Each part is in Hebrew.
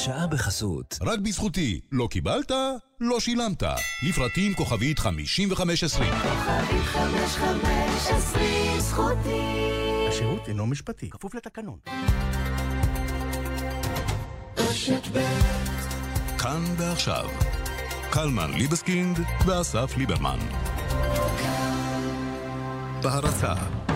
השעה בחסות. רק בזכותי. לא קיבלת? לא שילמת. לפרטים כוכבית 5520. כוכבית 5520 זכותי. השירות אינו משפטי, כפוף לתקנון. כאן ועכשיו. קלמן ליבסקינד ואסף ליברמן. בהרצה.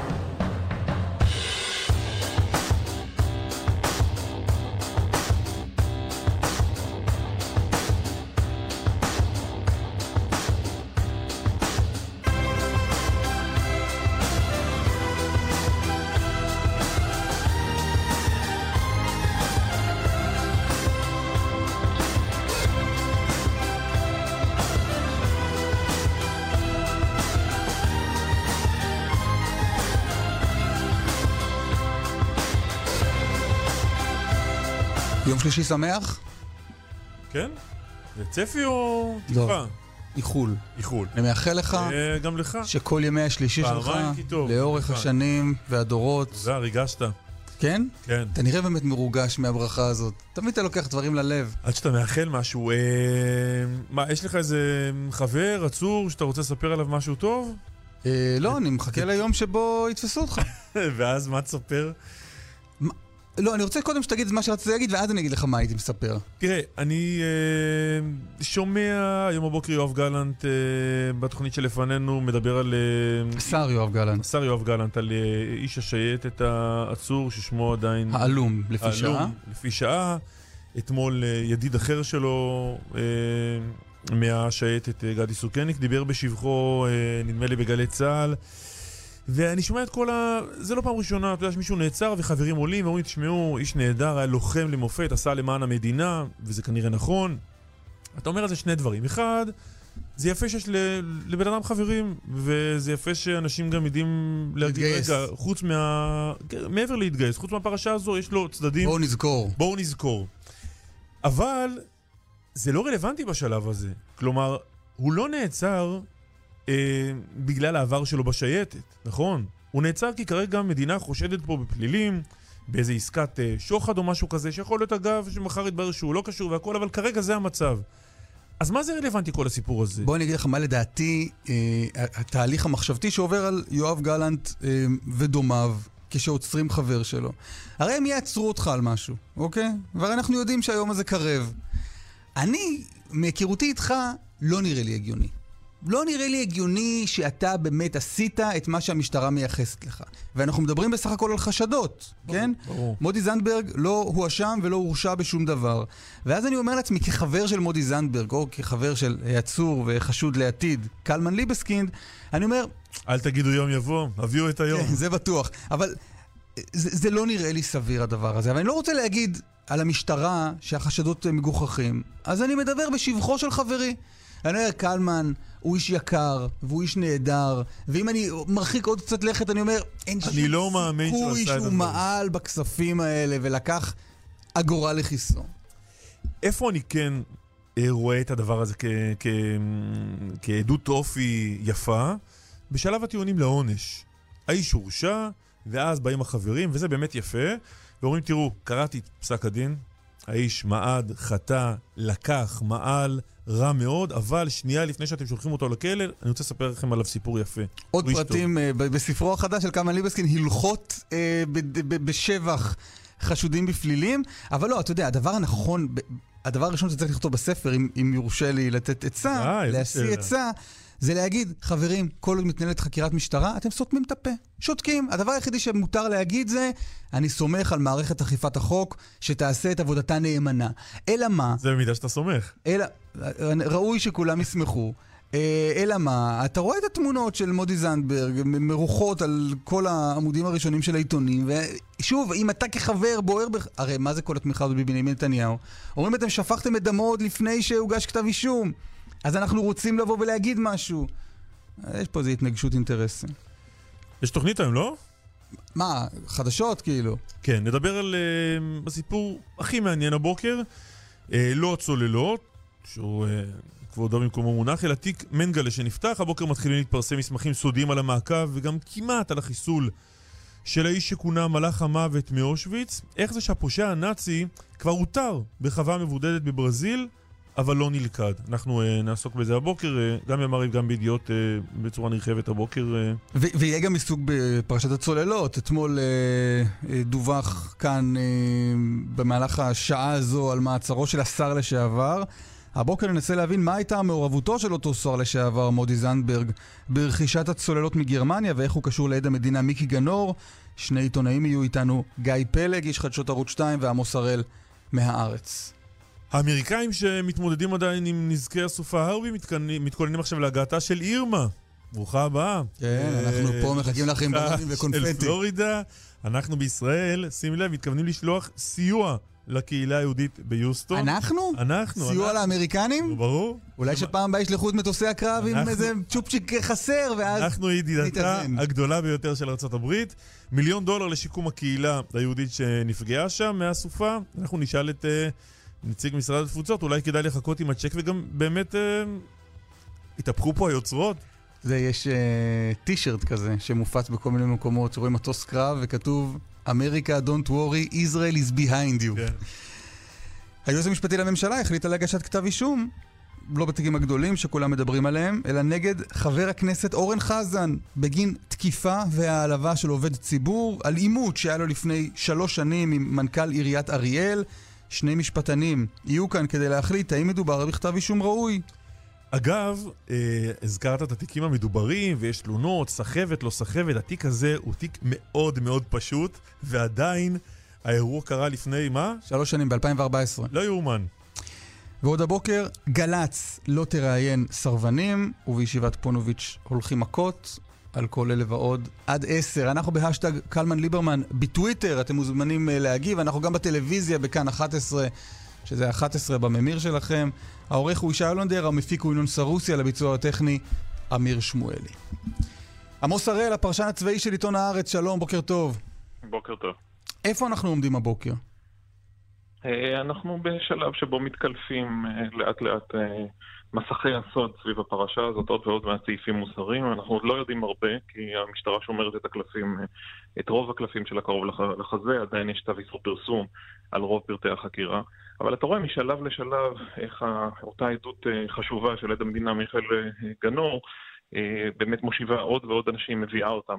יום שלישי שמח? כן? זה צפי או תקווה? לא, איחול. איחול. אני מאחל לך גם לך. שכל ימי השלישי שלך, לאורך השנים והדורות. זה, ריגשת. כן? כן. אתה נראה באמת מרוגש מהברכה הזאת. תמיד אתה לוקח דברים ללב. עד שאתה מאחל משהו, מה, יש לך איזה חבר, עצור, שאתה רוצה לספר עליו משהו טוב? לא, אני מחכה ליום שבו יתפסו אותך. ואז מה תספר? לא, אני רוצה קודם שתגיד את מה שרציתי להגיד, ואז אני אגיד לך מה הייתי מספר. תראה, אני שומע היום בבוקר יואב גלנט בתוכנית שלפנינו מדבר על... שר יואב גלנט. שר יואב גלנט על איש השייטת העצור ששמו עדיין... העלום, לפי שעה. לפי שעה. אתמול ידיד אחר שלו מהשייטת גדי סוכניק דיבר בשבחו, נדמה לי בגלי צהל. ואני שומע את כל זה לא פעם ראשונה, אתה יודע שמישהו נעצר וחברים עולים ואומרים, תשמעו, איש נהדר, היה לוחם למופת, עשה למען המדינה, וזה כנראה נכון. אתה אומר על זה שני דברים. אחד, זה יפה שיש לבן אדם חברים, וזה יפה שאנשים גם יודעים להגיד, רגע, חוץ מעבר להתגייס, חוץ מהפרשה הזו, יש לו צדדים... בואו נזכור. אבל זה לא רלוונטי בשלב הזה. כלומר, הוא לא נעצר... בגלל העבר שלו בשייטת, נכון? הוא נעצר כי כרגע המדינה חושדת פה בפלילים, באיזה עסקת שוחד או משהו כזה, שיכול להיות אגב שמחר יתברר שהוא לא קשור והכל, אבל כרגע זה המצב. אז מה זה רלוונטי כל הסיפור הזה? בוא אני אגיד לך מה לדעתי התהליך המחשבתי שעובר על יואב גלנט ודומיו כשעוצרים חבר שלו. הרי הם יעצרו אותך על משהו, אוקיי? והרי אנחנו יודעים שהיום הזה קרב. אני, מהיכרותי איתך, לא נראה לי הגיוני. לא נראה לי הגיוני שאתה באמת עשית את מה שהמשטרה מייחסת לך. ואנחנו מדברים בסך הכל על חשדות, כן? ברור. מודי זנדברג לא הואשם ולא הורשע בשום דבר. ואז אני אומר לעצמי, כחבר של מודי זנדברג, או כחבר של עצור וחשוד לעתיד, קלמן ליבסקינד, אני אומר... אל תגידו יום יבוא, הביאו את היום. כן, זה בטוח. אבל זה לא נראה לי סביר הדבר הזה. אבל אני לא רוצה להגיד על המשטרה שהחשדות מגוחכים. אז אני מדבר בשבחו של חברי. אני אומר, קלמן הוא איש יקר, והוא איש נהדר, ואם אני מרחיק עוד קצת לכת, אני אומר, אין שום סיכוי שהוא מעל בכספים האלה, ולקח אגורה לכיסו. איפה אני כן רואה את הדבר הזה כעדות אופי יפה? בשלב הטיעונים לעונש. האיש הורשע, ואז באים החברים, וזה באמת יפה, ואומרים, תראו, קראתי את פסק הדין, האיש מעד, חטא, לקח, מעל, רע מאוד, אבל שנייה לפני שאתם שולחים אותו לכלא, אני רוצה לספר לכם עליו סיפור יפה. עוד פרטים בספרו החדש של קלמן ליבסקינד, הלכות בשבח חשודים בפלילים, אבל לא, אתה יודע, הדבר הנכון, הדבר הראשון שצריך לכתוב בספר, אם יורשה לי לתת עצה, להשיא עצה, זה להגיד, חברים, כל עוד מתנהלת חקירת משטרה, אתם סותמים את הפה, שותקים. הדבר היחידי שמותר להגיד זה, אני סומך על מערכת אכיפת החוק, שתעשה את עבודתה נאמנה. אלא מה? זה במידה שאתה סומך. ראוי שכולם ישמחו. אלא מה? אתה רואה את התמונות של מודי זנדברג, מרוחות על כל העמודים הראשונים של העיתונים, ושוב, אם אתה כחבר בוער הרי מה זה כל התמיכה הזאת בבנימין נתניהו? אומרים, אתם שפכתם את דמו עוד לפני שהוגש כתב אישום. אז אנחנו רוצים לבוא ולהגיד משהו. יש פה איזו התנגשות אינטרסים. יש תוכנית היום, לא? מה? חדשות כאילו? כן, נדבר על הסיפור הכי מעניין הבוקר. לא הצוללות, שהוא כבודו במקומו מונח, אלא תיק מנגלה שנפתח. הבוקר מתחילים להתפרסם מסמכים סודיים על המעקב, וגם כמעט על החיסול של האיש שכונה מלאך המוות מאושוויץ. איך זה שהפושע הנאצי כבר הותר בחווה מבודדת בברזיל, אבל לא נלכד. אנחנו נעסוק בזה הבוקר, גם במעריב, גם בידיעות בצורה נרחבת הבוקר. ויהיה גם עיסוק בפרשת הצוללות. אתמול דווח כאן במהלך השעה הזו על מעצרו של השר לשעבר. הבוקר ננסה להבין מה הייתה מעורבותו של אותו שר לשעבר, מודי זנדברג, ברכישת הצוללות מגרמניה, ואיך הוא קשור לעד המדינה מיקי גנור. שני עיתונאים יהיו איתנו, גיא פלג, איש חדשות ערוץ 2, ועמוס הראל מהארץ. האמריקאים שמתמודדים עדיין עם נזקי הסופה הרבי מתכוננים עכשיו להגעתה של אירמה. ברוכה הבאה. כן, אנחנו פה מחכים לכם בלונים וקונפטי. פלורידה. אנחנו בישראל, שים לב, מתכוונים לשלוח סיוע לקהילה היהודית ביוסטון. אנחנו? סיוע לאמריקנים? ברור. אולי שפעם הבאה ישלחו את מטוסי הקרב עם איזה צ'ופצ'יק חסר, ואז אנחנו ידידתה הגדולה ביותר של ארצות הברית. $1,000,000 לשיקום הקהילה היהודית שנפגעה שם מהסופה. אנחנו נשאל את נציג משרד התפוצות, אולי כדאי לחכות עם הצ'ק, וגם באמת התהפכו פה היוצרות. יש טישרט כזה שמופץ בכל מיני מקומות, שרואים מטוס קרב וכתוב America, don't worry, Israel is behind you. כן. היועץ המשפטי לממשלה החליט על הגשת כתב אישום, לא בתיקים הגדולים שכולם מדברים עליהם, אלא נגד חבר הכנסת אורן חזן, בגין תקיפה והעלבה של עובד ציבור, על עימות שהיה לו לפני 3 שנים עם מנכ"ל עיריית אריאל. 2 משפטנים יהיו כאן כדי להחליט האם מדובר בכתב אישום ראוי. אגב, הזכרת את התיקים המדוברים, ויש תלונות, סחבת, לא סחבת. התיק הזה הוא תיק מאוד מאוד פשוט, ועדיין האירוע קרה לפני, מה? 3 שנים, ב-2014. לא יאומן. ועוד הבוקר, גלץ לא תראיין סרבנים, ובישיבת פונוביץ' הולכים מכות. על כל אלה ועוד עד 10. אנחנו בהשטג קלמן ליברמן בטוויטר, אתם מוזמנים להגיב. אנחנו גם בטלוויזיה בכאן 11, שזה 11 בממיר שלכם. העורך הוא ישי הולנדר, המפיק הוא ינון סרוסי, על הביצוע הטכני אמיר שמואלי. עמוס הראל, הפרשן הצבאי של עיתון הארץ, שלום, בוקר טוב. בוקר טוב. איפה אנחנו עומדים הבוקר? אנחנו בשלב שבו מתקלפים לאט לאט מסכי הסוד סביב הפרשה הזאת, עוד ועוד מהסעיפים מוסריים. אנחנו עוד לא יודעים הרבה, כי המשטרה שומרת את הקלפים, את רוב הקלפים שלה קרוב לחזה, עדיין יש צו איסור פרסום על רוב פרטי החקירה. אבל אתה רואה משלב לשלב איך אותה עדות חשובה של עד המדינה מיכאל גנור, באמת מושיבה עוד ועוד אנשים, מביאה אותם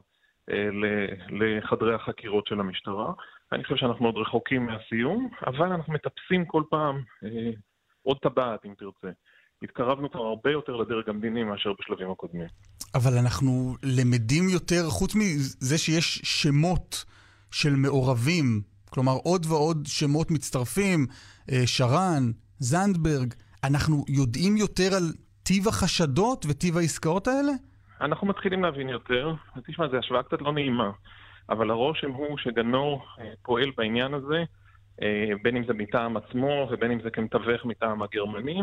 לחדרי החקירות של המשטרה. אני חושב שאנחנו עוד רחוקים מהסיום, אבל אנחנו מטפסים כל פעם עוד טבעת, אם תרצה. התקרבנו כבר הרבה יותר לדרג המדיני מאשר בשלבים הקודמים. אבל אנחנו למדים יותר, חוץ מזה שיש שמות של מעורבים, כלומר עוד ועוד שמות מצטרפים, שרן, זנדברג, אנחנו יודעים יותר על טיב החשדות וטיב העסקאות האלה? אנחנו מתחילים להבין יותר. תשמע, זה השוואה קצת לא נעימה, אבל הרושם הוא שגנור פועל בעניין הזה, בין אם זה מטעם עצמו ובין אם זה כמתווך מטעם הגרמנים,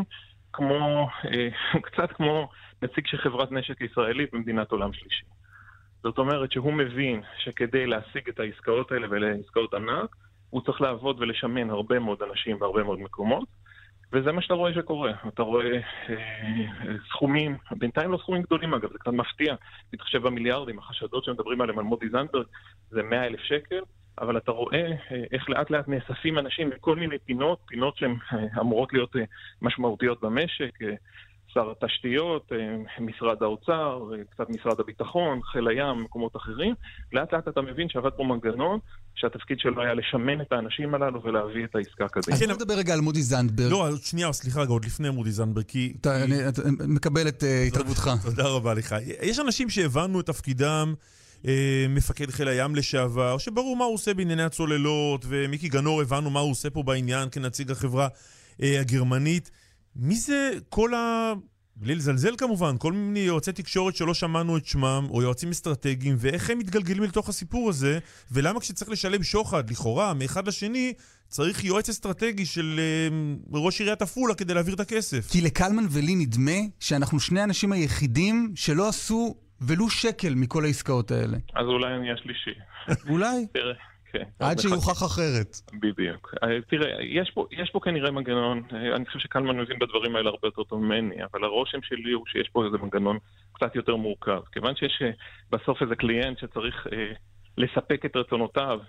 קצת כמו נציג של חברת נשק ישראלית במדינת עולם שלישי. זאת אומרת שהוא מבין שכדי להשיג את העסקאות האלה ולעסקאות ענק, הוא צריך לעבוד ולשמן הרבה מאוד אנשים בהרבה מאוד מקומות, וזה מה שאתה רואה שקורה. אתה רואה סכומים, בינתיים לא סכומים גדולים אגב, זה קצת מפתיע, תתחשב במיליארדים, החשדות שמדברים עליהם על מודי זנדברג זה 100,000 שקל, אבל אתה רואה איך לאט לאט נאספים אנשים בכל מיני פינות שהן אמורות להיות משמעותיות במשק, שר התשתיות, משרד האוצר, קצת משרד הביטחון, חיל הים, מקומות אחרים. לאט לאט אתה מבין שעבד פה מנגנון, שהתפקיד שלו היה לשמן את האנשים הללו ולהביא את העסקה קדימה. אז בוא נדבר רגע על מודי זנדברג. לא, שנייה, סליחה רגע, עוד לפני מודי זנדברג, כי... אני מקבל את התערבותך. תודה רבה לך. יש אנשים שהבנו את תפקידם, מפקד חיל הים לשעבר, שברור מה הוא עושה בענייני הצוללות, ומיקי גנור הבנו מה הוא עושה פה בעניין כנציג החברה הגרמנית. מי זה כל בלי לזלזל כמובן, כל מיני יועצי תקשורת שלא שמענו את שמם, או יועצים אסטרטגיים, ואיך הם מתגלגלים לתוך הסיפור הזה, ולמה כשצריך לשלם שוחד, לכאורה, מאחד לשני, צריך יועץ אסטרטגי של ראש עיריית עפולה כדי להעביר את הכסף. כי לקלמן ולי נדמה שאנחנו 2 האנשים היחידים שלא עשו ולו שקל מכל העסקאות האלה. אז אולי אני השלישי. אולי? תראה. עד שיוכח אחרת. בדיוק. תראה, יש פה כנראה מנגנון, אני חושב שקלמן מבין בדברים האלה הרבה יותר טוב ממני, אבל הרושם שלי הוא שיש פה איזה מנגנון קצת יותר מורכב. כיוון שיש בסוף איזה קליינט שצריך לספק את רצונותיו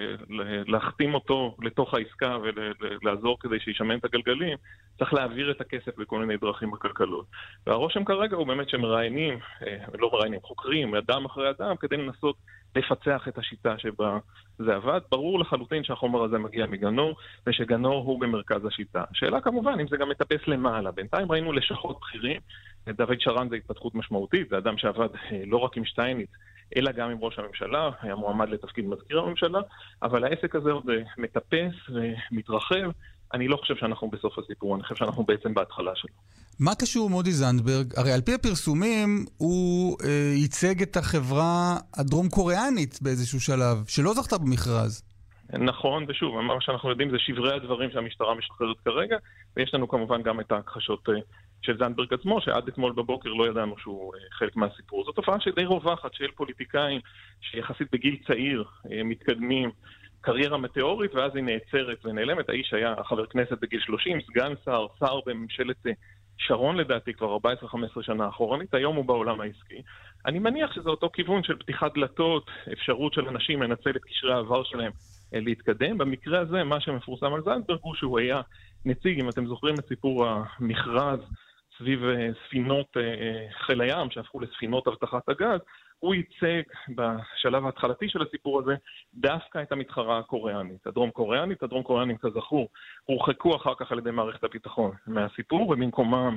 ולהחתים אותו לתוך העסקה ולעזור כדי שישמן את הגלגלים, צריך להעביר את הכסף בכל מיני דרכים בכלכלות. והרושם כרגע הוא באמת שמראיינים, לא מראיינים, חוקרים, אדם אחרי אדם, כדי לנסות לפצח את השיטה שבה זה עבד. ברור לחלוטין שהחומר הזה מגיע מגנור, ושגנור הוא במרכז השיטה. השאלה כמובן, אם זה גם מטפס למעלה. בינתיים ראינו לשכות בכירים, דוד שרן זה התפתחות משמעותית, זה אדם שעבד לא רק עם שטייניץ, אלא גם עם ראש הממשלה, היה מועמד לתפקיד מזכיר הממשלה, אבל העסק הזה עוד מטפס ומתרחב. אני לא חושב שאנחנו בסוף הסיפור, אני חושב שאנחנו בעצם בהתחלה שלו. מה קשור מודי זנדברג? הרי על פי הפרסומים הוא ייצג את החברה הדרום קוריאנית באיזשהו שלב, שלא זכתה במכרז. נכון, ושוב, מה שאנחנו יודעים זה שברי הדברים שהמשטרה משחררת כרגע, ויש לנו כמובן גם את ההכחשות של זנדברג עצמו, שעד אתמול בבוקר לא ידענו שהוא חלק מהסיפור. זו תופעה שדי רווחת של פוליטיקאים שיחסית בגיל צעיר מתקדמים קריירה מטאורית, ואז היא נעצרת ונעלמת. האיש היה חבר כנסת בגיל 30, סגן שר, שר בממשלת שרון לדעתי כבר 14-15 שנה אחורנית, היום הוא בעולם העסקי. אני מניח שזה אותו כיוון של פתיחת דלתות, אפשרות של אנשים לנצל את קשרי העבר שלהם להתקדם. במקרה הזה, מה שמפורסם על זנדברג הוא שהוא היה נציג, אם אתם זוכרים את סיפור המכרז סביב ספינות חיל הים, שהפכו לספינות הבטחת הגז, הוא ייצג בשלב ההתחלתי של הסיפור הזה דווקא את המתחרה הקוריאנית, הדרום קוריאנית. הדרום קוריאנים כזכור הורחקו אחר כך על ידי מערכת הביטחון מהסיפור, ובמקומם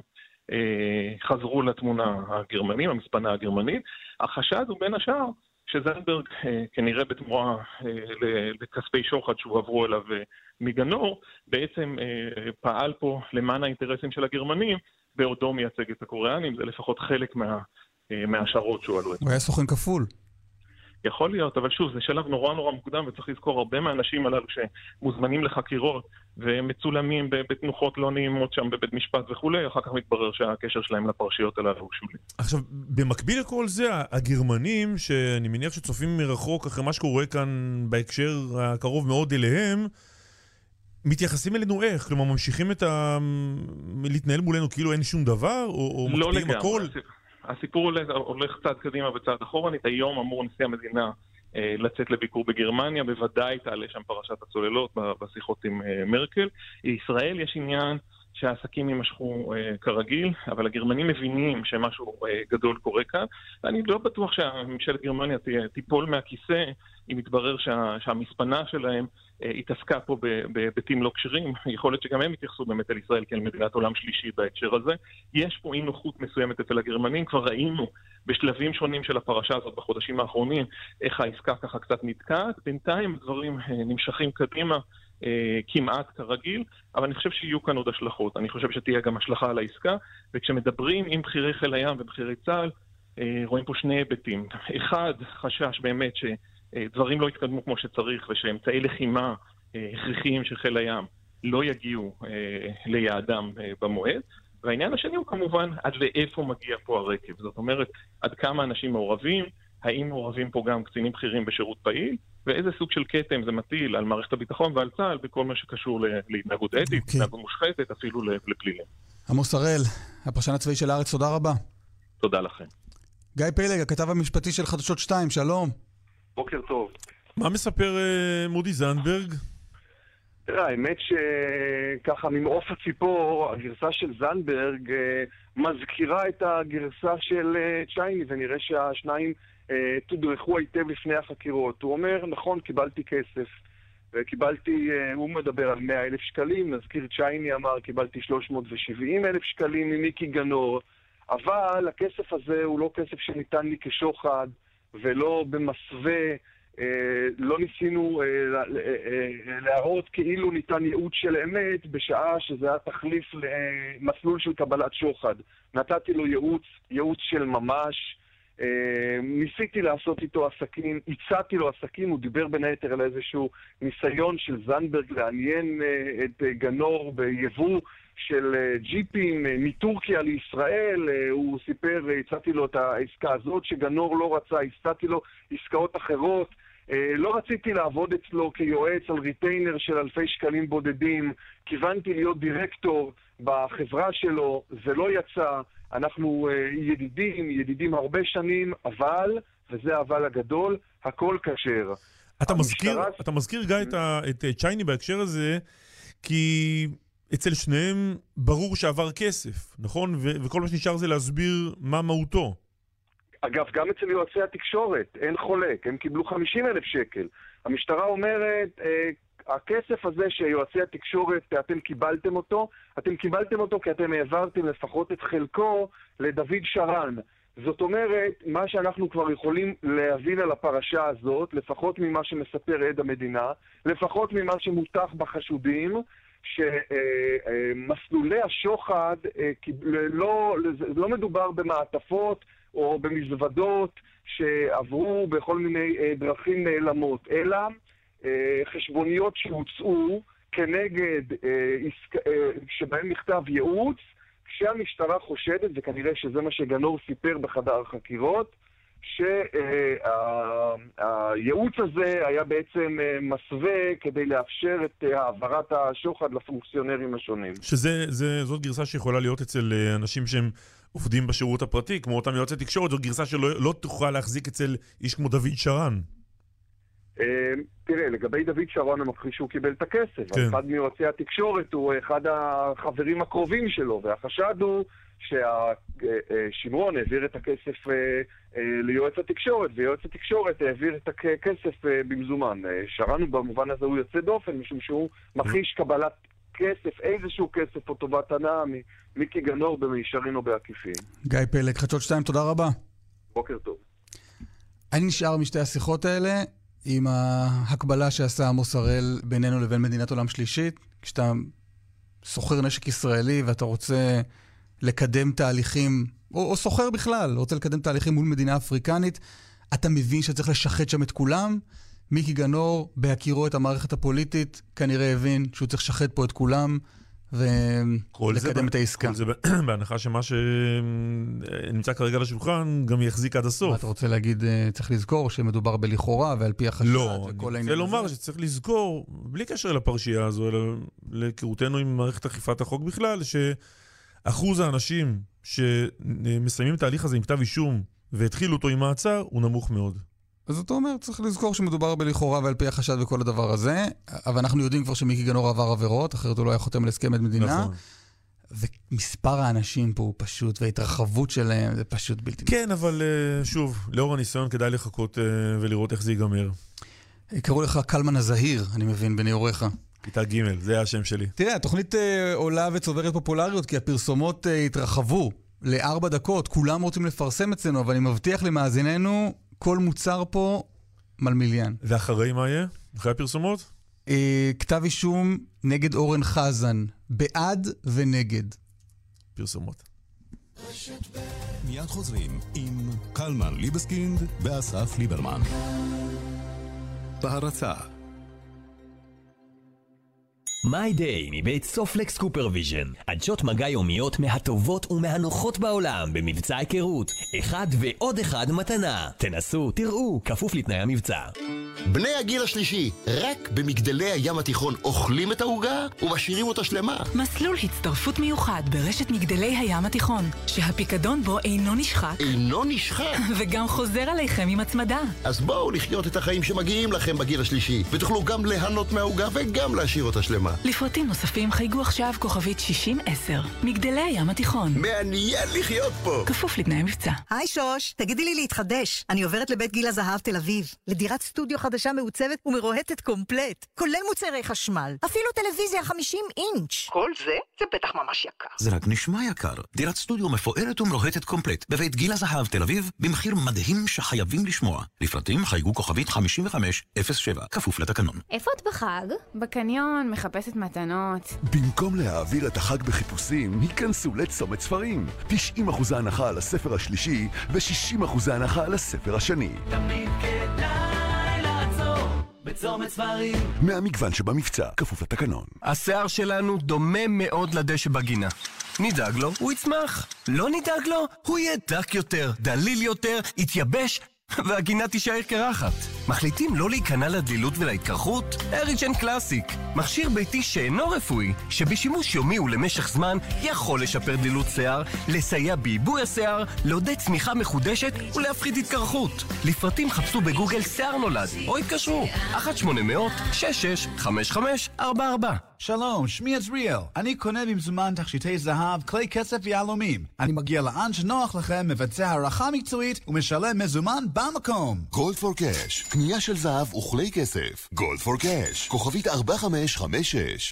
חזרו לתמונה הגרמנים, המספנה הגרמנית. החשד הוא בין השאר שזנדברג כנראה בתמורה לכספי שוחד שהוא עברו אליו מגנור, בעצם פעל פה למען האינטרסים של הגרמנים, בעודו מייצג את הקוריאנים. זה לפחות חלק מהשערות שהועלו. הוא היה סוכן כפול. יכול להיות, אבל שוב, זה שלב נורא נורא מוקדם, וצריך לזכור הרבה מהאנשים הללו שמוזמנים לחקירות, ומצולמים בתנוחות לא נעימות שם בבית משפט וכולי, אחר כך מתברר שהקשר שלהם לפרשיות הללו הוא שולי. עכשיו, במקביל לכל זה, הגרמנים, שאני מניח שצופים מרחוק אחרי מה שקורה כאן בהקשר הקרוב מאוד אליהם, מתייחסים אלינו איך? כלומר, ממשיכים להתנהל מולנו כאילו אין שום דבר, או לא מקפיאים הכל? הסיפור הולך צעד קדימה וצעד אחורנית. היום אמור נשיא המדינה לצאת לביקור בגרמניה, בוודאי תעלה שם פרשת הצוללות בשיחות עם מרקל. ישראל יש עניין שהעסקים יימשכו כרגיל, אבל הגרמנים מבינים שמשהו גדול קורה כאן, ואני לא בטוח שהממשלת גרמניה תיפול מהכיסא אם יתברר שהמספנה שלהם התעסקה פה בהיבטים לא קשרים. יכול להיות שגם הם יתייחסו באמת אל ישראל כאל מדינת עולם שלישי בהקשר הזה. יש פה אי נוחות מסוימת אצל הגרמנים, כבר ראינו בשלבים שונים של הפרשה הזאת בחודשים האחרונים איך העסקה ככה קצת נתקעת. בינתיים דברים נמשכים קדימה כמעט כרגיל, אבל אני חושב שיהיו כאן עוד השלכות. אני חושב שתהיה גם השלכה על העסקה, וכשמדברים עם בכירי חיל הים ובכירי צה"ל, רואים פה שני היבטים. אחד, חשש באמת שדברים לא יתקדמו כמו שצריך, ושאמצעי לחימה הכרחיים של חיל הים לא יגיעו ליעדם במועד. והעניין השני הוא כמובן עד לאיפה מגיע פה הרקב. זאת אומרת, עד כמה אנשים מעורבים, האם מעורבים פה גם קצינים בכירים בשירות פעיל, ואיזה סוג של קטם זה מטיל על מערכת הביטחון ועל צה"ל בכל מה שקשור להתנהגות אתית, התנהגות מושחתת, אפילו לפלילים. עמוס הראל, הפרשן הצבאי של הארץ, תודה רבה. תודה לכם. גיא פלג, הכתב המשפטי של חדשות 2, שלום. בוקר טוב. מה מספר מודי זנדברג? תראה, האמת שככה ממעוף הציפור, הגרסה של זנדברג מזכירה את הגרסה של צ'ייני, ונראה שהשניים תודרכו היטב לפני החקירות. הוא אומר, נכון, קיבלתי כסף, וקיבלתי, הוא מדבר על 100,000 שקלים, נזכיר צ'ייני אמר, קיבלתי 370,000 שקלים ממיקי גנור, אבל הכסף הזה הוא לא כסף שניתן לי כשוחד, ולא במסווה, לא ניסינו להראות כאילו ניתן ייעוץ של אמת, בשעה שזה היה תחליף למסלול של קבלת שוחד. נתתי לו ייעוץ של ממש, ניסיתי לעשות איתו עסקים, הצעתי לו עסקים, הוא דיבר בין היתר על איזשהו ניסיון של זנדברג לעניין את גנור ביבוא של ג'יפים מטורקיה לישראל. הוא סיפר, הצעתי לו את העסקה הזאת שגנור לא רצה, הצעתי לו עסקאות אחרות, לא רציתי לעבוד אצלו כיועץ על ריטיינר של אלפי שקלים בודדים, כיוונתי להיות דירקטור בחברה שלו, זה לא יצא, אנחנו ידידים הרבה שנים, אבל וזה אבל הגדול, הכל כשר. אתה מזכיר גיא את צ'ייני בהקשר הזה, כי אצל שניהם ברור שעבר כסף, נכון? וכל מה שנשאר זה להסביר מה מהותו. אגב, גם אצל יועצי התקשורת, אין חולק, הם קיבלו 50,000 שקל. המשטרה אומרת, הכסף הזה שיועצי התקשורת, אתם קיבלתם אותו כי אתם העברתם לפחות את חלקו לדוד שרן. זאת אומרת, מה שאנחנו כבר יכולים להבין על הפרשה הזאת, לפחות ממה שמספר עד המדינה, לפחות ממה שמותח בחשודים, שמסלולי השוחד, לא מדובר במעטפות או במזוודות שעברו בכל מיני דרכים נעלמות, אלא חשבוניות שהוצאו כנגד שבהם נכתב ייעוץ, כשהמשטרה חושדת, וכנראה שזה מה שגנור סיפר בחדר חקירות, שהייעוץ הזה היה בעצם מסווה כדי לאפשר את העברת השוחד לפונקציונרים השונים. זאת גרסה שיכולה להיות אצל אנשים שהם עובדים בשירות הפרטי, כמו אותם יועצי תקשורת, זאת גרסה שלא תוכל להחזיק אצל איש כמו דוד שרן. תראה, לגבי דוד שרון הם מכחיש שהוא קיבל את הכסף. כן. אחד מיועצי התקשורת הוא אחד החברים הקרובים שלו, והחשד הוא ששמרון העביר את הכסף ליועץ התקשורת, ויועץ התקשורת העביר את הכסף במזומן. שרן במובן הזה הוא יוצא דופן, משום שהוא מכחיש קבלת כסף, איזשהו כסף או טובת הנאה ממיקי גנור במישרין או בעקיפין. גיא פלג, חדשות 2, תודה רבה. בוקר טוב. אני נשאר משתי השיחות האלה עם ההקבלה שעשה עמוס הראל בינינו לבין מדינת עולם שלישית. כשאתה סוחר נשק ישראלי ואתה רוצה לקדם תהליכים, או סוחר בכלל, רוצה לקדם תהליכים מול מדינה אפריקנית, אתה מבין שצריך לשחט שם את כולם. מיקי גנור, בהכירו את המערכת הפוליטית, כנראה הבין שהוא צריך לשחט פה את כולם ולקדם את העסקה. כל זה בהנחה שמה שנמצא כרגע לשולחן גם יחזיק עד הסוף. מה אתה רוצה להגיד, צריך לזכור שמדובר בלכאורה ועל פי החשד? לא, אני רוצה לומר שצריך לזכור, בלי קשר לפרשייה הזו, אלא להיכרותנו עם מערכת אכיפת החוק בכלל, שאחוז האנשים שמסיימים את ההליך הזה עם כתב אישום והתחילו אותו עם מעצר, הוא נמוך מאוד. אז אתה אומר, צריך לזכור שמדובר בלכאורה ועל פי החשד וכל הדבר הזה, אבל אנחנו יודעים כבר שמיקי גנור עבר עבירות, אחרת הוא לא היה חותם על הסכם מדינה. נכון. ומספר האנשים פה הוא פשוט, וההתרחבות שלהם זה פשוט בלתי. כן, אבל שוב, לאור הניסיון כדאי לחכות ולראות איך זה ייגמר. קראו לך קלמן הזהיר, אני מבין, בנעוריך. כיתה ג', זה היה השם שלי. תראה, התוכנית עולה וצוברת פופולריות, כי הפרסומות התרחבו ל4 דקות, כולם רוצים לפרסם אצלנו, אבל אני מבטיח למאזיננו, כל מוצר פה מלמיליאן. ואחרי מה יהיה? אחרי הפרסומות? כתב אישום נגד אורן חזן. בעד ונגד. פרסומות. מיד חוזרים עם קלמן ליבסקינד ואסף ליברמן. בהרצה. My Day מבית סופלקס קופרוויז'ן. עדשות מגע יומיות מהטובות ומהנוחות בעולם במבצע היכרות. 1 ועוד 1 מתנה. תנסו, תראו, כפוף לתנאי המבצע. בני הגיל השלישי, רק במגדלי הים התיכון אוכלים את העוגה ומשאירים אותה שלמה. מסלול הצטרפות מיוחד ברשת מגדלי הים התיכון, שהפיקדון בו אינו נשחק. אינו נשחק? וגם חוזר עליכם עם הצמדה. אז בואו לחיות את החיים שמגיעים לכם בגיל השלישי, ותוכלו גם ליהנות מהעוגה וגם להשאיר אותה שלמה. לפרטים נוספים חייגו עכשיו כוכבית 6010. מגדלי הים התיכון. מעניין לחיות פה. כפוף לתנאי המבצע. היי שוש, תגידי לי להתחדש. אני עוברת לבית גיל הזהב תל אביב, לדירת סטודיו חדשה מעוצבת ומרוהטת קומפלט, כולל מוצרי חשמל, אפילו טלוויזיה 50 אינץ'. כל זה בטח ממש יקר. זה רק נשמע יקר. דירת סטודיו מפוארת ומרוהטת קומפלט בבית גיל הזהב תל אביב במחיר מדהים שחייבים לשמוע. לפרטים חייגו כוכבית 5507, כפוף לתקנון. איפה את בחג? בקניון, מחפשת מתנות. במקום להעביר את החג בחיפושים, היכנסו לצומת ספרים. 90% הנחה על הספר השלישי ו60% הנחה על הספר השני. תמיד כדאי לעצור בצומת ספרים. מהמגוון שבמבצע, כפוף לתקנון. השיער שלנו דומה מאוד לדשא בגינה. נדאג לו, הוא יצמח. לא נדאג לו, הוא יהיה דק יותר, דליל יותר, יתייבש, והגינה תישאר קרחת. מחליטים לא להיכנע לדלילות ולהתקרחות? אריג'ן קלאסיק, מכשיר ביתי שאינו רפואי, שבשימוש יומי ולמשך זמן יכול לשפר דלילות שיער, לסייע בעיבוי השיער, לעודד צמיחה מחודשת ולהפחית התקרחות. לפרטים חפשו בגוגל שיער נולד, או התקשרו 1-800-665544. שלום, שמי עזריאל. אני קונה במזומן תכשיטי זהב, כלי כסף ויהלומים. אני מגיע לאן שנוח לכם, מבצע הערכה מקצועית ומשלם מזומן במקום. גולד פור קאש, קנייה של זהב וכלי כסף. גולד פור קאש, כוכבית 4556.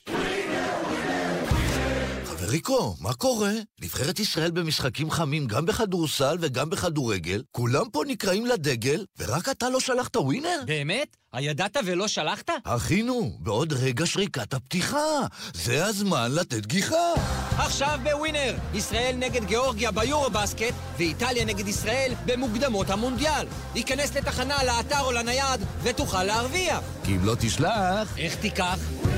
ריקו, מה קורה? נבחרת ישראל במשחקים חמים גם בכדורסל וגם בכדורגל, כולם פה נקראים לדגל, ורק אתה לא שלחת ווינר? באמת? הידעת ולא שלחת? אחינו, בעוד רגע שריקת הפתיחה, זה הזמן לתת גיחה. עכשיו בווינר, ישראל נגד גיאורגיה ביורובסקט, ואיטליה נגד ישראל במוקדמות המונדיאל. ייכנס לתחנה, לאתר או לנייד, ותוכל להרוויח. כי אם לא תשלח... איך תיקח?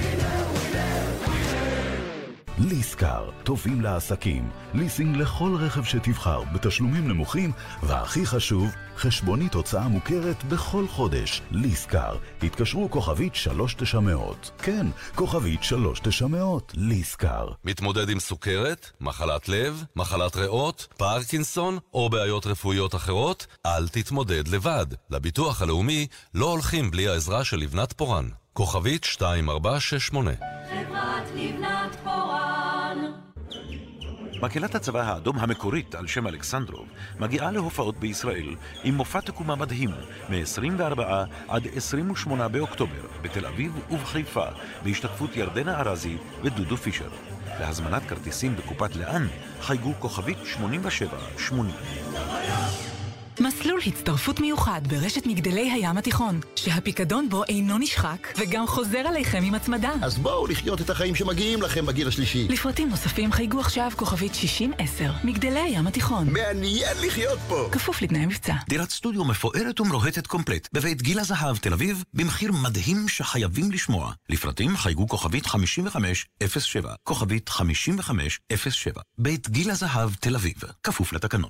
ליסקר, טובים לעסקים, ליסינג לכל רכב שתבחר בתשלומים נמוכים, והכי חשוב, חשבונית הוצאה מוכרת בכל חודש. ליסקר, התקשרו כוכבית 3900. כן, כוכבית 3900, ליסקר. מתמודד עם סוכרת, מחלת לב, מחלת ריאות, פרקינסון או בעיות רפואיות אחרות? אל תתמודד לבד. לביטוח הלאומי לא הולכים בלי העזרה של לבנת פורן. כוכבית 2468. חברת לבנת פורן. מקהלת הצבא האדום המקורית על שם אלכסנדרוב מגיעה להופעות בישראל עם מופע תקומה מדהים מ-24 עד 28 באוקטובר בתל אביב ובחיפה בהשתתפות ירדנה ארזי ודודו פישר. להזמנת כרטיסים בקופת לאן חייגו כוכבית 8780. מסלול הצטרפות מיוחד ברשת מגדלי הים התיכון, שהפיקדון בו אינו נשחק וגם חוזר עליכם עם הצמדה. אז בואו לחיות את החיים שמגיעים לכם בגיל השלישי. לפרטים נוספים חייגו עכשיו כוכבית 6010, מגדלי הים התיכון. מעניין לחיות פה. כפוף לתנאי מבצע. דירת סטודיו מפוארת ומרוהטת קומפלט בבית גיל הזהב תל אביב במחיר מדהים שחייבים לשמוע. לפרטים חייגו כוכבית 5507, כוכבית 5507. בית גיל הזהב תל אביב, כפוף לתקנון.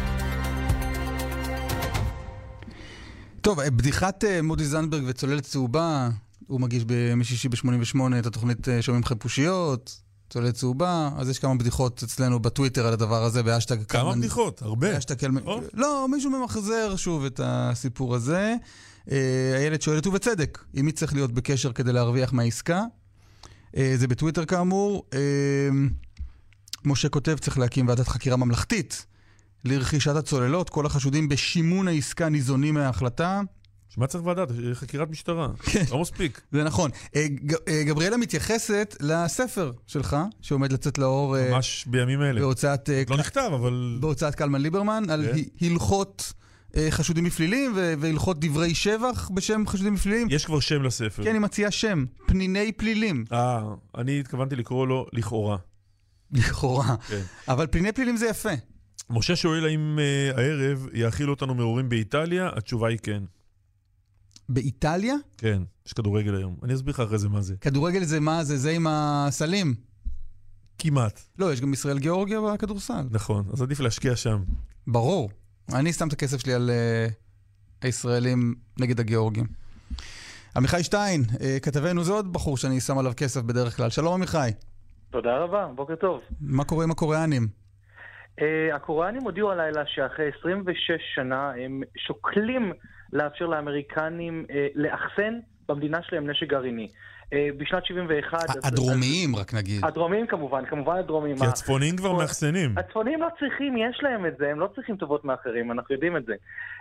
טוב, בדיחת מודי זנדברג וצוללת צהובה, הוא מגיש בשישי ב-88 את התוכנית שומעים חיפושיות, צוללת צהובה, אז יש כמה בדיחות אצלנו בטוויטר על הדבר הזה, בהשטג... כמה בדיחות? הרבה. לא, מישהו ממחזר שוב את הסיפור הזה. הילד שואלת ובצדק, אם מי צריך להיות בקשר כדי להרוויח מהעסקה. זה בטוויטר כאמור. משה כותב, צריך להקים ועדת חקירה ממלכתית. לרכישת הצוללות, כל החשודים בשימון העסקה ניזונים מההחלטה. שמה צריך ועדת? חקירת משטרה. לא מספיק. זה נכון. גבריאלה מתייחסת לספר שלך, שעומד לצאת לאור... ממש בימים אלה. בהוצאת... לא נכתב, אבל... בהוצאת קלמן ליברמן, על הלכות חשודים בפלילים, והלכות דברי שבח בשם חשודים בפלילים. יש כבר שם לספר. כן, אני מציע שם. פניני פלילים. אני התכוונתי לקרוא לו לכאורה. לכאורה. אבל פניני פלילים זה יפה. משה שואל האם הערב יאכיל אותנו מהורים באיטליה, התשובה היא כן. באיטליה? כן, יש כדורגל היום. אני אסביר לך אחרי זה מה זה. כדורגל זה מה זה? זה עם הסלים? כמעט. לא, יש גם ישראל גיאורגיה בכדורסל. נכון, אז עדיף להשקיע שם. ברור. אני שם את הכסף שלי על הישראלים נגד הגיאורגים. עמיחי שטיין, כתבנו, זה עוד בחור שאני שם עליו כסף בדרך כלל. שלום עמיחי. תודה רבה, בוקר טוב. מה קורה עם הקוריאנים? הקוריאנים הודיעו הלילה שאחרי 26 שנה הם שוקלים לאפשר לאמריקנים לאחסן במדינה שלהם נשק גרעיני. בשנת 71... הדרומיים רק נגיד. הדרומיים כמובן הדרומיים. כי הצפוניים כבר מאחסנים. הצפוניים לא צריכים, יש להם את זה, הם לא צריכים טובות מאחרים, אנחנו יודעים את זה.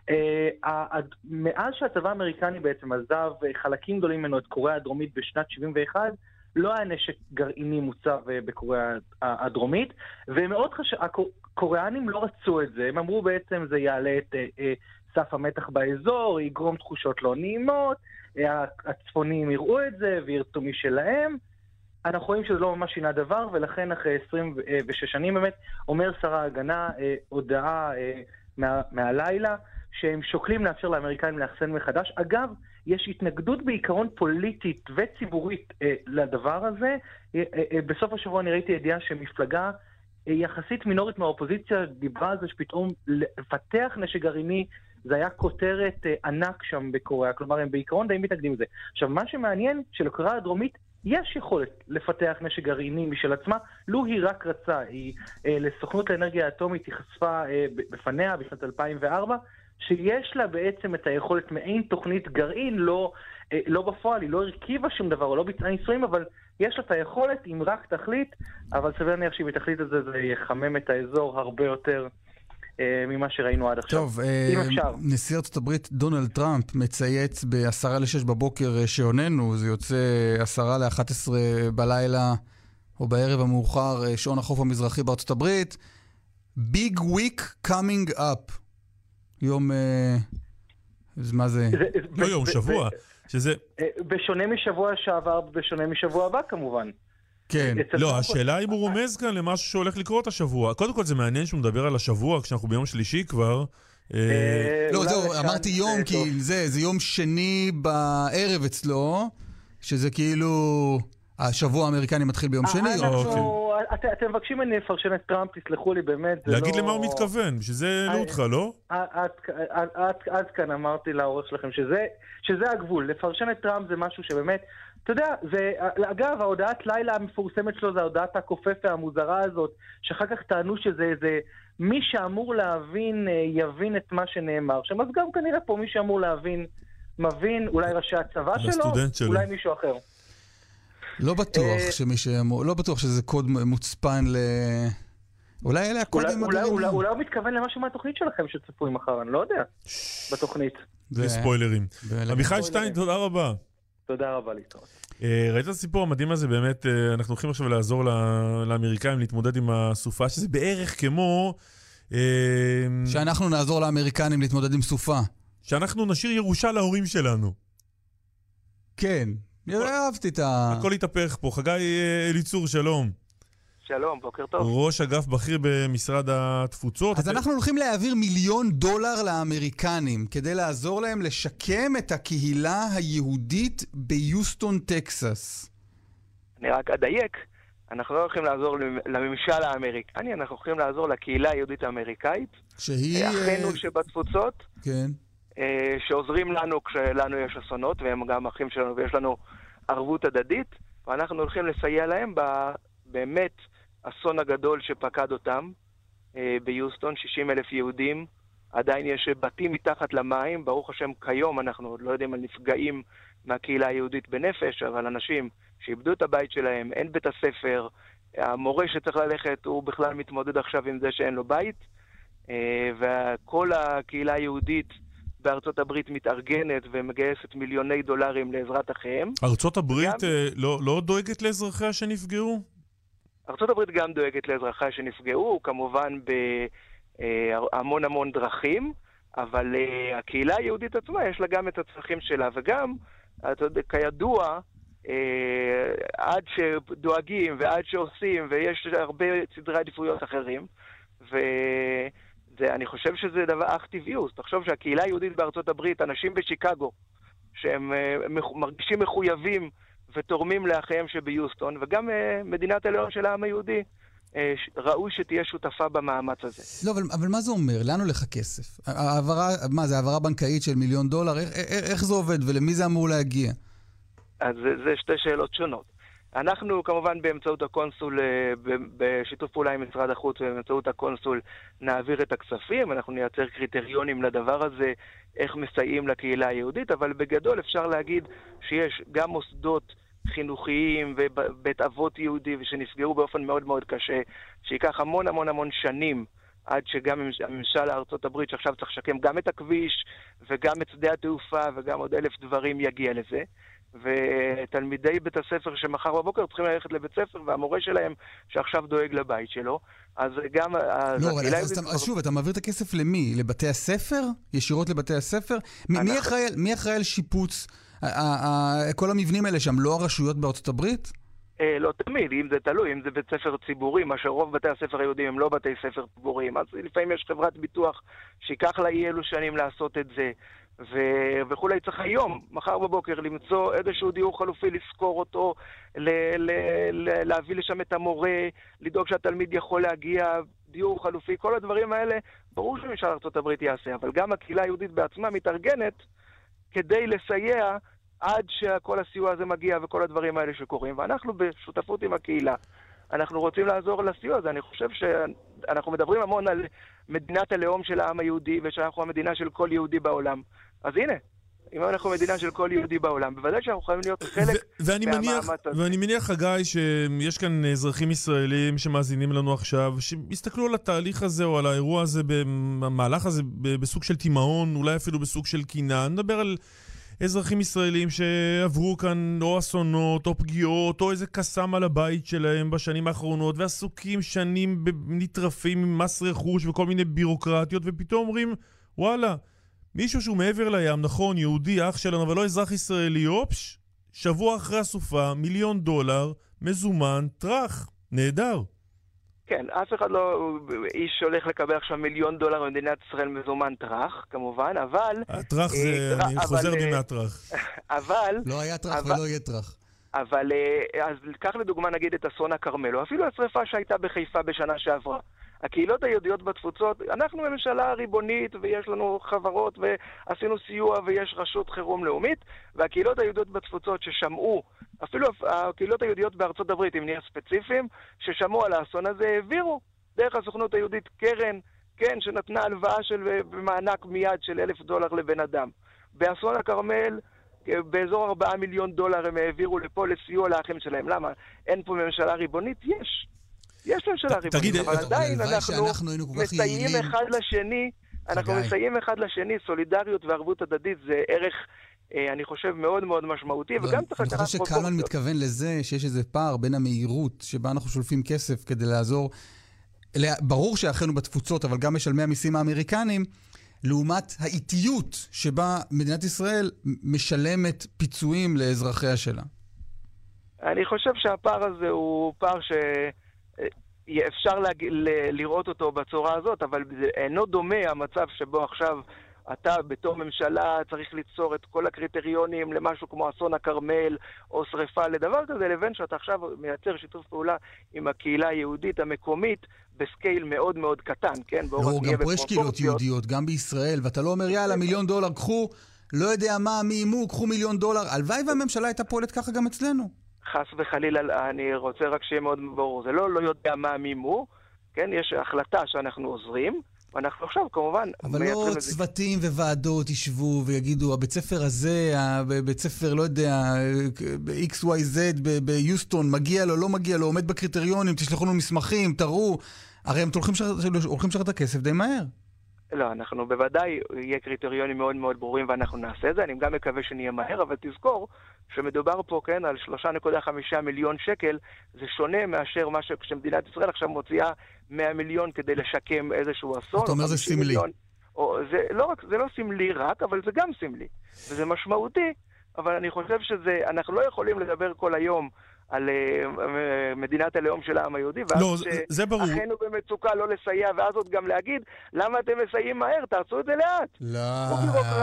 מאז שהצבא האמריקני בעצם עזב חלקים גדולים ממנו את קוריאה הדרומית בשנת 71, לא היה נשק גרעיני מוצב בקוריאה הדרומית, ומאוד הקוריאנים לא רצו את זה, הם אמרו בעצם זה יעלה את סף המתח באזור, יגרום תחושות לא נעימות, הצפונים יראו את זה וירצו משלהם. אנחנו רואים שזה לא ממש שינה דבר, ולכן אחרי 26 שנים באמת אומר שר ההגנה הודעה מהלילה, שהם שוקלים לאפשר לאמריקאים לאחסן מחדש. אגב, יש התנגדות בעיקרון פוליטית וציבורית לדבר הזה. בסוף השבוע אני ראיתי ידיעה שמפלגה יחסית מינורית מהאופוזיציה דיברה על זה שפתאום לפתח נשק גרעיני זה היה כותרת ענק שם בקוריאה, כלומר הם בעיקרון די מתנגדים לזה. עכשיו, מה שמעניין, שלקוריאה הדרומית יש יכולת לפתח נשק גרעיני משל עצמה, לו היא רק רצה. לסוכנות האנרגיה האטומית היא חשפה בפניה בשנת 2004, שיש לה בעצם את היכולת מעין תוכנית גרעין, לא בפועל, היא לא הרכיבה שום דבר, או לא ביצעה ניסויים, אבל יש לה את היכולת, אם רק תחליט, אבל סביר להניח שאם היא תחליט את זה, זה יחמם את האזור הרבה יותר ממה שראינו עד עכשיו. טוב, נשיא ארצות הברית דונלד טראמפ מצייץ ב-5:50 בבוקר שעוננו, זה יוצא 10:11 בלילה או בערב המאוחר, שעון החוף המזרחי בארצות הברית. Big week coming up. יום... מה זה? לא יום, שבוע. שזה... בשונה משבוע שעבר, בשונה משבוע הבא כמובן. כן. לא, השאלה אם הוא רומז כאן למשהו שהולך לקרות השבוע. קודם כל זה מעניין שהוא מדבר על השבוע, כשאנחנו ביום שלישי כבר. לא, זהו, אמרתי יום, כי זה יום שני בערב אצלו, שזה כאילו השבוע האמריקני מתחיל ביום שני. אתם מבקשים ממני לפרשן את טראמפ, תסלחו לי באמת. להגיד למה הוא מתכוון, שזה העלו אותך, לא? עד כאן אמרתי לעורך שלכם שזה הגבול. לפרשן את טראמפ זה משהו שבאמת, אתה יודע, אגב, ההודעת לילה המפורסמת שלו זה ההודעת הכופף והמוזרה הזאת, שאחר כך טענו שזה איזה מי שאמור להבין יבין את מה שנאמר שם, אז גם כנראה פה מי שאמור להבין מבין, אולי ראשי הצבא שלו, אולי מישהו אחר. לא בטוח שזה קוד מוצפן אולי אלה הקודים אולי הוא מתכוון למשהו מהתוכנית שלכם שצפוי מחר, אני לא יודע, בתוכנית. זה ספוילרים. עמיחי שטיין, תודה רבה. תודה רבה, להתראות. ראית הסיפור המדהים הזה, באמת, אנחנו הולכים עכשיו לעזור לאמריקאים להתמודד עם הסופה, שזה בערך כמו... שאנחנו נעזור לאמריקנים להתמודד עם סופה. שאנחנו נשאיר ירושה להורים שלנו. כן. אהבתי את הכל התהפך פה. חגי אליצור, שלום. שלום, בוקר טוב. ראש אגף בכיר במשרד התפוצות. אז אנחנו הולכים להעביר $1,000,000 לאמריקנים, כדי לעזור להם לשקם את הקהילה היהודית ביוסטון, טקסס. אני רק אדייק, אנחנו לא הולכים לעזור לממשל האמריקני, אנחנו הולכים לעזור לקהילה היהודית האמריקאית. שהיא... אחינו שבתפוצות. כן. שעוזרים לנו כשלנו יש אסונות, והם גם אחים שלנו, ויש לנו ערבות הדדית, ואנחנו הולכים לסייע להם באמת אסון הגדול שפקד אותם ביוסטון, 60,000 יהודים, עדיין יש בתים מתחת למים, ברוך השם כיום אנחנו עוד לא יודעים על נפגעים מהקהילה היהודית בנפש, אבל אנשים שאיבדו את הבית שלהם, אין בית הספר, המורה שצריך ללכת הוא בכלל מתמודד עכשיו עם זה שאין לו בית, וכל הקהילה היהודית בארצות הברית מתארגנת ומגייסת מיליוני דולרים לעזרת אחיהם. ארצות הברית לא דואגת לאזרחיה שנפגעו? ארצות הברית גם דואגת לאזרחיה שנפגעו, כמובן בהמון המון דרכים, אבל הקהילה היהודית עצמה יש לה גם את הצרכים שלה, וגם, כידוע, עד שדואגים ועד שעושים, ויש הרבה סדרי עדיפויות אחרים, אני חושב שזה דבר אך טבעי. תחשוב שהקהילה היהודית בארצות הברית, אנשים בשיקגו, שהם מרגישים מחויבים ותורמים לאחיהם שביוסטון, וגם מדינת הלאום של העם היהודי, ראוי שתהיה שותפה במאמץ הזה. לא, אבל מה זה אומר? לאן הולך הכסף? מה, זה העברה בנקאית של $1,000,000? איך זה עובד ולמי זה אמור להגיע? אז זה שתי שאלות שונות. אנחנו כמובן באמצעות הקונסול, בשיתוף פעולה עם משרד החוץ ובאמצעות הקונסול נעביר את הכספים, אנחנו נייצר קריטריונים לדבר הזה, איך מסייעים לקהילה היהודית, אבל בגדול אפשר להגיד שיש גם מוסדות חינוכיים ובית אבות יהודי ושנפגעו באופן מאוד מאוד קשה, שיקח המון המון המון שנים עד שגם הממשל הארצות הברית שעכשיו צריך לשקם גם את הכביש וגם את שדה התעופה וגם עוד 1,000 דברים יגיע לזה. ותלמידי בית הספר שמחר בבוקר צריכים ללכת לבית ספר, והמורה שלהם שעכשיו דואג לבית שלו. אז גם... לא, אז שוב, אתה מעביר את הכסף למי? לבתי הספר? ישירות לבתי הספר? מי אחראי על שיפוץ כל המבנים האלה שם? לא הרשויות בארצות הברית? לא תמיד, אם זה תלוי, אם זה בית ספר ציבורי, מה שרוב בתי הספר היהודים הם לא בתי ספר ציבוריים, אז לפעמים יש חברת ביטוח שיקח לה אי אלו שנים לעשות את זה, וכולי. צריך היום, מחר בבוקר, למצוא איזשהו דיור חלופי, לזכור אותו, להביא לשם את המורה, לדאוג שהתלמיד יכול להגיע דיור חלופי, כל הדברים האלה, ברור שממשל ארצות הברית יעשה, אבל גם הקהילה היהודית בעצמה מתארגנת כדי לסייע עד שכל הסיוע הזה מגיע וכל הדברים האלה שקורים, ואנחנו בשותפות עם הקהילה, אנחנו רוצים לעזור לסיוע הזה. אני חושב שאנחנו מדברים המון על מדינת הלאום של העם היהודי, ושאנחנו המדינה של כל יהודי בעולם. אז הנה, אם אנחנו מדינה של כל יהודי בעולם, בוודאי שאנחנו חייבים להיות חלק מהמאמץ הזה. ואני מניח, חגי, שיש כאן אזרחים ישראלים שמאזינים לנו עכשיו, שיסתכלו על התהליך הזה או על האירוע הזה, במהלך הזה, בסוג של תימהון, אולי אפילו בסוג של קינה. נדבר על אזרחים ישראלים שעברו כאן או אסונות או פגיעות או איזה קסם על הבית שלהם בשנים האחרונות, ועסוקים שנים נטרפים עם מס רכוש וכל מיני בירוקרטיות, ופתאום אומרים, וואלה, מישהו שהוא מעבר לים, נכון, יהודי, אח שלנו, אבל לא אזרח ישראלי, אופש, שבוע אחרי הסופה, $1,000,000, מזומן, טרח, נהדר. כן, אף אחד לא, איש הולך לקבל עכשיו $1,000,000 במדינת ישראל מזומן טרח, כמובן, אבל... הטרח זה, אני חוזר בי מהטרח. אבל... לא היה טרח ולא יהיה טרח. אבל, אז קח לדוגמה נגיד את אסון הכרמל, או אפילו השריפה שהייתה בחיפה בשנה שעברה. הקהילות היהודיות בתפוצות, אנחנו ממשלה ריבונית ויש לנו חברות ועשינו סיוע ויש רשות חירום לאומית, והקהילות היהודיות בתפוצות ששמעו, אפילו הקהילות היהודיות בארצות הברית, אם נהיה ספציפיים, ששמעו על האסון הזה, העבירו דרך הסוכנות היהודית קרן, כן, שנתנה הלוואה של מענק מיד של $1,000 לבן אדם. באסון הכרמל, באזור $4,000,000 הם העבירו לפה לסיוע לאחים שלהם. למה? אין פה ממשלה ריבונית? יש ממשלה ריבונית, אבל עדיין אנחנו מסייעים אחד לשני, אנחנו מסייעים אחד לשני, סולידריות וערבות הדדית זה ערך, אני חושב, מאוד מאוד משמעותי, וגם צריך לקחת... אני חושב שקלמן מתכוון לזה שיש איזה פער בין המהירות שבה אנחנו שולפים כסף כדי לעזור, ברור שאחינו בתפוצות, אבל גם משלמי המיסים האמריקנים, לעומת האיטיות שבה מדינת ישראל משלמת פיצויים לאזרחיה שלה. אני חושב שהפער הזה הוא פער אפשר לראות אותו בצורה הזאת, אבל אינו דומה המצב שבו עכשיו אתה בתור ממשלה צריך ליצור את כל הקריטריונים למשהו כמו אסון הכרמל או שריפה לדבר כזה, לבין שאתה עכשיו מייצר שיתוף פעולה עם הקהילה היהודית המקומית בסקייל מאוד מאוד קטן, כן? לא, גם פה יש קהילות יהודיות, גם בישראל, ואתה לא אומר, יאללה, $1,000,000, קחו, לא יודע מה, מי אימו, קחו $1,000,000, הלוואי והממשלה הייתה פועלת ככה גם אצלנו. חס וחלילה, אני רוצה רק שיהיה מאוד ברור, זה לא יודע מה מימו, כן? יש החלטה שאנחנו עוזרים, ואנחנו עכשיו כמובן... אבל לא צוותים וועדות ישבו ויגידו, הבית ספר הזה, הבית ספר, לא יודע, XYZ ביוסטון, מגיע לו, לא מגיע לו, עומד בקריטריונים, תשלחו לנו מסמכים, תראו, הרי הם הולכים לשחרר את הכסף די מהר. לא, אנחנו בוודאי, יהיה קריטריונים מאוד מאוד ברורים ואנחנו נעשה את זה, אני גם מקווה שנהיה מהר, אבל תזכור שמדובר פה, כן, על 3.5 מיליון שקל, זה שונה מאשר מה שמדינת ישראל עכשיו מוציאה 100 מיליון כדי לשקם איזשהו אסון. אתה אומר זה סמלי. זה לא סמלי רק, אבל זה גם סמלי, וזה משמעותי, אבל אני חושב אנחנו לא יכולים לדבר כל היום על מדינת הלאום של העם היהודי, ואז שאחינו במצוקה לא לסייע, ואז עוד גם להגיד, למה אתם מסייעים מהר? תעשו את זה לאט. לא,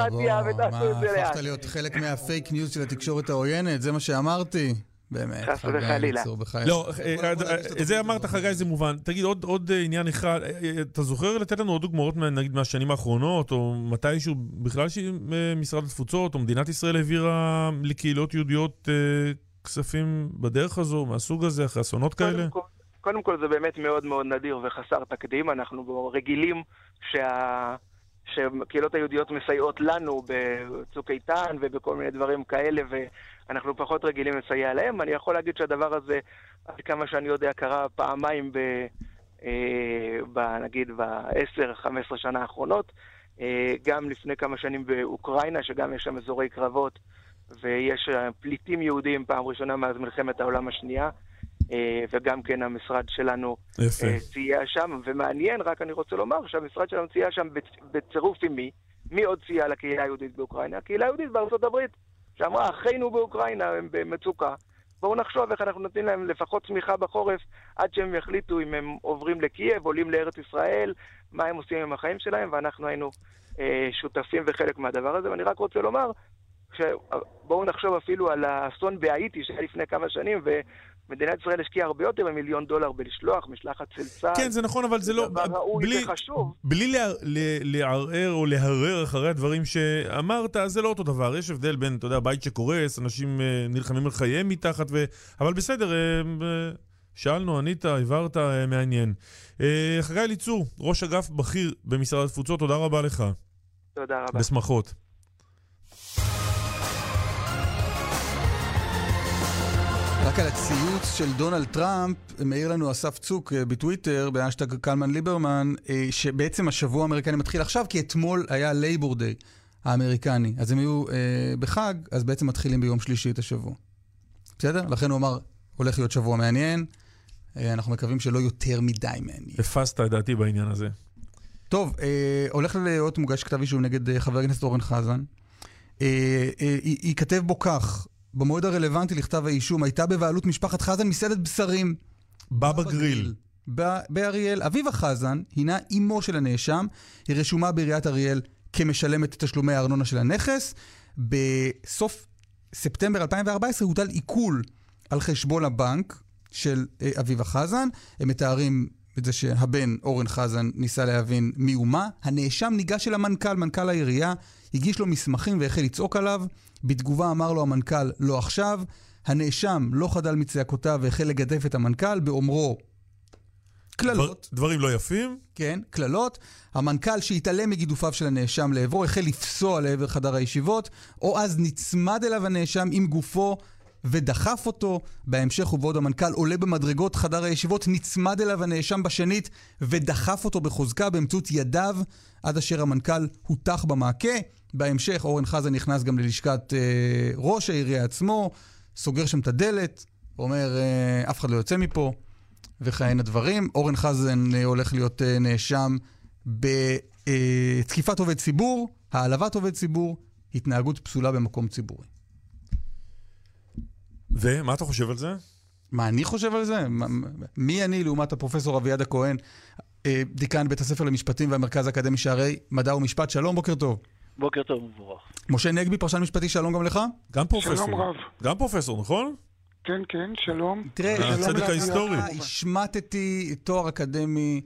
מה, הפכת להיות חלק מהפייק ניוז של התקשורת העוינת? זה מה שאמרתי. באמת, חס וחלילה. לא, את זה אמרת, חגי, זה מובן. תגיד, עוד עניין אחד, אתה זוכר לתת לנו עוד דוגמאות, נגיד, מהשנים האחרונות, או מתישהו, בכלל שמשרד התפוצות, או מדינת ישראל העבירה לקהילות יהודיות כספים בדרך הזו, מהסוג הזה, אחרי אסונות כאלה? קודם כל זה באמת מאוד מאוד נדיר וחסר תקדים. אנחנו רגילים שקהילות היהודיות מסייעות לנו בצוק איתן ובכל מיני דברים כאלה, ואנחנו פחות רגילים לסייע להם. אני יכול להגיד שהדבר הזה, עד כמה שאני יודע, קרה פעמיים נגיד ב10-15 שנה האחרונות, גם לפני כמה שנים באוקראינה, שגם יש שם אזורי קרבות, ויש פליטים יהודים פעם ראשונה מאז מלחמת העולם השנייה, וגם כן המשרד שלנו סייע שם, ומעניין, רק אני רוצה לומר שהמשרד שלנו סייע שם בצירוף עם מי עוד סייע לקהילה היהודית באוקראינה? הקהילה היהודית בארצות הברית, שאמרה, אחינו באוקראינה הם במצוקה, בואו נחשוב איך אנחנו נותנים להם לפחות צמיחה בחורף, עד שהם יחליטו אם הם עוברים לקייב, עולים לארץ ישראל, מה הם עושים עם החיים שלהם, ואנחנו היינו שותפים וחלק מהדבר הזה, ואני רק רוצה לומר, בואו נחשוב אפילו על האסון בהאיטי שהיה לפני כמה שנים, מדינת ישראל השקיעה הרבה יותר $1,000,000 בלשלוח משלחת של צה"ל. כן, זה נכון, אבל זה לא... דבר ראוי וחשוב. בלי לערער או להרר אחרי הדברים שאמרת, זה לא אותו דבר. יש הבדל בין, אתה יודע, בית שקורס, אנשים נלחמים על חייהם מתחת, אבל בסדר, שאלנו, ענית, העברת, מעניין. חגי אליצור, ראש אגף בכיר במשרד התפוצות, תודה רבה לך. תודה רבה. בשמחות. רק על הציוץ של דונלד טראמפ, מעיר לנו אסף צוק בטוויטר, בהשטג קלמן ליברמן, שבעצם השבוע האמריקני מתחיל עכשיו, כי אתמול היה לייבור דיי האמריקני. אז הם היו בחג, אז בעצם מתחילים ביום שלישי את השבוע. בסדר? לכן הוא אמר, הולך להיות שבוע מעניין, אנחנו מקווים שלא יותר מדי מעניין. הפסת את דעתי בעניין הזה. טוב, הולך להיות מוגש כתב אישום נגד חבר הכנסת אורן חזן. ייכתב בו כך, במועד הרלוונטי לכתב האישום, הייתה בבעלות משפחת חזן מסעדת בשרים. בבא גריל. באריאל. אביבה חזן הינה אמו של הנאשם, היא רשומה בעיריית אריאל כמשלמת תשלומי הארנונה של הנכס. בסוף ספטמבר 2014 הוטל עיקול על חשבון הבנק של אביבה חזן. הם מתארים את זה שהבן אורן חזן ניסה להבין מי ומה. הנאשם ניגש אל המנכ"ל, מנכ"ל העירייה, הגיש לו מסמכים והחל לצעוק עליו. בתגובה אמר לו המנכ"ל לא עכשיו. הנאשם לא חדל מצעקותיו והחל לגדף את המנכ"ל באומרו כללות. דברים לא יפים? כן, כללות. המנכ"ל שהתעלם מגידופיו של הנאשם לעברו החל לפסוע לעבר חדר הישיבות, או אז נצמד אליו הנאשם עם גופו ודחף אותו. בהמשך ובעוד המנכ"ל עולה במדרגות חדר הישיבות, נצמד אליו הנאשם בשנית ודחף אותו בחוזקה באמצעות ידיו, עד אשר המנכ"ל הותח במעקה. בהמשך אורן חזן נכנס גם ללשכת ראש העירייה עצמו, סוגר שם את הדלת, אומר אף אחד לא יוצא מפה, וכהנה הדברים. אורן חזן הולך להיות נאשם בתקיפת עובד ציבור, העלבת עובד ציבור, התנהגות פסולה במקום ציבורי. ומה אתה חושב על זה? מה אני חושב על זה? מי אני לעומת הפרופסור אביעד הכהן, דיקן בית הספר למשפטים והמרכז האקדמי שערי מדע ומשפט. שלום, בוקר טוב. בוקר טוב, מבורך. משה נגבי, פרשן משפטי, שלום גם לך. גם פרופסור. שלום רב. גם פרופסור, נכון? כן, כן, שלום. תראה, הצדק ההיסטורי. השמטתי תואר אקדמי,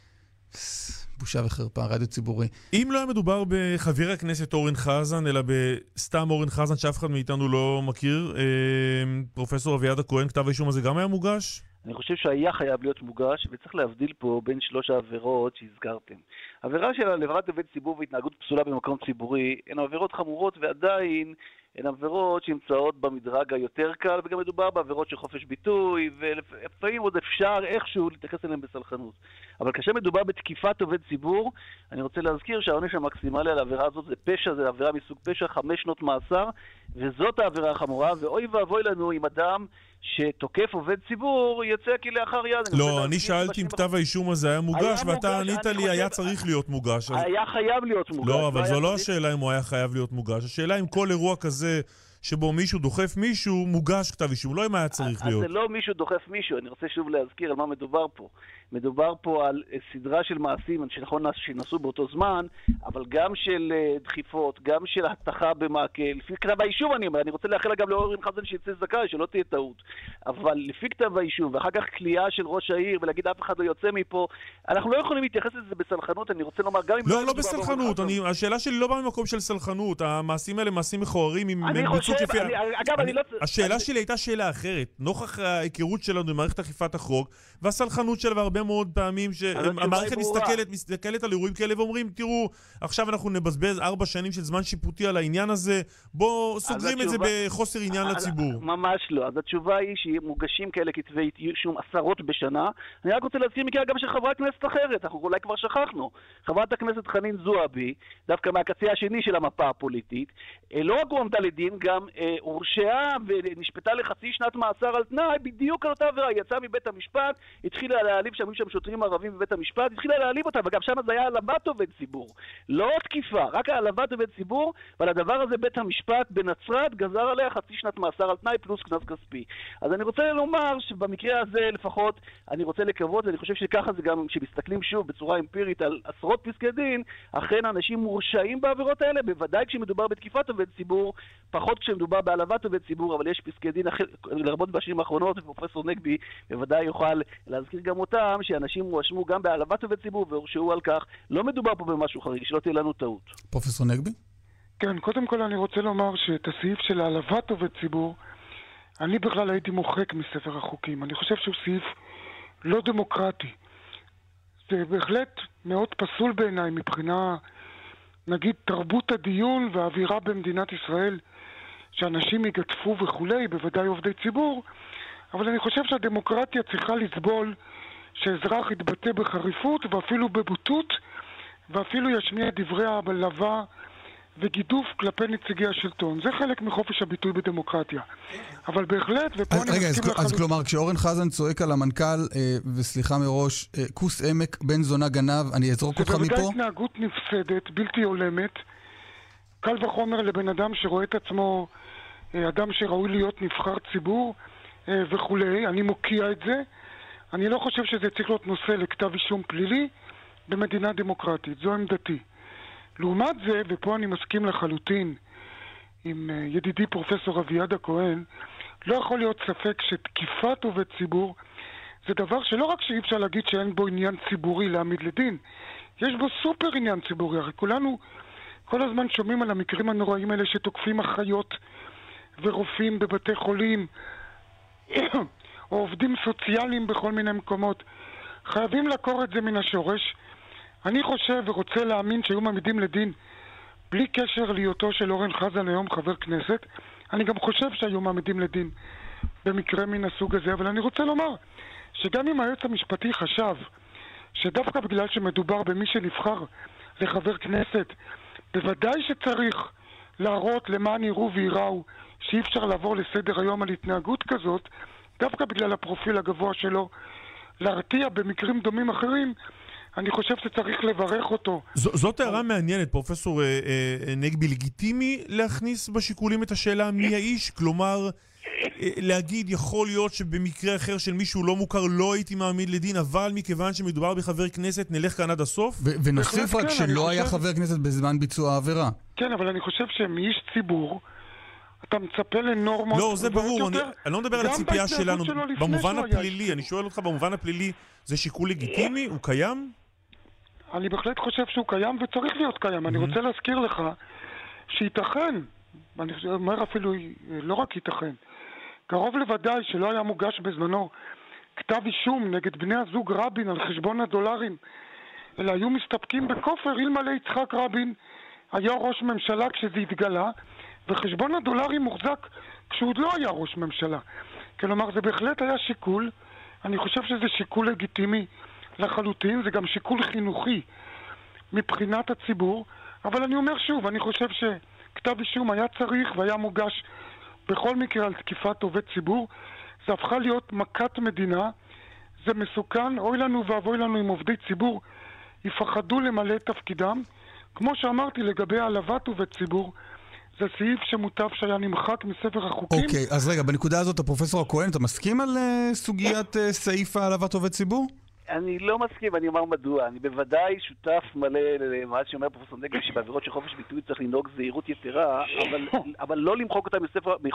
בושה וחרפה, רדיו ציבורי. אם לא היה מדובר בחבר הכנסת אורן חזן, אלא בסתם אורן חזן שאף אחד מאיתנו לא מכיר, פרופסור אביעד הכהן, כתב האישום הזה גם היה מוגש? אני חושב שהיה חייב להיות מוגש, וצריך להבדיל פה בין שלוש העבירות שהזכרתם. עבירה של העלבת עובד ציבור והתנהגות פסולה במקום ציבורי הן עבירות חמורות, ועדיין הן עבירות שנמצאות במדרג היותר קל, וגם מדובר בעבירות של חופש ביטוי, ולפעמים עוד אפשר איכשהו להתייחס אליהן בסלחנות. אבל כאשר מדובר בתקיפת עובד ציבור, אני רוצה להזכיר שהעונש המקסימלי על העבירה הזאת זה פשע, זה עבירה מסוג פשע, 5 שנות מאסר, וזאת העבירה החמורה, ואוי ואבוי לנו עם אדם שתוקף עובד ציבור יצא כלאחר יד. לא, אני שאלתי אם כתב האישום הזה היה מוגש, ואתה ענית לי היה צריך להיות מוגש. היה חייב להיות מוגש. לא, אבל זו לא השאלה אם הוא היה חייב להיות מוגש. השאלה אם כל אירוע כזה שבו מישהו דוחף מישהו, מוגש כתב אישום, לא אם היה צריך להיות. אז זה לא מישהו דוחף מישהו, אני רוצה שוב להזכיר על מה מדובר פה. מדובר פה על סדרה של מעשים שנכון שנעשו באותו זמן, אבל גם של דחיפות, גם של התחה במעקה, לפי כתב האישום אני אומר, אני רוצה לאחל גם לאורן חזן שיצא זכאי, שלא תהיה טעות. אבל לפי כתב האישום, ואחר כך קליעה של ראש העיר, ולהגיד אף אחד לא יוצא מפה, אנחנו לא יכולים להתייחס לזה בסלחנות, אני רוצה לומר גם אם... לא בסלחנות, השאלה שלי לא באה ממקום של סלחנות, המעשים האלה מעשים מכוערים עם ביצוע כפי... השאלה שלי הייתה שאלה אחרת, נוכח ההיכרות שלנו במערכת אכיפת החוק, והסלחנות שלה והרבה מאוד פעמים שהמערכת מסתכלת על אירועים כאלה ואומרים, תראו, עכשיו אנחנו נבזבז 4 שנים של זמן שיפוטי על העניין הזה, בוא סוגרים את זה בחוסר עניין לציבור. ממש לא. אז התשובה היא שמוגשים כאלה כתבי אישום עשרות בשנה. אני רק רוצה להזכיר מקרה גם של חברת כנסת אחרת, אנחנו אולי כבר שכחנו. חברת הכנסת חנין זועבי, דווקא מהקצה השני של המפה הפוליטית, לא רק הועמדה לדין, גם הורשעה ונשפטה לחצי שנת מאסר על תנאי, בדיוק על אותה עבירה. היא יצאה מבית המשפט, התחילה להעליב שם שוטרים ערבים בבית המשפט, התחילה להעליב אותה, וגם שם זה היה העלבת עובד ציבור. לא תקיפה, רק העלבת עובד ציבור, ועל הדבר הזה בית המשפט בנצרת גזר עליה 0.5 שנת מאסר על תנאי פלוס קנס כספי. אז אני רוצה לומר שבמקרה הזה לפחות אני רוצה לקוות, ואני חושב שככה זה גם, כשמסתכלים שוב בצורה אמפירית על עשרות פסקי דין, אכן אנשים מורשעים בעבירות האלה, בוודאי כשמדובר בתקיפת עובד ציבור, פחות כשמדובר בהעלבת עובד ציבור, אבל יש פסקי דין לרבות בשנים האחרונות, ופרופסור נגבי בוודאי יוכל להזכיר גם אותם, שאנשים הואשמו גם בהעלבת עובד ציבור והורשעו על כך. לא מדובר פה במשהו חריג, שלא תהיה לנו טעות. פרופסור נגבי? כן, קודם כל אני רוצה לומר שאת הסעיף של העלבת עובד ציבור, אני בכלל הייתי מוחק מספר החוקים. אני חושב שהוא סעיף לא דמוקרטי. זה בהחלט מאוד פסול בעיניי מבחינה, נגיד, תרבות הדיון והאווירה במדינת ישראל, שאנשים יגטפו וכולי, בוודאי עובדי ציבור, אבל אני חושב שהדמוקרטיה צריכה לסבול שאזרח יתבטא בחריפות ואפילו בבוטות, ואפילו ישמיע דברי העלבה וגידוף כלפי נציגי השלטון. זה חלק מחופש הביטוי בדמוקרטיה. אבל בהחלט, ופה אני מסכים לחלוטין. אז כלומר, כשאורן חזן צועק על המנכ"ל, וסליחה מראש, כוס עמק בן זונה גנב, אני אזרוק אותך מפה? זה בוודאי התנהגות נפסדת, בלתי הולמת. קל וחומר לבן אדם שרואה את עצמו אדם שראוי להיות נבחר ציבור וכולי. אני מוקיע את זה. אני לא חושב שזה צריך להיות נושא לכתב אישום פלילי במדינה דמוקרטית. זו עמדתי. לעומת זה, ופה אני מסכים לחלוטין עם ידידי פרופסור אביעד הכהן, לא יכול להיות ספק שתקיפת עובד ציבור זה דבר שלא רק שאי אפשר להגיד שאין בו עניין ציבורי להעמיד לדין, יש בו סופר עניין ציבורי. הרי כולנו כל הזמן שומעים על המקרים הנוראים האלה שתוקפים אחיות ורופאים בבתי חולים או עובדים סוציאליים בכל מיני מקומות. חייבים לעקור את זה מן השורש. אני חושב ורוצה להאמין שהיו מעמידים לדין בלי קשר להיותו של אורן חזן היום חבר כנסת. אני גם חושב שהיו מעמידים לדין במקרה מן הסוג הזה, אבל אני רוצה לומר שגם אם היועץ המשפטי חשב שדווקא בגלל שמדובר במי שנבחר לחבר כנסת, בוודאי שצריך להראות למען יראו ויראו שאי אפשר לעבור לסדר היום על התנהגות כזאת, דווקא בגלל הפרופיל הגבוה שלו, להרתיע במקרים דומים אחרים, אני חושב שצריך לברך אותו. זאת הערה מעניינת, פרופסור נגבי. לגיטימי להכניס בשיקולים את השאלה מי האיש? כלומר, להגיד יכול להיות שבמקרה אחר של מישהו לא מוכר לא הייתי מעמיד לדין, אבל מכיוון שמדובר בחבר כנסת נלך כאן עד הסוף? ונוסיף רק שלא היה חבר כנסת בזמן ביצוע העבירה. כן, אבל אני חושב שמאיש ציבור אתה מצפה לנורמות... לא, זה ברור, אני לא מדבר על הציפייה שלנו במובן הפלילי. אני שואל אותך, במובן הפלילי זה שיקול לגיטימי? הוא קיים? אני בהחלט חושב שהוא קיים וצריך להיות קיים. אני רוצה להזכיר לך שייתכן, אני אומר אפילו לא רק ייתכן, קרוב לוודאי שלא היה מוגש בזמנו כתב אישום נגד בני הזוג רבין על חשבון הדולרים, אלא היו מסתפקים בכופר אלמלא יצחק רבין היה ראש ממשלה כשזה התגלה, וחשבון הדולרים מוחזק כשהוא עוד לא היה ראש ממשלה. כלומר, זה בהחלט היה שיקול. אני חושב שזה שיקול לגיטימי לחלוטין, זה גם שיקול חינוכי מבחינת הציבור, אבל אני אומר שוב, אני חושב שכתב אישום היה צריך והיה מוגש בכל מקרה על תקיפת עובד ציבור. זה הפכה להיות מכת מדינה, זה מסוכן, אוי לנו ואבוי לנו אם עובדי ציבור יפחדו למלא את תפקידם. כמו שאמרתי לגבי העלבת עובד ציבור, זה סעיף שמוטב שהיה נמחק מספר החוקים. אוקיי, אז רגע, בנקודה הזאת, הפרופסור הכהן, אתה מסכים על סוגיית סעיף העלבת עובד ציבור? אני לא מסכים, אני אומר מדוע. אני בוודאי שותף מלא למה שאומר פרופסור נגבי, שבעבירות של חופש ביטוי צריך לנהוג זהירות יתרה, אבל לא למחוק אותה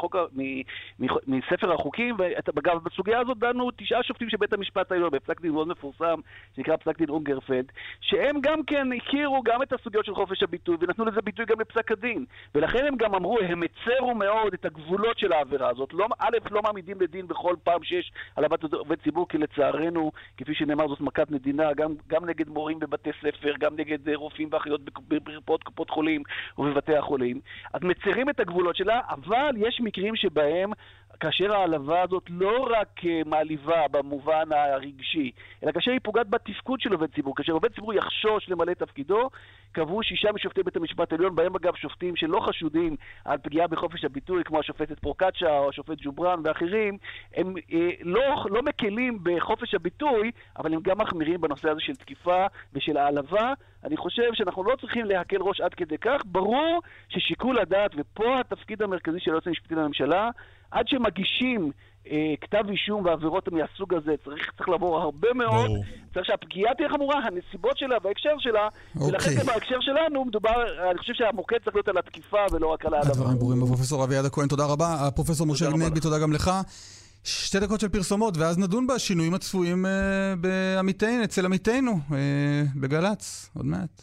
מספר החוקים. וגם בסוגיה הזאת דנו 9 שופטים של בית המשפט העליון, בפסק דין מאוד מפורסם, שנקרא פסק דין אונגרפלד, שהם גם כן הכירו גם את הסוגיות של חופש הביטוי, ונתנו לזה ביטוי גם בפסק הדין. ולכן הם גם אמרו, הם הצרו מאוד את הגבולות של העבירה הזאת. א', לא מעמידים לדין בכל פעם שיש העלבת עובד ציבור, כי לצערנו, כפי שנאמר, זאת מכת מדינה, גם נגד מורים בבתי ספר, גם נגד רופאים ואחיות במרפאות קופות חולים ובבתי החולים. אז מצרים את הגבולות שלה, אבל יש מקרים שבהם כאשר העלבה הזאת לא רק מעליבה במובן הרגשי, אלא כאשר היא פוגעת בתפקוד של עובד ציבור, כאשר עובד ציבור יחשוש למלא תפקידו, קבעו 6 משופטי בית המשפט העליון, בהם אגב שופטים שלא חשודים על פגיעה בחופש הביטוי, כמו השופטת פרוקצ'ה או השופט ג'וברן ואחרים, הם לא מקלים בחופש הביטוי, אבל הם גם מחמירים בנושא הזה של תקיפה ושל העלבה. אני חושב שאנחנו לא צריכים להקל ראש עד כדי כך. ברור ששיקול הדעת, ופה התפקיד המרכזי של היועץ המשפטי לממשלה, עד שמגישים כתב אישום ועבירות מהסוג הזה, צריך לעבור הרבה מאוד, צריך שהפגיעה תהיה חמורה, הנסיבות שלה וההקשר שלה, ולכן בהקשר שלנו מדובר, אני חושב שהמוקד צריך להיות על התקיפה ולא רק על הדבר. הדברים ברורים. פרופסור אביעד הכהן, תודה רבה. פרופסור משה נגבי, תודה גם לך. 2 דקות של פרסומות, ואז נדון בשינויים הצפויים אצל עמיתינו, בגלץ, עוד מעט.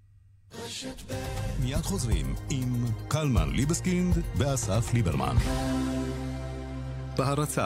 מיד חוזרים עם קלמן ליבסקינד ואסף ליברמן. בהרצה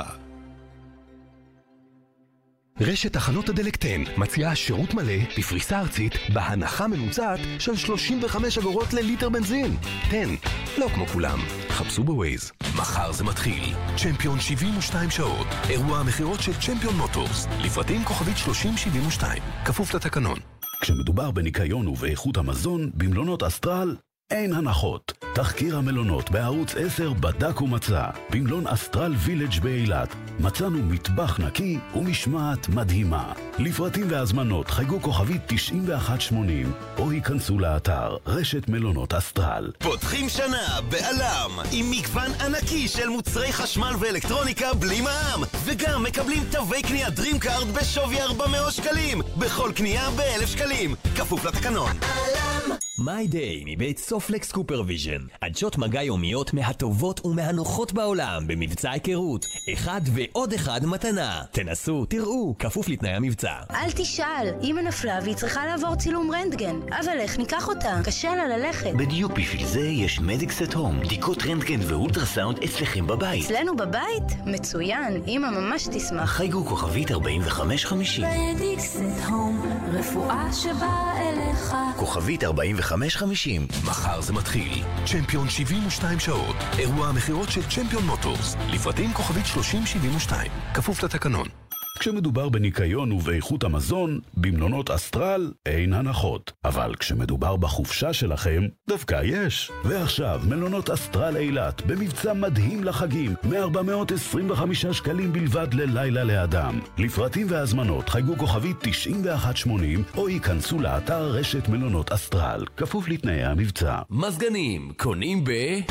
רשת תחנות הדלק 10 מציעה שירות מלא בפריסה ארצית בהנחה ממוצעת של 35 אגורות לליטר בנזין. 10, לא כמו כולם. חפשו בווייז. מחר זה מתחיל. צ'מפיון 72 שעות. אירוע המחירות של צ'מפיון מוטורס. לפרטים כוכבית 3072. כפוף לתקנון. כשמדובר בניקיון ובאיכות המזון, במלונות אסטרל אין הנחות. תחקיר המלונות בערוץ 10 בדק ומצא. במלון אסטרל וילג' באילת מצאנו מטבח נקי ומשמעת מדהימה. לפרטים והזמנות חייגו כוכבית 9180 או היכנסו לאתר רשת מלונות אסטרל. פותחים שנה בעלם עם מגוון ענקי של מוצרי חשמל ואלקטרוניקה בלי מע"מ, וגם מקבלים תווי קנייה דרימקארד בשווי 400 שקלים בכל קנייה ב1,000 שקלים, כפוף לתקנון. My Day מבית סופלקס קופרוויז'ן. עדשות מגע יומיות מהטובות ומהנוחות בעולם במבצע היכרות. 1 ועוד 1 מתנה. תנסו, תראו, כפוף לתנאי המבצע. אל תשאל, אמא נפלה והיא צריכה לעבור צילום רנטגן. אבל איך ניקח אותה? קשה לה ללכת. בדיוק בשביל זה יש מדיקס את הום. בדיקות רנטגן ואולטרסאונד אצלכם בבית. אצלנו בבית? מצוין, אמא ממש תשמח. חייגו כוכבית 4550. מדיקס את הום, רפואה שבאה אליך. כוכבית 4550. מחר זה מתחיל. צ'מפיון 72 שעות. אירוע המחירות של צ'מפיון מוטורס. לפרטים כוכבית 3072. כפוף לתקנון. כשמדובר בניקיון ובאיכות המזון, במלונות אסטרל אין הנחות. אבל כשמדובר בחופשה שלכם, דווקא יש. ועכשיו, מלונות אסטרל אילת, במבצע מדהים לחגים, מ-425 שקלים בלבד ללילה לאדם. לפרטים והזמנות חייגו כוכבית 9180, או ייכנסו לאתר רשת מלונות אסטרל, כפוף לתנאי המבצע. מזגנים, קונים ב...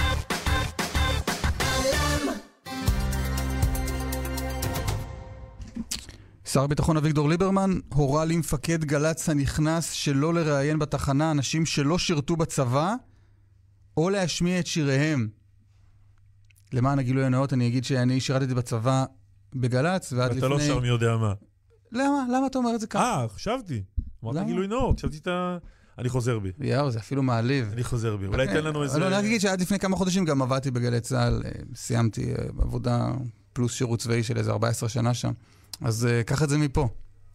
שר הביטחון אביגדור ליברמן הורה למפקד גל"צ הנכנס שלא לראיין בתחנה אנשים שלא שירתו בצבא או להשמיע את שיריהם. למען הגילוי הנאות אני אגיד שאני שירתתי בצבא בגל"צ ועד לפני... ואתה לא שר מי יודע מה. למה אתה אומר את זה ככה? חשבתי. אמרת גילוי נאות, חשבתי את ה... אני חוזר בי. יאו, זה אפילו מעליב. אני חוזר בי. אולי תן לנו איזה... לא, אני אגיד שעד לפני כמה חודשים גם עבדתי בגלי צה"ל, סיימתי עבודה פלוס שירות צבאי של איזה 14 שנה שם. אז קח את זה מפה.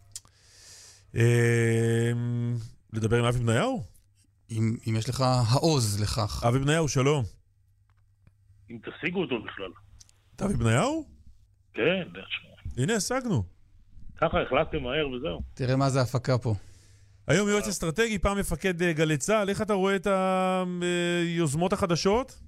לדבר עם אבי בניהו? אם יש לך העוז לכך. אבי בניהו, שלום. אם תשיגו אותו בכלל. אתה אבי בניהו? כן. הנה, השגנו. ככה החלטתם מהר וזהו. תראה מה זה הפקה פה. היום יועץ אסטרטגי, פעם מפקד גלי צה"ל. איך אתה רואה את היוזמות החדשות?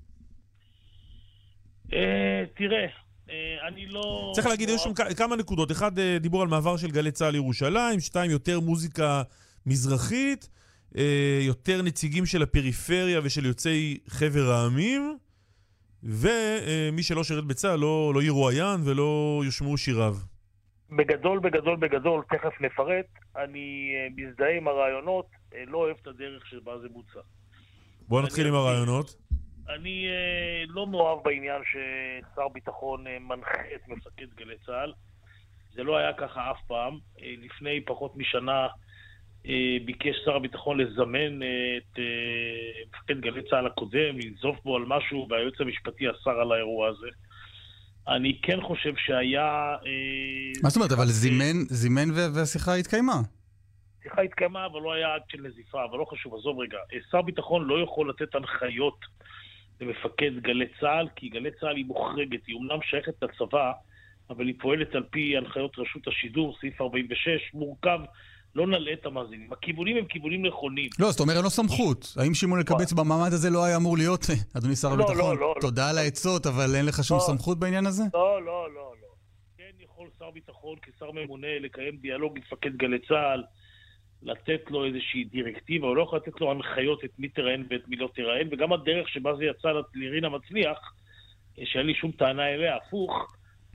תראה. אני לא... צריך להגיד, יש שם כמה נקודות. אחד, דיבור על מעבר של גלי צה"ל לירושלים. 2, יותר מוזיקה מזרחית. יותר נציגים של הפריפריה ושל יוצאי חבר העמים. ומי שלא שירת בצה"ל לא ירואיין ולא יושמעו שיריו. בגדול, תכף נפרט. אני מזדהה עם הרעיונות, לא אוהב את הדרך שבה זה בוצע. בוא נתחיל עם הרעיונות. אני לא מאוהב בעניין ששר ביטחון מנחה את מפקד גלי צה"ל. זה לא היה ככה אף פעם. לפני פחות משנה ביקש שר הביטחון לזמן את מפקד גלי צה"ל הקודם, לנזוף בו על משהו, והיועץ המשפטי אסר על האירוע הזה. אני כן חושב שהיה... מה זאת אומרת? אבל זימן והשיחה התקיימה. שיחה התקיימה, אבל לא היה אקט של נזיפה, אבל לא חשוב, עזוב רגע. שר ביטחון לא יכול לתת הנחיות למפקד גלי צה"ל, כי גלי צה"ל היא מוחרגת, היא אומנם שייכת לצבא, אבל היא פועלת על פי הנחיות רשות השידור, סעיף 46, מורכב, לא נלאה את המאזינים. הכיוונים הם כיוונים נכונים. לא, זאת אומרת, אין לו סמכות. האם שמעון אלקבץ במעמד הזה לא היה אמור להיות, אדוני שר הביטחון? תודה על העצות, אבל אין לך שום סמכות בעניין הזה? לא. כן יכול שר ביטחון כשר ממונה לקיים דיאלוג עם מפקד גלי צה"ל, לתת לו איזושהי דירקטיבה, או לא יכול לתת לו הנחיות את מי תראיין ואת מי לא תראיין, וגם הדרך שבה זה יצא לרינה מצליח, שאין לי שום טענה אליה, הפוך,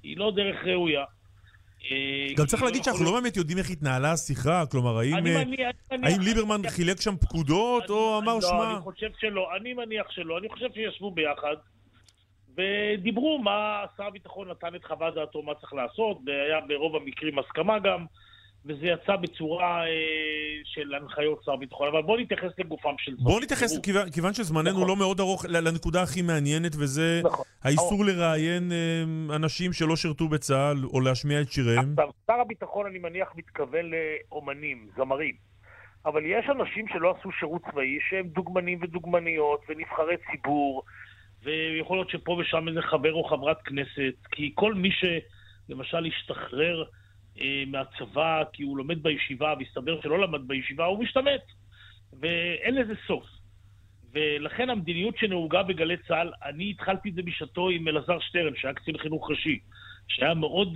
היא לא דרך ראויה. גם צריך להגיד שאנחנו לא באמת יודעים איך התנהלה השיחה, כלומר, האם ליברמן חילק שם פקודות או אמר שמה? לא, אני חושב שלא, אני מניח שלא, אני חושב שישבו ביחד ודיברו מה שר הביטחון נתן את חוות דעתו, מה צריך לעשות, והיה ברוב המקרים הסכמה גם, וזה יצא בצורה של הנחיות שר הביטחון. אבל בואו נתייחס לגופם של דברים. בואו נתייחס, כיוון שזמננו לא מאוד ארוך, לנקודה הכי מעניינת, וזה האיסור לראיין אנשים שלא שירתו בצה"ל, או להשמיע את שיריהם. שר הביטחון, אני מניח, מתכוון לאומנים, זמרים. אבל יש אנשים שלא עשו שירות צבאי, שהם דוגמנים ודוגמניות, ונבחרי ציבור, ויכול להיות שפה ושם איזה חבר או חברת כנסת, כי כל מי שלמשל השתחרר מהצבא, כי הוא לומד בישיבה, והסתבר שלא למד בישיבה, הוא משתמט. ואין לזה סוף. ולכן המדיניות שנהוגה בגלי צה"ל, אני התחלתי את זה בשעתו עם אלעזר שטרן, שהיה קצין חינוך ראשי, שהיה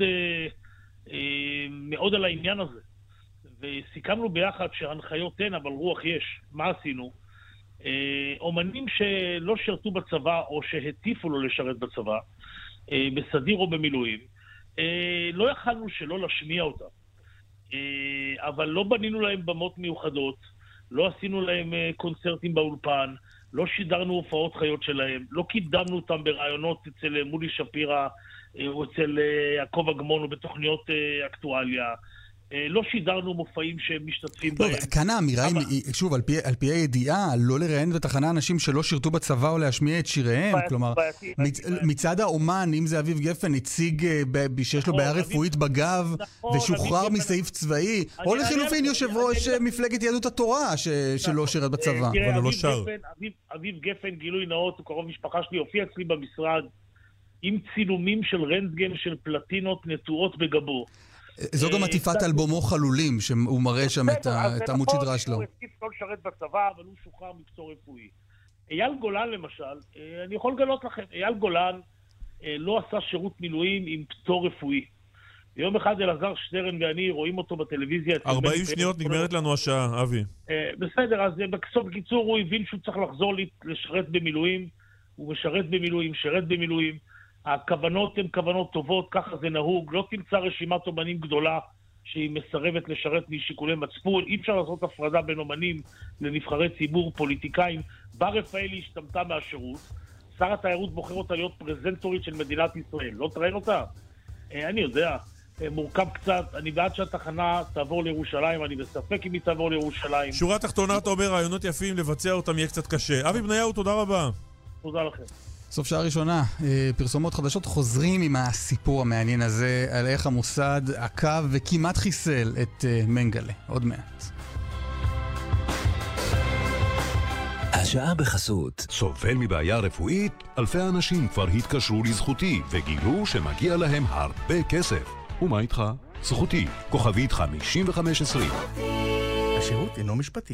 מאוד על העניין הזה. וסיכמנו ביחד שההנחיות אין, אבל רוח יש. מה עשינו? אומנים שלא שרתו בצבא, או שהטיפו לו לשרת בצבא, בסדיר או במילואים, לא יכלנו שלא להשמיע אותם. אבל לא בנינו להם במות מיוחדות, לא עשינו להם קונצרטים באולפן, לא שידרנו הופעות חיות שלהם, לא קידמנו אותם ברעיונות אצל מולי שפירא או אצל יעקב אגמון או בתוכניות אקטואליה. לא שידרנו מופעים שהם משתתפים בהם. כאן האמירה היא, שוב, על פי הידיעה, לא לראיין בתחנה אנשים שלא שירתו בצבא או להשמיע את שיריהם. כלומר, מצד האומן, אם זה אביב גפן, הציג שיש לו בעיה רפואית בגב, ושוחרר מסעיף צבאי, או לחילופין יושב ראש מפלגת יהדות התורה, שלא שירת בצבא, אבל הוא לא שר. אביב גפן, גילוי נאות, הוא קרוב משפחה שלי, הופיע אצלי במשרד, עם צילומים של רנטגן של פלטינות נטועות בגבו. זו גם עטיפת אלבומו חלולים, שהוא מראה שם את עמוד שדרה שלו. הוא הספיק לא לשרת בצבא, אבל הוא שוחרר מקצוע רפואי. אייל גולן למשל, אני יכול לגלות לכם, אייל גולן לא עשה שירות מילואים עם פטור רפואי. יום אחד אלעזר שטרן ואני רואים אותו בטלוויזיה. 40 שניות נגמרת לנו השעה, אבי. בסדר, אז בקיצור הוא הבין שהוא צריך לחזור לשרת במילואים, הוא משרת במילואים, שרת במילואים. הכוונות הן כוונות טובות, ככה זה נהוג, לא תמצא רשימת אומנים גדולה שהיא מסרבת לשרת משיקולי מצפון, אי אפשר לעשות הפרדה בין אומנים לנבחרי ציבור, פוליטיקאים. בר רפאלי השתמטה מהשירות, שר התיירות בוחר אותה להיות פרזנטורית של מדינת ישראל, לא תראין אותה? אני יודע, מורכב קצת, אני בעד שהתחנה תעבור לירושלים, אני בספק אם היא תעבור לירושלים. שורה תחתונה, אתה אומר, רעיונות יפים, לבצע אותם יהיה קצת קשה. אבי בניהו, תודה רבה. תודה לכם. סוף שעה ראשונה, פרסומות חדשות, חוזרים עם הסיפור המעניין הזה על איך המוסד עקב וכמעט חיסל את מנגלה. עוד מעט. השעה בחסות. סובל מבעיה רפואית? אלפי אנשים כבר התקשרו לזכותי וגילו שמגיע להם הרבה כסף. ומה איתך? זכותי, כוכבית 5520. השירות אינו משפטי.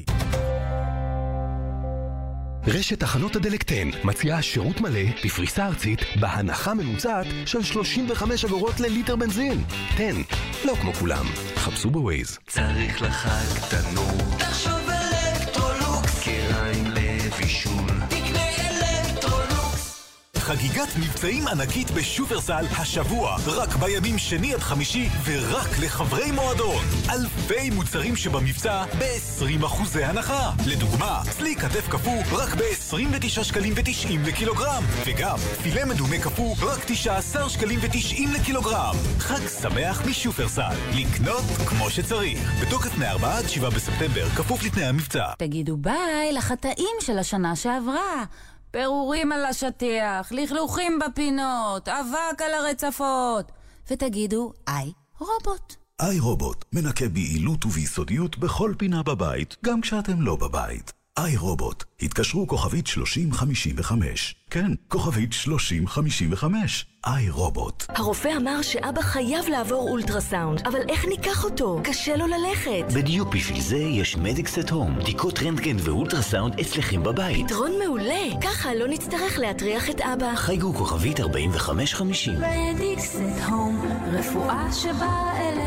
רשת תחנות הדלק 10 מציעה שירות מלא בפריסה ארצית בהנחה ממוצעת של 35 אגורות לליטר בנזין. 10, לא כמו כולם. חפשו בווייז. צריך לך קטנות, תחשוב אלקטרולוקס, קריים לבישול, תקנה אלקטרולוקס. חגיגת מבצעים ענקית בשופרסל השבוע, רק בימים שני עד חמישי ורק לחברי מועדון. אלפי מוצרים שבמבצע ב-20% הנחה. לדוגמה, צלי כתף קפוא רק ב-29 שקלים ו90 לקילוגרם, וגם פילה מדומה קפוא רק 19 שקלים ו90 לקילוגרם. חג שמח משופרסל, לקנות כמו שצריך. בתוקף מ-4 עד 7 בספטמבר, כפוף לתנאי המבצע. תגידו ביי לחטאים של השנה שעברה. פירורים על השטיח, לכלוכים בפינות, אבק על הרצפות. ותגידו, איי רובוט. איי רובוט, מנקה ביעילות וביסודיות בכל פינה בבית, גם כשאתם לא בבית. איי רובוט, התקשרו כוכבית 3055. כן, כוכבית 3055. איי רובוט. הרופא אמר שאבא חייב לעבור אולטרסאונד, אבל איך ניקח אותו? קשה לו ללכת. בדיוק בשביל זה יש מדיקסט הום, בדיקות רנטגן ואולטרסאונד אצלכם בבית. פתרון מעולה, ככה לא נצטרך להטריח את אבא. חייגו כוכבית 4550. מדיקסט הום, רפואה שבאה אליך.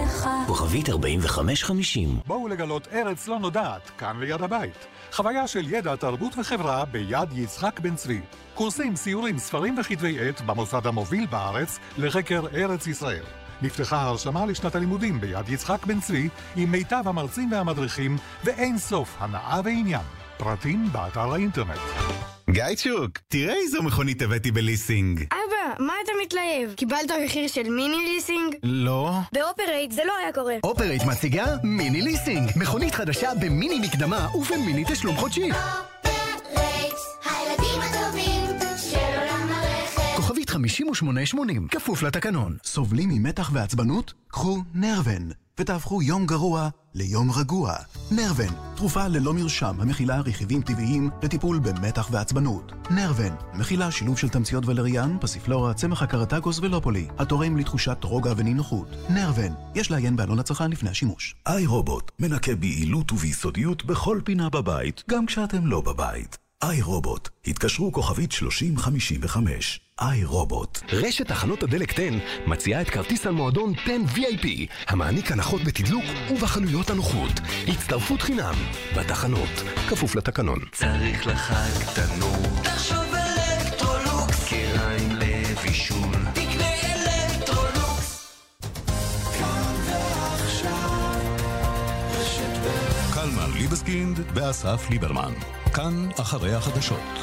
לך. כוכבית 4550. בואו לגלות ארץ לא נודעת, כאן ליד הבית. חוויה של ידע, תרבות וחברה ביד יצחק בן צבי. קורסים, סיורים, ספרים וכתבי עת במוסד המוביל בארץ לחקר ארץ ישראל. נפתחה הרשמה לשנת הלימודים ביד יצחק בן צבי עם מיטב המרצים והמדריכים ואין סוף הנאה ועניין. פרטים באתר האינטרנט. גיא צ'וק, תראה איזו מכונית הבאתי בליסינג. אבא, מה אתה מתלהב? קיבלת מחיר של מיני ליסינג? לא. באופרייט זה לא היה קורה. אופרייט מציגה מיני ליסינג. מכונית חדשה במיני מקדמה ובמיני תשלום חודשי. אופרייט, הילדים הטובים של עולם הרכב. כוכבית 5880, כפוף לתקנון. סובלים ממתח ועצבנות? קחו נרוון ותהפכו יום גרוע ליום רגוע. נרוון, תרופה ללא מרשם המכילה רכיבים טבעיים לטיפול במתח ועצבנות. נרוון, מכילה שילוב של תמציות ולריאן, פסיפלורה, צמח הקרטגוס ולופולי, התורם לתחושת רוגע ונינוחות. נרוון, יש לעיין בעלון הצרכן לפני השימוש. איי רובוט, מנקה ביעילות וביסודיות בכל פינה בבית, גם כשאתם לא בבית. איי רובוט, התקשרו כוכבית 3055. איי רובוט. רשת תחנות הדלק 10 מציעה את כרטיס המועדון 10 VIP, המעניק הנחות בתדלוק ובחנויות הנוחות. הצטרפות חינם בתחנות, כפוף לתקנון. צריך לחג תנור, תחשוב אלקטרולוקס, קריים לבישול, תקנה אלקטרולוקס. כאן ועכשיו, רשת ב' קלמן ליבסקינד ואסף ליברמן. כאן אחרי החדשות.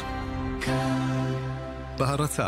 בהרצה.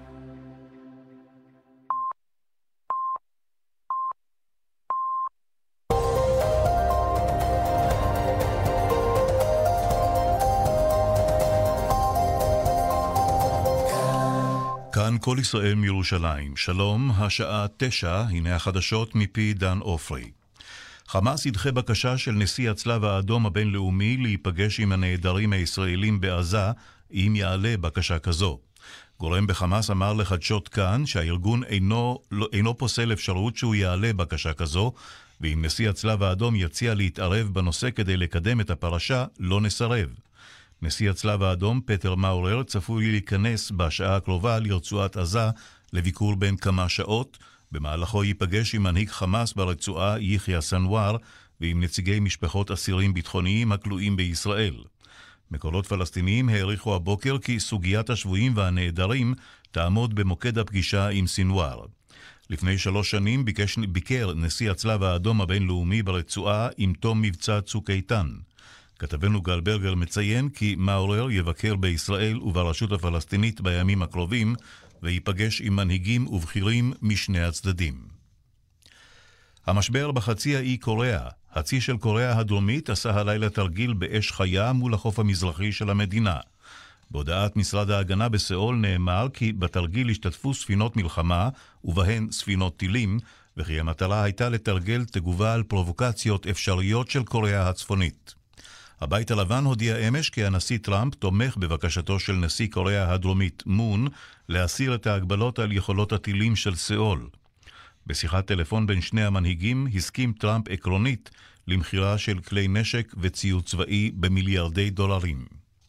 כאן כל ישראל מירושלים. שלום, השעה 9, הנה החדשות מפי דן אופרי. חמאס ידחה בקשה של נשיא הצלב האדום הבינלאומי להיפגש עם הנעדרים הישראלים בעזה, אם יעלה בקשה כזו. גורם בחמאס אמר לחדשות כאן שהארגון אינו פוסל אפשרות שהוא יעלה בקשה כזו, ואם נשיא הצלב האדום יציע להתערב בנושא כדי לקדם את הפרשה, לא נסרב. נשיא הצלב האדום פטר מאורר צפוי להיכנס בשעה הקרובה לרצועת עזה לביקור בין כמה שעות, במהלכו ייפגש עם מנהיג חמאס ברצועה יחיא סנואר ועם נציגי משפחות אסירים ביטחוניים הכלואים בישראל. מקורות פלסטיניים העריכו הבוקר כי סוגיית השבויים והנעדרים תעמוד במוקד הפגישה עם סנואר. לפני 3 שנים ביקר נשיא הצלב האדום הבינלאומי ברצועה עם תום מבצע צוק איתן. כתבנו גל ברגר מציין כי מאורר יבקר בישראל וברשות הפלסטינית בימים הקרובים ויפגש עם מנהיגים ובכירים משני הצדדים. המשבר בחצי האי קוריאה. הצי של קוריאה הדרומית עשה הלילה תרגיל באש חיה מול החוף המזרחי של המדינה. בהודעת משרד ההגנה בסאול נאמר כי בתרגיל השתתפו ספינות מלחמה ובהן ספינות טילים, וכי המטרה הייתה לתרגל תגובה על פרובוקציות אפשריות של קוריאה הצפונית. הבית הלבן הודיע אמש כי הנשיא טראמפ תומך בבקשתו של נשיא קוריאה הדרומית מון להסיר את ההגבלות על יכולות הטילים של סאול. בשיחת טלפון בין שני המנהיגים הסכים טראמפ עקרונית למחירה של כלי נשק וציוד צבאי במיליארדי דולרים.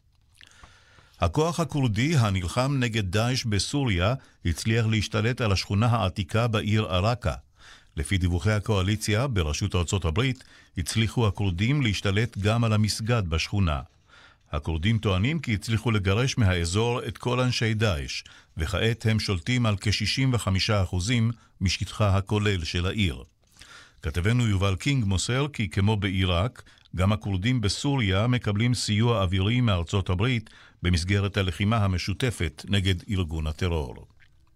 הכוח הקורדי הנלחם נגד דאעש בסוריה הצליח להשתלט על השכונה העתיקה בעיר עראקה. לפי דיווחי הקואליציה בראשות ארצות הברית, הצליחו הקורדים להשתלט גם על המסגד בשכונה. הקורדים טוענים כי הצליחו לגרש מהאזור את כל אנשי דאעש, וכעת הם שולטים על כ-65% משטחה הכולל של העיר. כתבנו יובל קינג מוסר כי כמו בעיראק, גם הקורדים בסוריה מקבלים סיוע אווירי מארצות הברית במסגרת הלחימה המשותפת נגד ארגון הטרור.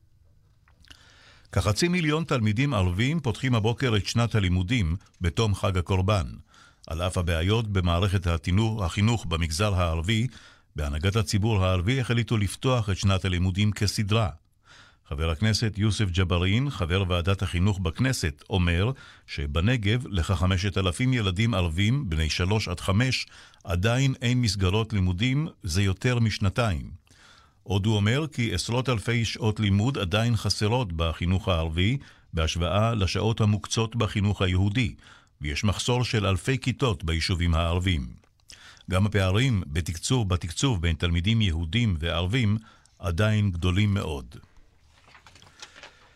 כ500,000 תלמידים ערבים פותחים הבוקר את שנת הלימודים בתום חג הקורבן. על אף הבעיות במערכת החינוך במגזר הערבי, בהנהגת הציבור הערבי החליטו לפתוח את שנת הלימודים כסדרה. חבר הכנסת יוסף ג'בארין, חבר ועדת החינוך בכנסת, אומר שבנגב לכ5,000 ילדים ערבים בני 3-5 עדיין אין מסגרות לימודים, זה יותר משנתיים. עוד הוא אומר כי 10,000 שעות לימוד עדיין חסרות בחינוך הערבי בהשוואה לשעות המוקצות בחינוך היהודי, ויש מחסור של 1,000 כיתות ביישובים הערבים. גם הפערים בתקצוב בין תלמידים יהודים וערבים עדיין גדולים מאוד.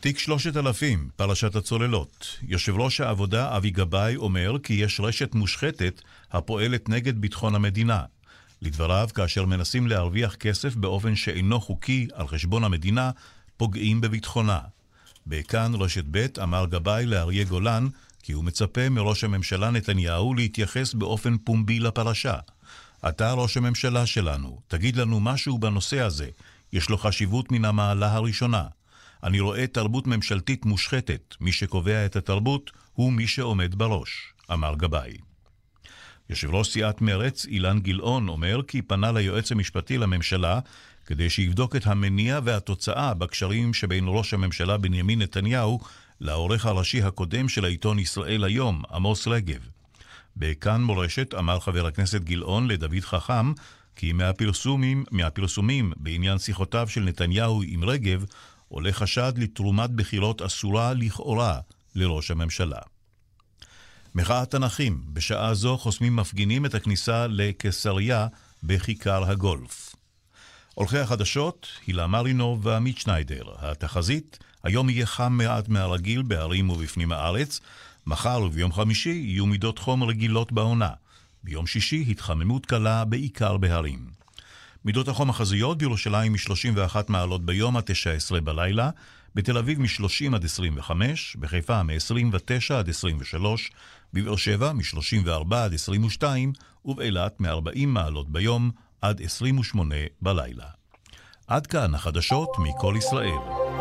תיק 3000, פרשת הצוללות. יושב ראש העבודה אבי גבאי אומר כי יש רשת מושחתת הפועלת נגד ביטחון המדינה. לדבריו, כאשר מנסים להרוויח כסף באופן שאינו חוקי על חשבון המדינה, פוגעים בביטחונה. בכאן רשת ב' אמר גבאי לאריה גולן כי הוא מצפה מראש הממשלה נתניהו להתייחס באופן פומבי לפרשה. אתה ראש הממשלה שלנו, תגיד לנו משהו בנושא הזה. יש לו חשיבות מן המעלה הראשונה. אני רואה תרבות ממשלתית מושחתת. מי שקובע את התרבות הוא מי שעומד בראש, אמר גבאי. יושב ראש סיעת מרץ, אילן גילאון, אומר כי פנה ליועץ המשפטי לממשלה כדי שיבדוק את המניע והתוצאה בקשרים שבין ראש הממשלה בנימין נתניהו לעורך הראשי הקודם של העיתון ישראל היום, עמוס רגב. בכאן מורשת אמר חבר הכנסת גילאון לדוד חכם כי מהפרסומים בעניין שיחותיו של נתניהו עם רגב עולה חשד לתרומת בחירות אסורה לכאורה לראש הממשלה. מחאת הנכים, בשעה זו חוסמים מפגינים את הכניסה לקיסריה בכיכר הגולף. עורכי החדשות, הילה מרינוב ועמית שניידר. התחזית, היום יהיה חם מעט מהרגיל בערים ובפנים הארץ. מחר וביום חמישי יהיו מידות חום רגילות בעונה. ביום שישי התחממות קלה בעיקר בהרים. מידות החום החזויות בירושלים מ-31 מעלות ביום עד 19 בלילה, בתל אביב מ-30 עד 25, בחיפה מ-29 עד 23, בבאר שבע מ-34 עד 22, ובאילת מ-40 מעלות ביום עד 28 בלילה. עד כאן החדשות מכל ישראל.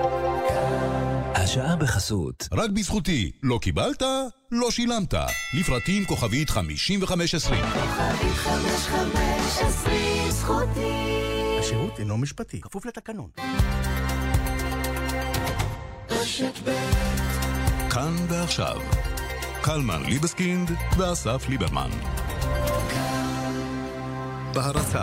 השעה בחסות. רק בזכותי. לא קיבלת? לא שילמת. לפרטים כוכבית 5520. כוכבית 5520 זכותי. השירות אינו משפטי, כפוף לתקנון. כאן ועכשיו. קלמן ליבסקינד ואסף ליברמן. בהרצה.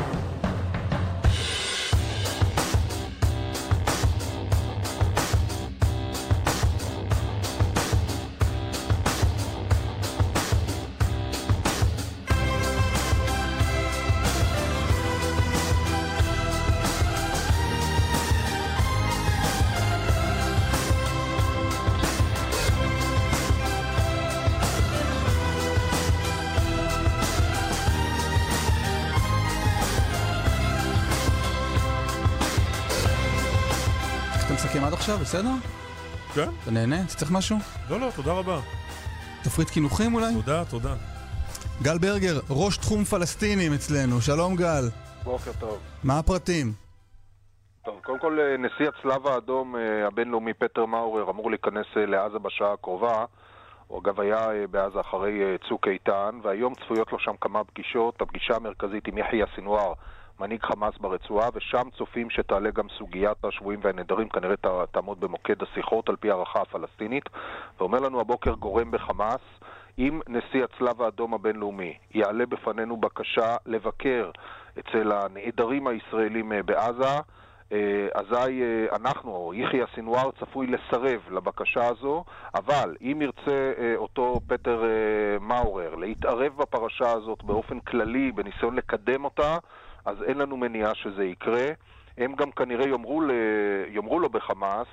עכשיו, בסדר? כן. אתה נהנה? אתה צריך משהו? לא, תודה רבה. תפריט כינוחים אולי? תודה. גל ברגר, ראש תחום פלסטינים אצלנו. שלום גל. בוקר טוב. מה הפרטים? טוב, קודם כל נשיא הצלב האדום הבינלאומי פטר מאורר אמור להיכנס לעזה בשעה הקרובה. הוא אגב היה בעזה אחרי צוק איתן, והיום צפויות לו שם כמה פגישות. הפגישה המרכזית עם יחיא סינואר, מנהיג חמאס ברצועה, ושם צופים שתעלה גם סוגיית השבויים והנדרים, כנראה תעמוד במוקד השיחות על פי הערכה הפלסטינית. ואומר לנו הבוקר גורם בחמאס, אם נשיא הצלב האדום הבינלאומי יעלה בפנינו בקשה לבקר אצל הנעדרים הישראלים בעזה, אזי אנחנו, או יחיא סינואר, צפוי לסרב לבקשה הזו, אבל אם ירצה אותו פטר מאורר להתערב בפרשה הזאת באופן כללי, בניסיון לקדם אותה, אז אין לנו מניעה שזה יקרה. הם גם כנראה יאמרו לו בחמאס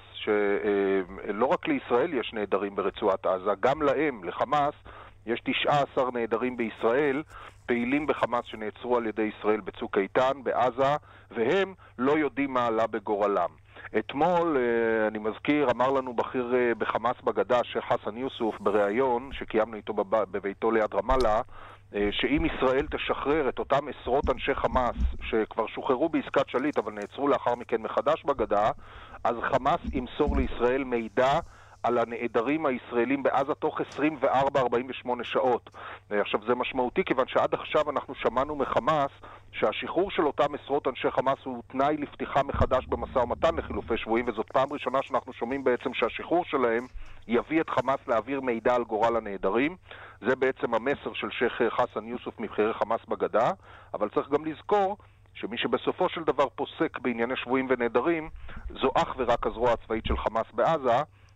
שלא רק לישראל יש נעדרים ברצועת עזה, גם להם, לחמאס, יש 19 נעדרים בישראל, פעילים בחמאס שנעצרו על ידי ישראל בצוק איתן, בעזה, והם לא יודעים מה עלה בגורלם. אתמול, אני מזכיר, אמר לנו בכיר בחמאס בגדה, שייח חסן יוסוף, בריאיון שקיימנו איתו בביתו ליד רמאללה, שאם ישראל תשחרר את אותם עשרות אנשי חמאס שכבר שוחררו בעסקת שליט אבל נעצרו לאחר מכן מחדש בגדה, אז חמאס ימסור לישראל מידע על הנעדרים הישראלים בעזה תוך 24-48 שעות. עכשיו זה משמעותי כיוון שעד עכשיו אנחנו שמענו מחמאס שהשחרור של אותם עשרות אנשי חמאס הוא תנאי לפתיחה מחדש במשא ומתן לחילופי שבויים, וזאת פעם ראשונה שאנחנו שומעים בעצם שהשחרור שלהם יביא את חמאס להעביר מידע על גורל הנעדרים. זה בעצם המסר של שייח חסן יוסוף מבכירי חמאס בגדה, אבל צריך גם לזכור שמי שבסופו של דבר פוסק בענייני שבויים ונעדרים זו אך ורק הזרוע הצבאית של חמאס בעזה,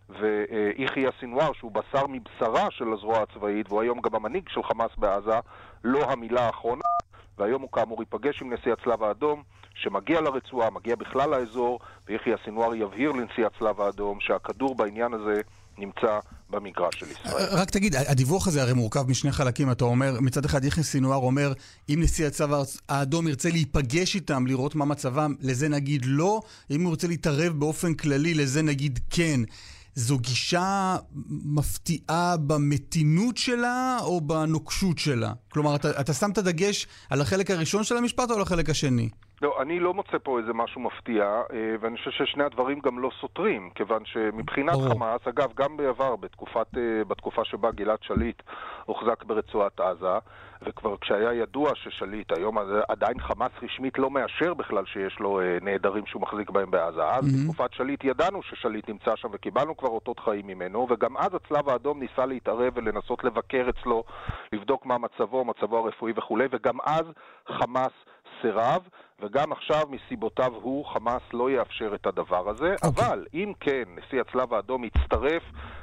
ויחיא סינואר שהוא בשר מבשרה של הזרוע הצבאית והוא היום גם המנהיג של חמאס בעזה, לא המילה האחרונה, והיום הוא כאמור ייפגש עם נשיא הצלב האדום, שמגיע לרצועה, מגיע בכלל לאזור, ויחיא סינואר יבהיר לנשיא הצלב האדום שהכדור בעניין הזה נמצא במגרש של ישראל. רק תגיד, הדיווח הזה הרי מורכב משני חלקים. אתה אומר, מצד אחד יחיא סינואר אומר, אם נשיא הצלב האדום ירצה להיפגש איתם, לראות מה מצבם, לזה נגיד לא. אם הוא ירצה להתערב באופן כללי, לזה נגיד כן. זו גישה מפתיעה במתינות שלה או בנוקשות שלה? כלומר, אתה שם את הדגש על החלק הראשון של המשפט או על החלק השני? לא, אני לא מוצא פה איזה משהו מפתיע, ואני חושב ששני הדברים גם לא סותרים, כיוון שמבחינת חמאס, אגב, גם בעבר, בתקופה שבה גלעד שליט הוחזק ברצועת עזה, וכבר כשהיה ידוע ששליט, היום עדיין חמאס רשמית לא מאשר בכלל שיש לו נהדרים שהוא מחזיק בהם בעזה. אז בתקופת שליט ידענו ששליט נמצא שם וקיבלנו כבר אותות חיים ממנו, וגם אז הצלב האדום ניסה להתערב ולנסות לבקר אצלו, לבדוק מה מצבו הרפואי וכו', וגם אז חמאס סירב, וגם עכשיו מסיבותיו הוא, חמאס לא יאפשר את הדבר הזה, אבל אם כן, נשיא הצלב האדום יצטרף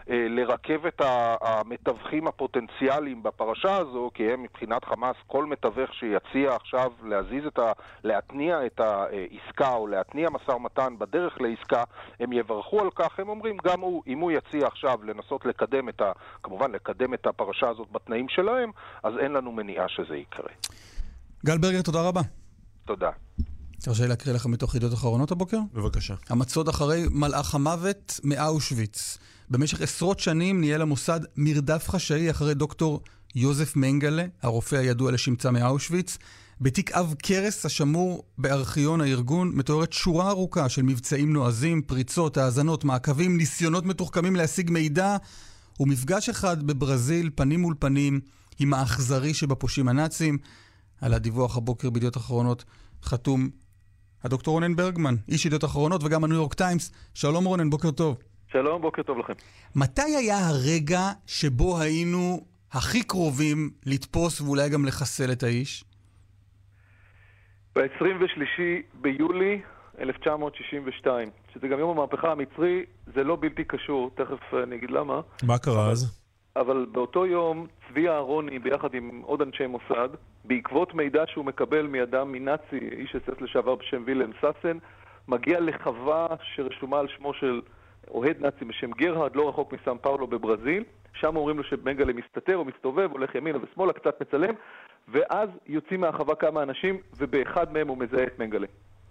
לרכבת המתווכים הפוטנציאליים בפרשה הזו, כי הם מבחינת חמאס, כל מתווך שיציע עכשיו להתניע את העסקה או להתניע משא ומתן בדרך לעסקה, הם יברכו על כך. הם אומרים, גם הוא, אם הוא יציע עכשיו לנסות כמובן לקדם את הפרשה הזאת בתנאים שלהם, אז אין לנו מניעה שזה יקרה. גל ברגר, תודה רבה. תודה. תרשה לי להקריא לך מתוך ידיעות אחרונות הבוקר? בבקשה. המצוד אחרי מלאך המוות מאושוויץ. במשך עשרות שנים ניהל המוסד מרדף חשאי אחרי דוקטור יוזף מנגלה, הרופא הידוע לשמצה מאושוויץ. בתיק אב קרס השמור בארכיון הארגון מתוארת שורה ארוכה של מבצעים נועזים, פריצות, האזנות, מעקבים, ניסיונות מתוחכמים להשיג מידע, ומפגש אחד בברזיל פנים מול פנים עם האכזרי שבפושעים הנאצים. על הדיווח הבוקר בידיעות אחרונות חתום הדוקטור רונן ברגמן, איש ידיעות אחרונות וגם הניו יורק טיימס. שלום רונן, בוקר טוב. שלום, בוקר טוב לכם. מתי היה הרגע שבו היינו הכי קרובים לתפוס ואולי גם לחסל את האיש? ב-23 ביולי 1962, שזה גם יום המהפכה המצרי. זה לא בלתי קשור, תכף אני אגיד למה. מה קרה אז? אבל באותו יום צבי אהרוני ביחד עם עוד אנשי מוסד, בעקבות מידע שהוא מקבל מאדם מנאצי, איש אס-אס לשעבר בשם וילם סאסן, מגיע לחווה שרשומה על שמו של אוהד נאצי בשם גרהרד, לא רחוק מסן פאולו בברזיל. שם אומרים לו שמנגלה מסתתר, הוא מסתובב, הולך ימינה ושמאלה, קצת מצלם, ואז יוצאים מהחווה כמה אנשים, ובאחד מהם הוא מזהה את מנגלה.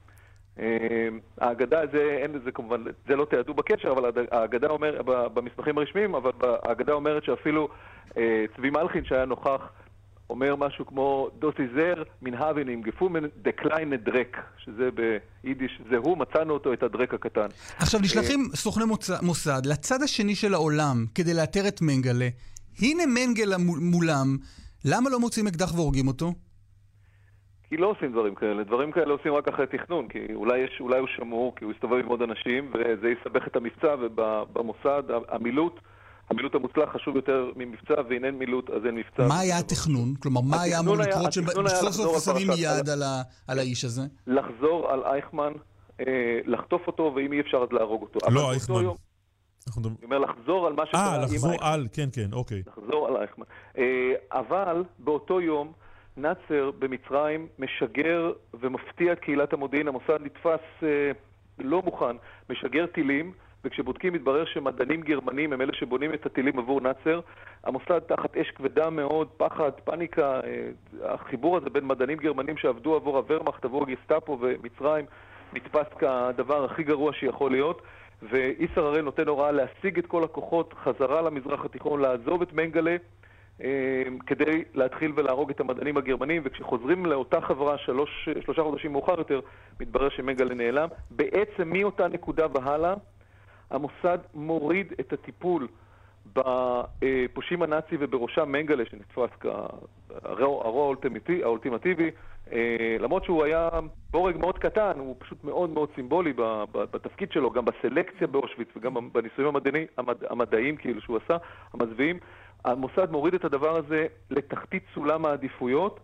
האגדה, זה כמובן, זה לא תיעדו בקשר, אבל האגדה אומר, במסמכים הרשמיים, אבל האגדה אומרת שאפילו צבי מלחין שהיה נוכח, אומר משהו כמו דוסי זר מן הבנים גפומן דקליין דרק, שזה ביידיש, זהו, מצאנו אותו, את הדרק הקטן. עכשיו נשלחים סוכני מוסד לצד השני של העולם כדי לאתר את מנגלה. הנה מנגלה מולם, למה לא מוצאים אקדח והורגים אותו? כי לא עושים דברים כאלה. דברים כאלה עושים רק אחרי תכנון, כי אולי הוא שמור, כי הוא יסתובב עם עוד אנשים, וזה יסבך את המבצע, ובמוסד המילוט המוצלח חשוב יותר ממבצע, ואם אין מילוט אז אין מבצע. מה היה התכנון? כלומר, מה היה אמור לקרות שבסוף סוף שמים יד על האיש הזה? לחזור על אייכמן, לחטוף אותו, ואם אי אפשר אז להרוג אותו. לא, אייכמן. אני אומר לחזור על מה שקרה. לחזור על, כן, אוקיי. לחזור על אייכמן. אבל באותו יום, נאצר במצרים משגר ומפתיע את קהילת המודיעין. המוסד נתפס לא מוכן, משגר טילים, וכשבודקים מתברר שמדענים גרמנים הם אלה שבונים את הטילים עבור נאצר. המוסד תחת אש כבדה מאוד, פחד, פאניקה. החיבור הזה בין מדענים גרמנים שעבדו עבור הוורמאכט, עבור הגסטאפו ומצרים, נתפס כדבר הכי גרוע שיכול להיות. ואיסר הראל נותן הוראה להשיג את כל הכוחות חזרה למזרח התיכון, לעזוב את מנגלה, כדי להתחיל ולהרוג את המדענים הגרמנים. וכשחוזרים לאותה חברה שלושה חודשים מאוחר יותר, מתברר שמנגלה נעלם. בעצם מאותה נקודה והלאה, המוסד מוריד את הטיפול בפושעים הנאצי ובראשם מנגלה, שנתפס כהרוע האולטימטיבי, למרות שהוא היה בורג מאוד קטן, הוא פשוט מאוד מאוד סימבולי בתפקיד שלו, גם בסלקציה באושוויץ וגם בניסויים המדעיים כאילו שהוא עשה, המזוויעים. המוסד מוריד את הדבר הזה לתחתית סולם העדיפויות,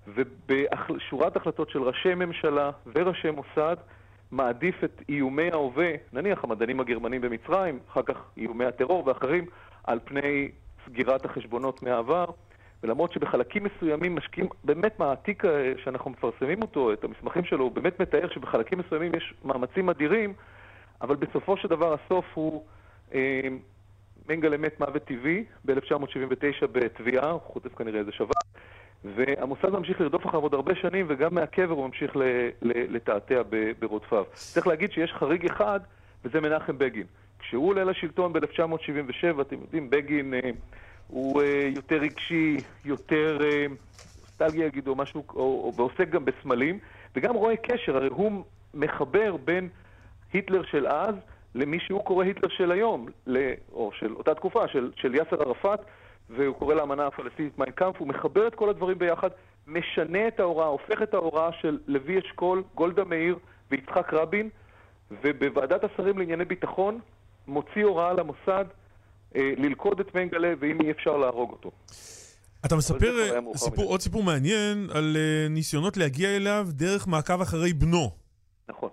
ובשורת החלטות של ראשי ממשלה וראשי מוסד, מעדיף את איומי ההווה, נניח המדענים הגרמנים במצרים, אחר כך איומי הטרור ואחרים, על פני סגירת החשבונות מהעבר, ולמרות שבחלקים מסוימים משקיעים, באמת מהעתיק שאנחנו מפרסמים אותו, את המסמכים שלו, הוא באמת מתאר שבחלקים מסוימים יש מאמצים אדירים, אבל בסופו של דבר הסוף הוא מנגלה מת מוות טבעי ב-1979 בתביעה, הוא חוטף כנראה איזה שבת, והמוסד ממשיך לרדוף אחריו עוד הרבה שנים, וגם מהקבר הוא ממשיך לתעתע ברודפיו. צריך להגיד שיש חריג אחד, וזה מנחם בגין. כשהוא עולה לשלטון ב-1977, אתם יודעים, בגין הוא יותר רגשי, יותר סטלגי יגידו, משהו, או ועוסק גם בסמלים, וגם רואה קשר, הרי הוא מחבר בין היטלר של אז למי שהוא קורא היטלר של היום, או של אותה תקופה, של יאסר ערפאת, והוא קורא לאמנה הפלסטינית מיין קאמפף, הוא מחבר את כל הדברים ביחד, משנה את ההוראה, הופך את ההוראה של לוי אשכול, גולדה מאיר ויצחק רבין, ובוועדת השרים לענייני ביטחון מוציא הוראה למוסד ללכוד את מנגלה, ואם אי אפשר להרוג אותו. אתה מספר עוד סיפור מעניין על ניסיונות להגיע אליו דרך מעקב אחרי בנו. נכון.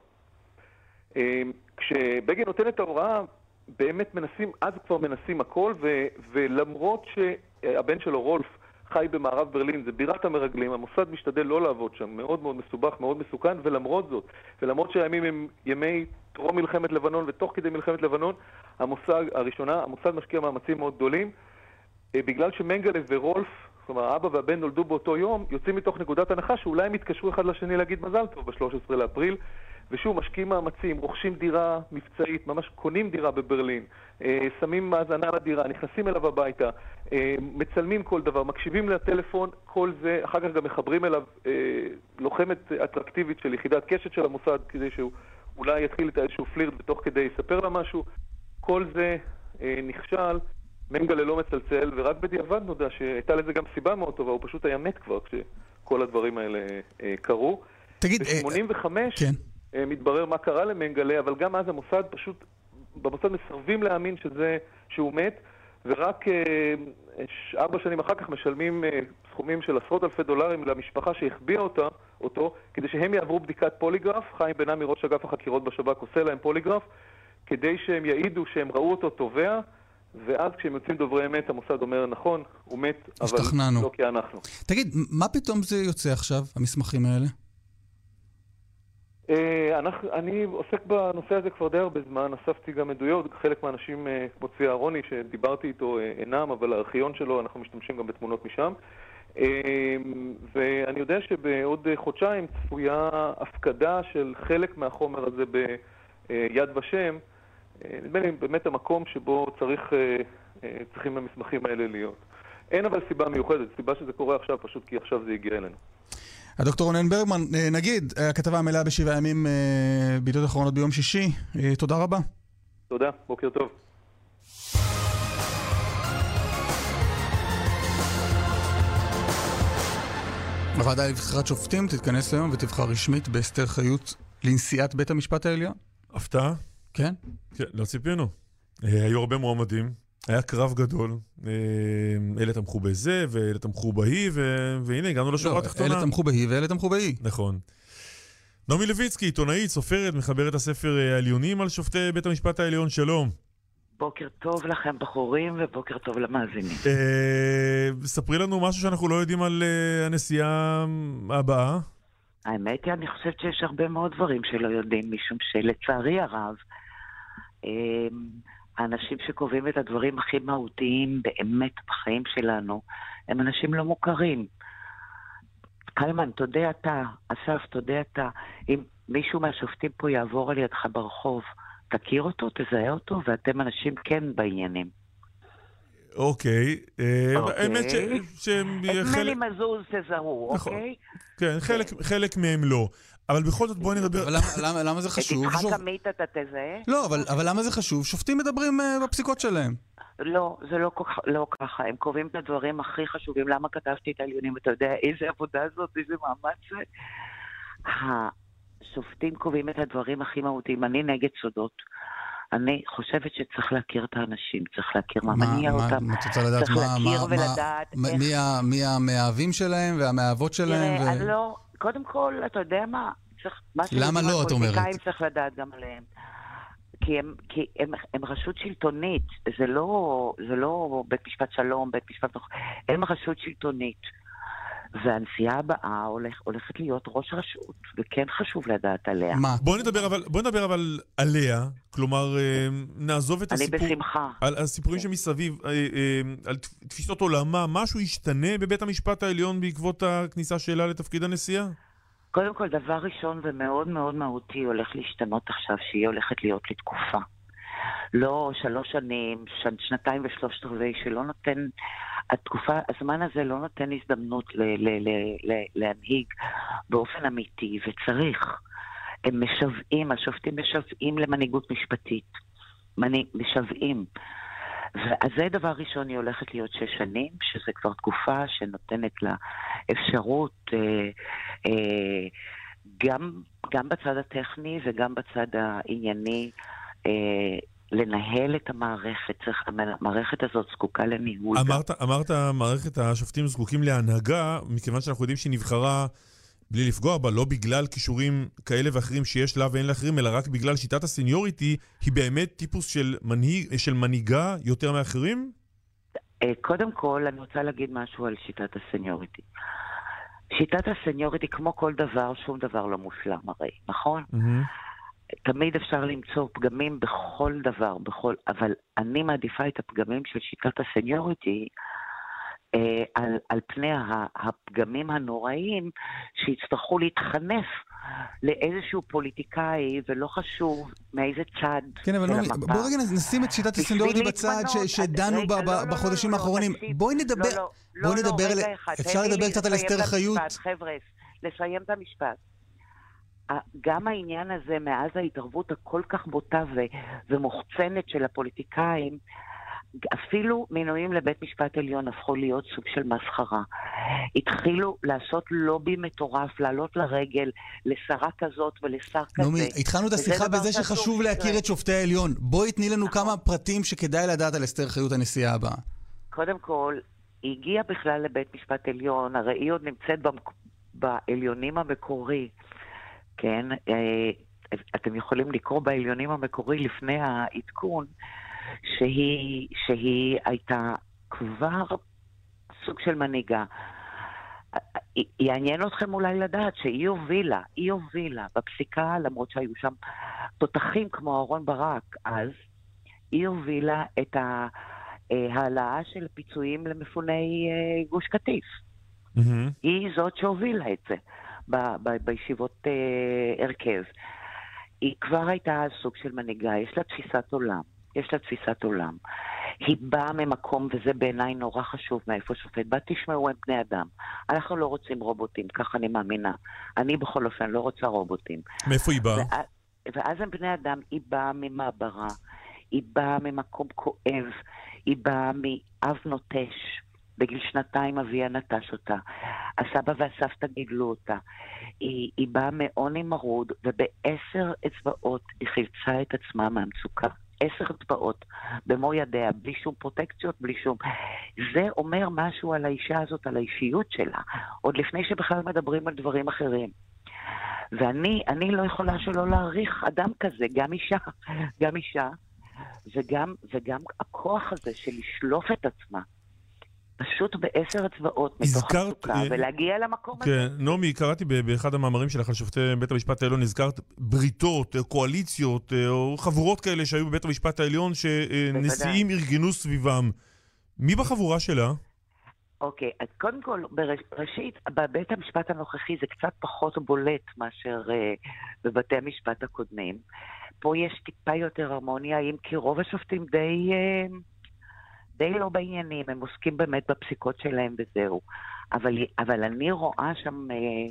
כשבגין נותן את ההוראה, באמת מנסים, אז כבר מנסים הכל, ולמרות שהבן שלו רולף חי במערב ברלין, זה בירת המרגלים, המוסד משתדל לא לעבוד שם, מאוד מאוד מסובך, מאוד מסוכן, ולמרות זאת, ולמרות שהימים הם ימי טרום מלחמת לבנון, ותוך כדי מלחמת לבנון, המוסד משקיע מאמצים מאוד גדולים, בגלל שמנגלה ורולף, כלומר האבא והבן נולדו באותו יום, יוצאים מתוך נקודת הנחה שאולי הם יתקשרו אחד לשני להגיד מזל טוב ב-13 לאפריל, ושוב, משקיעים מאמצים, רוכשים דירה מבצעית, ממש קונים דירה בברלין, שמים מאזנה לדירה, נכנסים אליו הביתה, מצלמים כל דבר, מקשיבים לטלפון, כל זה, אחר כך גם מחברים אליו לוחמת אטרקטיבית של יחידת קשת של המוסד, כדי שהוא אולי יתחיל את איזשהו פלירט בתוך כדי יספר לה משהו. כל זה נכשל, מנגלה לא מצלצל, ורק בדיעבד נודע שהייתה לזה גם סיבה מאוד טובה, הוא פשוט היה מת כבר כשכל הדברים האלה קרו. תגיד, ב-85 כן. מתברר מה קרה למנגלה, אבל גם אז המוסד פשוט, במוסד מסרבים להאמין שהוא מת, ורק 4 שנים אחר כך משלמים סכומים של עשרות אלפי דולרים למשפחה שהחביאה אותו, כדי שהם יעברו בדיקת פוליגרף. חיים בן עמי, ראש אגף החקירות בשב"כ, עושה להם פוליגרף, כדי שהם יעידו שהם ראו אותו תובע, ואז כשהם יוצאים דוברי אמת, המוסד אומר, נכון, הוא מת, אבל לא כי אנחנו. תגיד, מה פתאום זה יוצא עכשיו, המסמכים האלה? אני עוסק בנושא הזה כבר די הרבה זמן, אספתי גם עדויות, חלק מהאנשים כמו צבי אהרוני שדיברתי איתו אינם, אבל הארכיון שלו אנחנו משתמשים גם בתמונות משם, ואני יודע שבעוד חודשיים צפויה הפקדה של חלק מהחומר הזה ביד ושם, נדמה לי באמת המקום שבו צריכים המסמכים האלה להיות. אין אבל סיבה מיוחדת, סיבה שזה קורה עכשיו פשוט כי עכשיו זה הגיע אלינו. הדוקטור רונן ברגמן, נגיד, הכתבה המלאה ב7 ימים בידיעות אחרונות ביום שישי. תודה רבה. תודה, בוקר טוב. הוועדה לבחירת שופטים תתכנס היום ותבחר רשמית באסתר חיות לנשיאת בית המשפט העליון. הפתעה? כן. כן, לא ציפינו. היו הרבה מועמדים. היה קרב גדול, אלה תמכו בזה, ואלה תמכו בהיא, והנה, הגענו לשורה התחתונה. אלה תמכו בהיא ואלה תמכו בהיא. נכון. נעמי לויצקי, עיתונאית, סופרת, מחברת הספר העליונים על שופטי בית המשפט העליון, שלום. בוקר טוב לכם בחורים, ובוקר טוב למאזינים. ספרי לנו משהו שאנחנו לא יודעים על הנשיאה הבאה. האמת היא, אני חושבת שיש הרבה מאוד דברים שלא יודעים, משום שלצערי הרב, האנשים שקובעים את הדברים הכי מהותיים באמת בחיים שלנו, הם אנשים לא מוכרים. קלמן, תודה אתה, אסף, תודה אתה, אם מישהו מהשופטים פה יעבור על ידך ברחוב, תכיר אותו, תזהה אותו, ואתם אנשים כן בעניינים. אוקיי. האמת שהם... את מני מזוז תזהו, אוקיי? כן, חלק מהם לא. אבל בכל זאת בואי נדבר... למה זה חשוב? את יצחק עמית אתה תזהה? לא, אבל למה זה חשוב? שופטים מדברים בפסיקות שלהם. לא, זה לא ככה. הם קובעים את הדברים הכי חשובים. למה כתבתי את העליונים? אתה יודע איזה עבודה זאת, איזה מאמץ זה? השופטים קובעים את הדברים הכי מהותיים. אני נגד סודות. אני חושבת שצריך להכיר את האנשים, צריך להכיר מה מניע אותם, צריך להכיר ולדעת מי המאהבים שלהם והמאהבות שלהם. תראה, לא, קודם כל, אתה יודע מה? למה לא, את אומרת? צריך לדעת גם עליהם. כי הם רשות שלטונית, זה לא בית משפט שלום, בית משפט... הם רשות שלטונית. והנשיאה הבאה הולכת להיות ראש רשות, וכן חשוב לדעת עליה. מה? בוא נדבר אבל עליה, כלומר, נעזוב את הסיפור... אני בשמחה. על הסיפורים שמסביב, על תפיסות עולמה, משהו ישתנה בבית המשפט העליון בעקבות הכניסה שלה לתפקיד הנשיאה? קודם כל, דבר ראשון ומאוד מאוד מהותי הולך להשתנות עכשיו, שהיא הולכת להיות לתקופה. לא 3 שנים, 2 ו3 רבעי, שלא נותן, הזמן הזה לא נותן הזדמנות להנהיג באופן אמיתי, וצריך. הם משוועים, השופטים משוועים למנהיגות משפטית. משוועים. אז זה דבר ראשון, היא הולכת להיות 6 שנים, שזה כבר תקופה שנותנת לה אפשרות גם בצד הטכני וגם בצד הענייני לנהל את המערכת. המערכת הזאת זקוקה לניהול. אמרת מערכת השופטים זקוקים להנהגה, מכיוון שאנחנו יודעים שהיא נבחרה בלי לפגוע בה, לא בגלל כישורים כאלה ואחרים שיש לה ואין לאחרים, אלא רק בגלל שיטת הסניוריטי, היא באמת טיפוס של מנהיגה יותר מאחרים? קודם כל, אני רוצה להגיד משהו על שיטת הסניוריטי. שיטת הסניוריטי, כמו כל דבר, שום דבר לא מושלם הרי, נכון? תמיד אפשר למצוא פגמים בכל דבר, אבל אני מעדיפה את הפגמים של שיטת הסניוריטי על פני הפגמים הנוראים שיצטרכו להתחנף לאיזשהו פוליטיקאי, ולא חשוב מאיזה צד. כן, אבל בואו רגע נשים את שיטת הסניוריטי בצד שדנו בה בחודשים האחרונים. בואי נדבר, אפשר לדבר קצת על אסתר חיות? חבר'ה, לסיים את המשפט. גם העניין הזה, מאז ההתערבות הכל כך בוטה ומוחצנת של הפוליטיקאים, אפילו מינויים לבית משפט עליון הפכו להיות סוג של מסחרה. התחילו לעשות לובי מטורף, לעלות לרגל לשרה כזאת ולשר כזה. נעמי, התחלנו את השיחה בזה שחשוב להכיר את שופטי העליון. בואי תני לנו כמה פרטים שכדאי לדעת על אסתר חיות הנשיאה הבאה. קודם כל, היא הגיעה בכלל לבית משפט עליון, הרי היא עוד נמצאת בעליונים המקורי. כן, אתם יכולים לקרוא בעליונים המקורי לפני העדכון, שהיא הייתה כבר סוג של מנהיגה. יעניין אתכם אולי לדעת שהיא הובילה בפסיקה, למרות שהיו שם תותחים כמו אהרון ברק, אז היא הובילה את ההעלאה של פיצויים למפוני גוש קטיף. היא זאת שהובילה את זה בישיבות הרכב. היא כבר הייתה סוג של מנהיגה, יש לה תפיסת עולם. היא באה ממקום, וזה בעיניי נורא חשוב מאיפה שופט. תשמעו, הם בני אדם. אנחנו לא רוצים רובוטים, כך אני מאמינה. אני בכל אופן לא רוצה רובוטים. מאיפה היא באה? ואז הם בני אדם, היא באה ממעברה, היא באה ממקום כואב, היא באה מאב נוטש. בגיל 2 אביה נטש אותה. הסבא והסבתא גידלו אותה. היא באה מעוני מרוד, וב10 אצבעות היא חילצה את עצמה מהמצוקה. 10 אצבעות במו ידיה, בלי שום פרוטקציות, בלי שום... זה אומר משהו על האישה הזאת, על האישיות שלה, עוד לפני שבכלל מדברים על דברים אחרים. ואני לא יכולה שלא להעריך אדם כזה, גם אישה, וגם הכוח הזה של לשלוף את עצמה. פשוט ב10 אצבעות מתוך המצוקה, ולהגיע למקום הזה. כן, נעמי, קראתי באחד המאמרים שלך על שופטי בית המשפט העליון, נזכרת בריתות, קואליציות, או חבורות כאלה שהיו בבית המשפט העליון, שנשיאים ארגנו סביבם. מי בחבורה שלה? אוקיי, אז קודם כל, בראשית, בבית המשפט הנוכחי זה קצת פחות בולט מאשר בבתי המשפט הקודמים. פה יש טיפה יותר הרמוניה, אם כי רוב השופטים די לא בעניינים, הם עוסקים באמת בפסיקות שלהם וזהו. אבל אני רואה שם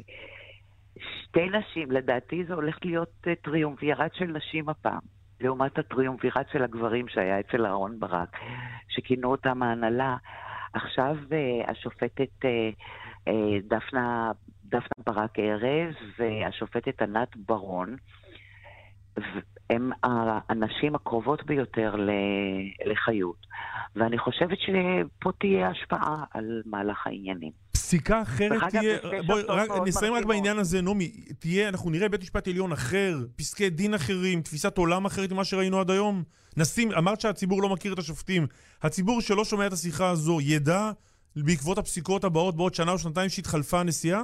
2 נשים, לדעתי זה הולך להיות טריומווירט של נשים הפעם, לעומת הטריומווירט של הגברים שהיה אצל אהרון ברק, שכינו אותם ההנהלה. עכשיו השופטת דפנה ברק ארז והשופטת ענת ברון, הם האנשים הקרובות ביותר לחיות. ואני חושבת שפה תהיה השפעה על מהלך העניינים. פסיקה אחרת תהיה, בואי, נסיים רק בעניין הזה, נעמי, תהיה, אנחנו נראה בית משפט עליון אחר, פסקי דין אחרים, תפיסת עולם אחרת ממה שראינו עד היום. אמרת שהציבור לא מכיר את השופטים. הציבור שלא שומע את השיחה הזו, ידע בעקבות הפסיקות הבאות בעוד שנה או שנתיים שהתחלפה הנשיאה?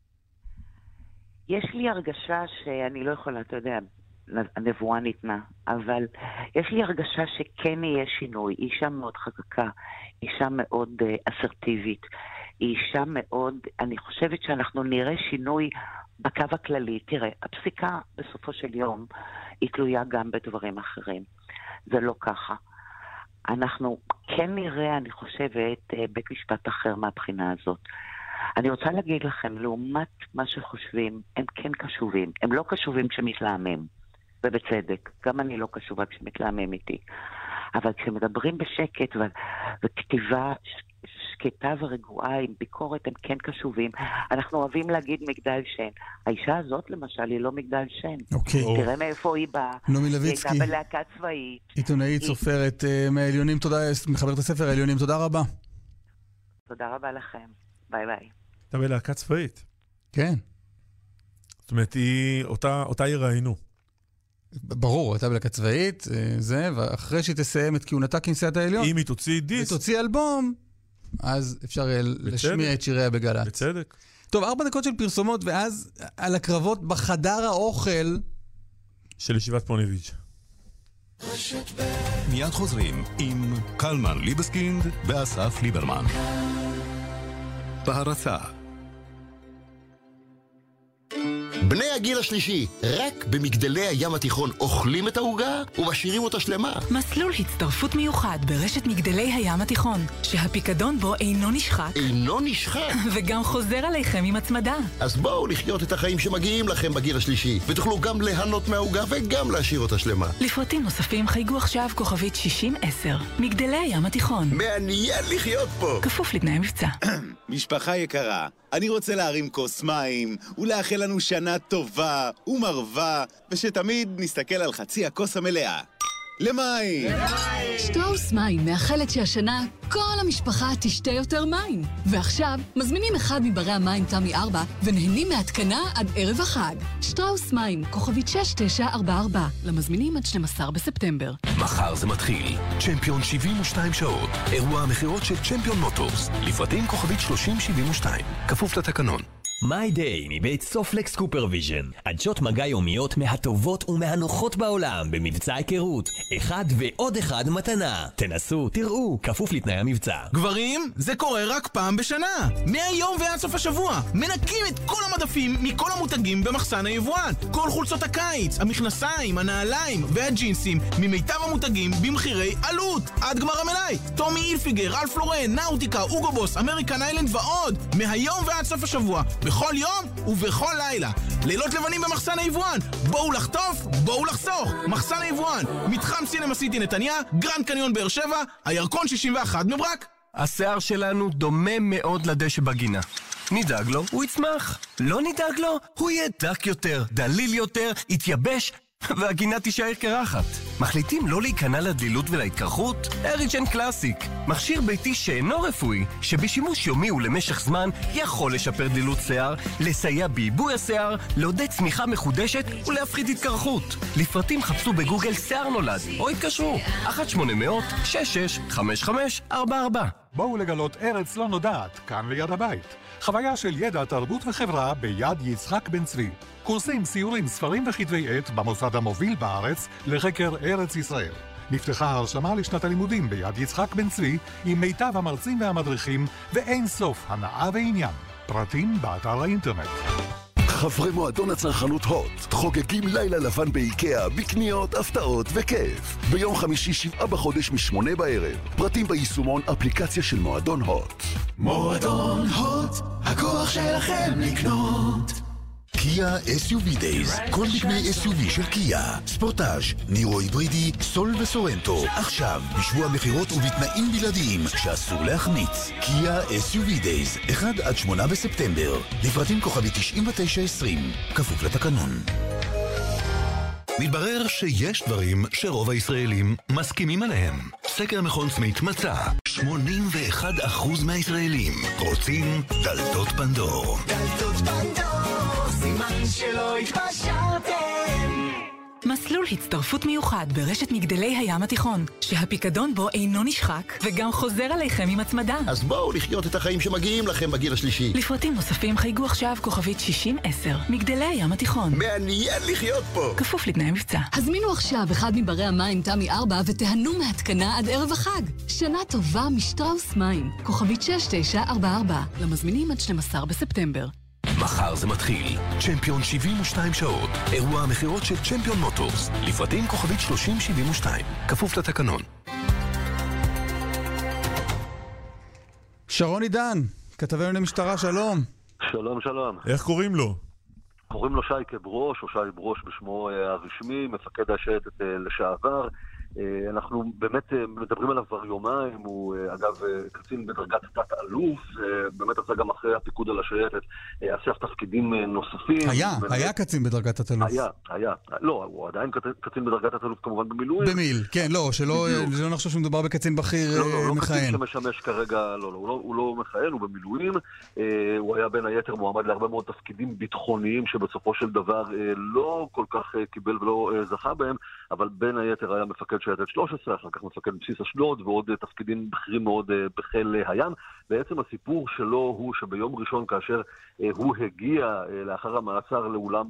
יש לי הרגשה שאני לא יכולה, אתה יודע, הנבואה ניתנה, אבל יש לי הרגשה שכן יהיה שינוי. היא אישה מאוד חזקה, אישה מאוד אסרטיבית, היא אישה מאוד, אני חושבת שאנחנו נראה שינוי בקו הכללי. תראה, הפסיקה בסופו של יום היא תלויה גם בדברים אחרים. זה לא ככה. אנחנו כן נראה, אני חושבת, בית משפט אחר מהבחינה הזאת. אני רוצה להגיד לכם, לעומת מה שחושבים, הם כן קשובים. הם לא קשובים כשמתלהמים, ובצדק. גם אני לא קשובה כשמתלהמים איתי. אבל כשמדברים בשקט וכתיבה שקטה ורגועה עם ביקורת, הם כן קשובים. אנחנו אוהבים להגיד מגדל שן. האישה הזאת למשל היא לא מגדל שן. תראה מאיפה היא באה. נעמי לויצקי. היא הייתה בלהקה צבאית. עיתונאית, סופרת מהעליונים, תודה, מחברת הספר העליונים, תודה רבה. תודה רבה לכם. ביי ביי. אתה בלהקה צבאית. כן. זאת אומרת, אותה יראינו. ברור, הייתה בלהקה צבאית, ואחרי שהיא תסיים את כהונתה כנשיאת העליון, אם היא תוציא דיסק, ותוציא אלבום, אז אפשר להשמיע את שיריה בגל"צ. בצדק. טוב, 4 דקות של פרסומות, ואז על הקרבות בחדר האוכל של ישיבת פוניביץ'. מיד חוזרים עם קלמן ליבסקינד ואסף ליברמן. בהרצה בני הגיל השלישי, רק במגדלי הים התיכון אוכלים את העוגה ומשאירים אותה שלמה. מסלול הצטרפות מיוחד ברשת מגדלי הים התיכון, שהפיקדון בו אינו נשחק. אינו נשחק? וגם חוזר עליכם עם הצמדה. אז בואו לחיות את החיים שמגיעים לכם בגיל השלישי, ותוכלו גם ליהנות מהעוגה וגם להשאיר אותה שלמה. לפרטים נוספים חייגו עכשיו כוכבית 6010. מגדלי הים התיכון. מעניין לחיות פה. כפוף לתנאי מבצע. משפחה יקרה, אני רוצה להרים כוס מים ולאחל לנו שנה טובה ומרווה, ושתמיד נסתכל על חצי הכוס המלאה. למים! שטראוס מים מאחלת שהשנה כל המשפחה תשתה יותר מים. ועכשיו מזמינים אחד מברי המים תמי 4 ונהנים מהתקנה עד ערב החג. שטראוס מים, כוכבית 6944, למזמינים עד 12 בספטמבר. מחר זה מתחיל. צ'מפיון 72 שעות. אירוע המחירות של צ'מפיון מוטורס. לפרטים כוכבית 3072. כפוף לתקנון. My Day מבית סופלקס קופרוויז'ן. עדשות מגע יומיות מהטובות ומהנוחות בעולם במבצע היכרות. אחד ועוד אחד מתנה. תנסו, תראו, כפוף לתנאי המבצע. גברים, זה קורה רק פעם בשנה. מהיום ועד סוף השבוע. מנקים את כל המדפים מכל המותגים במחסן היבואן. כל חולצות הקיץ, המכנסיים, הנעליים והג'ינסים ממיטב המותגים במחירי עלות. עד גמר המלאי. טומי הילפיגר, רלף לורן, נאוטיקה, אוגו בוס, אמריקן איילנד ועוד. מהיום ועד סוף השבוע. בכל יום ובכל לילה. לילות לבנים במחסן היבואן. בואו לחטוף, בואו לחסוך. מחסן היבואן. מתחם סינמה סיטי נתניה, גרנד קניון באר שבע, הירקון 61 מברק. השיער שלנו דומה מאוד לדשא בגינה. נדאג לו, הוא יצמח. לא נדאג לו, הוא יהיה דק יותר, דליל יותר, יתייבש, והגינה תישאר קרחת. מחליטים לא להיכנע לדלילות ולהתקרחות? אריג'ן קלאסיק, מכשיר ביתי שאינו רפואי, שבשימוש יומי ולמשך זמן יכול לשפר דלילות שיער, לסייע בעיבוי השיער, לעודד צמיחה מחודשת ולהפחית התקרחות. לפרטים חפשו בגוגל שיער נולד, או התקשרו 1-800-665544. בואו לגלות ארץ לא נודעת, כאן ליד הבית. חוויה של ידע, תרבות וחברה ביד יצחק בן צבי. קורסים, סיורים, ספרים וכתבי עת במוסד המוביל בארץ לחקר ארץ ישראל. נפתחה הרשמה לשנת הלימודים ביד יצחק בן צבי עם מיטב המרצים והמדריכים ואין סוף הנאה ועניין. פרטים באתר האינטרנט. חברי מועדון הצרכנות הוט חוגגים לילה לבן באיקאה בקניות, הפתעות וכיף. ביום חמישי 7 בחודש מ8 בערב. פרטים ביישומון אפליקציה של מועדון הוט. מועדון הוט, הכוח שלכם לקנות. קיה SUV Days, כל דגמי SUV של קיה, ספורטאז', נירו היברידי, סול וסורנטו, עכשיו בשבוע מחירות ובתנאים בלעדיים שאסור להחמיץ. קיה SUV Days, 1-8 בספטמבר, לפרטים כוכבי 9920, כפוף לתקנון. מתברר שיש דברים שרוב הישראלים מסכימים עליהם. סקר מכון סמית מצא 81% מהישראלים רוצים דלתות פנדור. דלתות פנדור, סימן שלא התפשרתם. מסלול הצטרפות מיוחד ברשת מגדלי הים התיכון, שהפיקדון בו אינו נשחק וגם חוזר עליכם עם הצמדה. אז בואו לחיות את החיים שמגיעים לכם בגיל השלישי. לפרטים נוספים חייגו עכשיו כוכבית 6010, מגדלי הים התיכון. מעניין לחיות פה. כפוף לתנאי מבצע. הזמינו עכשיו אחד מברי המים תמי 4 ותהנו מהתקנה עד ערב החג. שנה טובה משטראוס מים, כוכבית 6944, למזמינים עד 12 בספטמבר. מחר זה מתחיל. צ'מפיון 72 שעות. אירוע המחירות של צ'מפיון מוטורס. לפרטים כוכבית 3072. כפוף לתקנון. שרון עידן, כתבנו למשטרה, שלום. שלום, שלום. איך קוראים לו? קוראים לו שייקה ברוש, או שי ברוש בשמו הרשמי, מפקד השייטת לשעבר. אנחנו באמת מדברים עליו כבר יומיים, הוא אגב קצין בדרגת תת-אלוף, באמת עשה גם אחרי הפיקוד על השייטת, עשה תפקידים נוספים. היה קצין בדרגת תת-אלוף. היה. לא, הוא עדיין קצין בדרגת תת-אלוף כמובן במילואים. במיל, כן, לא, שלא נחשוב שמדובר בקצין בכיר מכהן. לא קצין שמשמש כרגע, הוא לא מכהן, הוא במילואים. הוא היה בין היתר מועמד להרבה מאוד תפקידים ביטחוניים שבסופו של דבר לא כל כך קיבל ולא זכה בהם, אבל בין היתר היה מפקד שייטת 13, אחר כך מפקד בסיס אשדוד ועוד תפקידים בכירים מאוד בחיל הים. בעצם הסיפור שלו הוא שביום ראשון כאשר הוא הגיע לאחר המעצר לאולם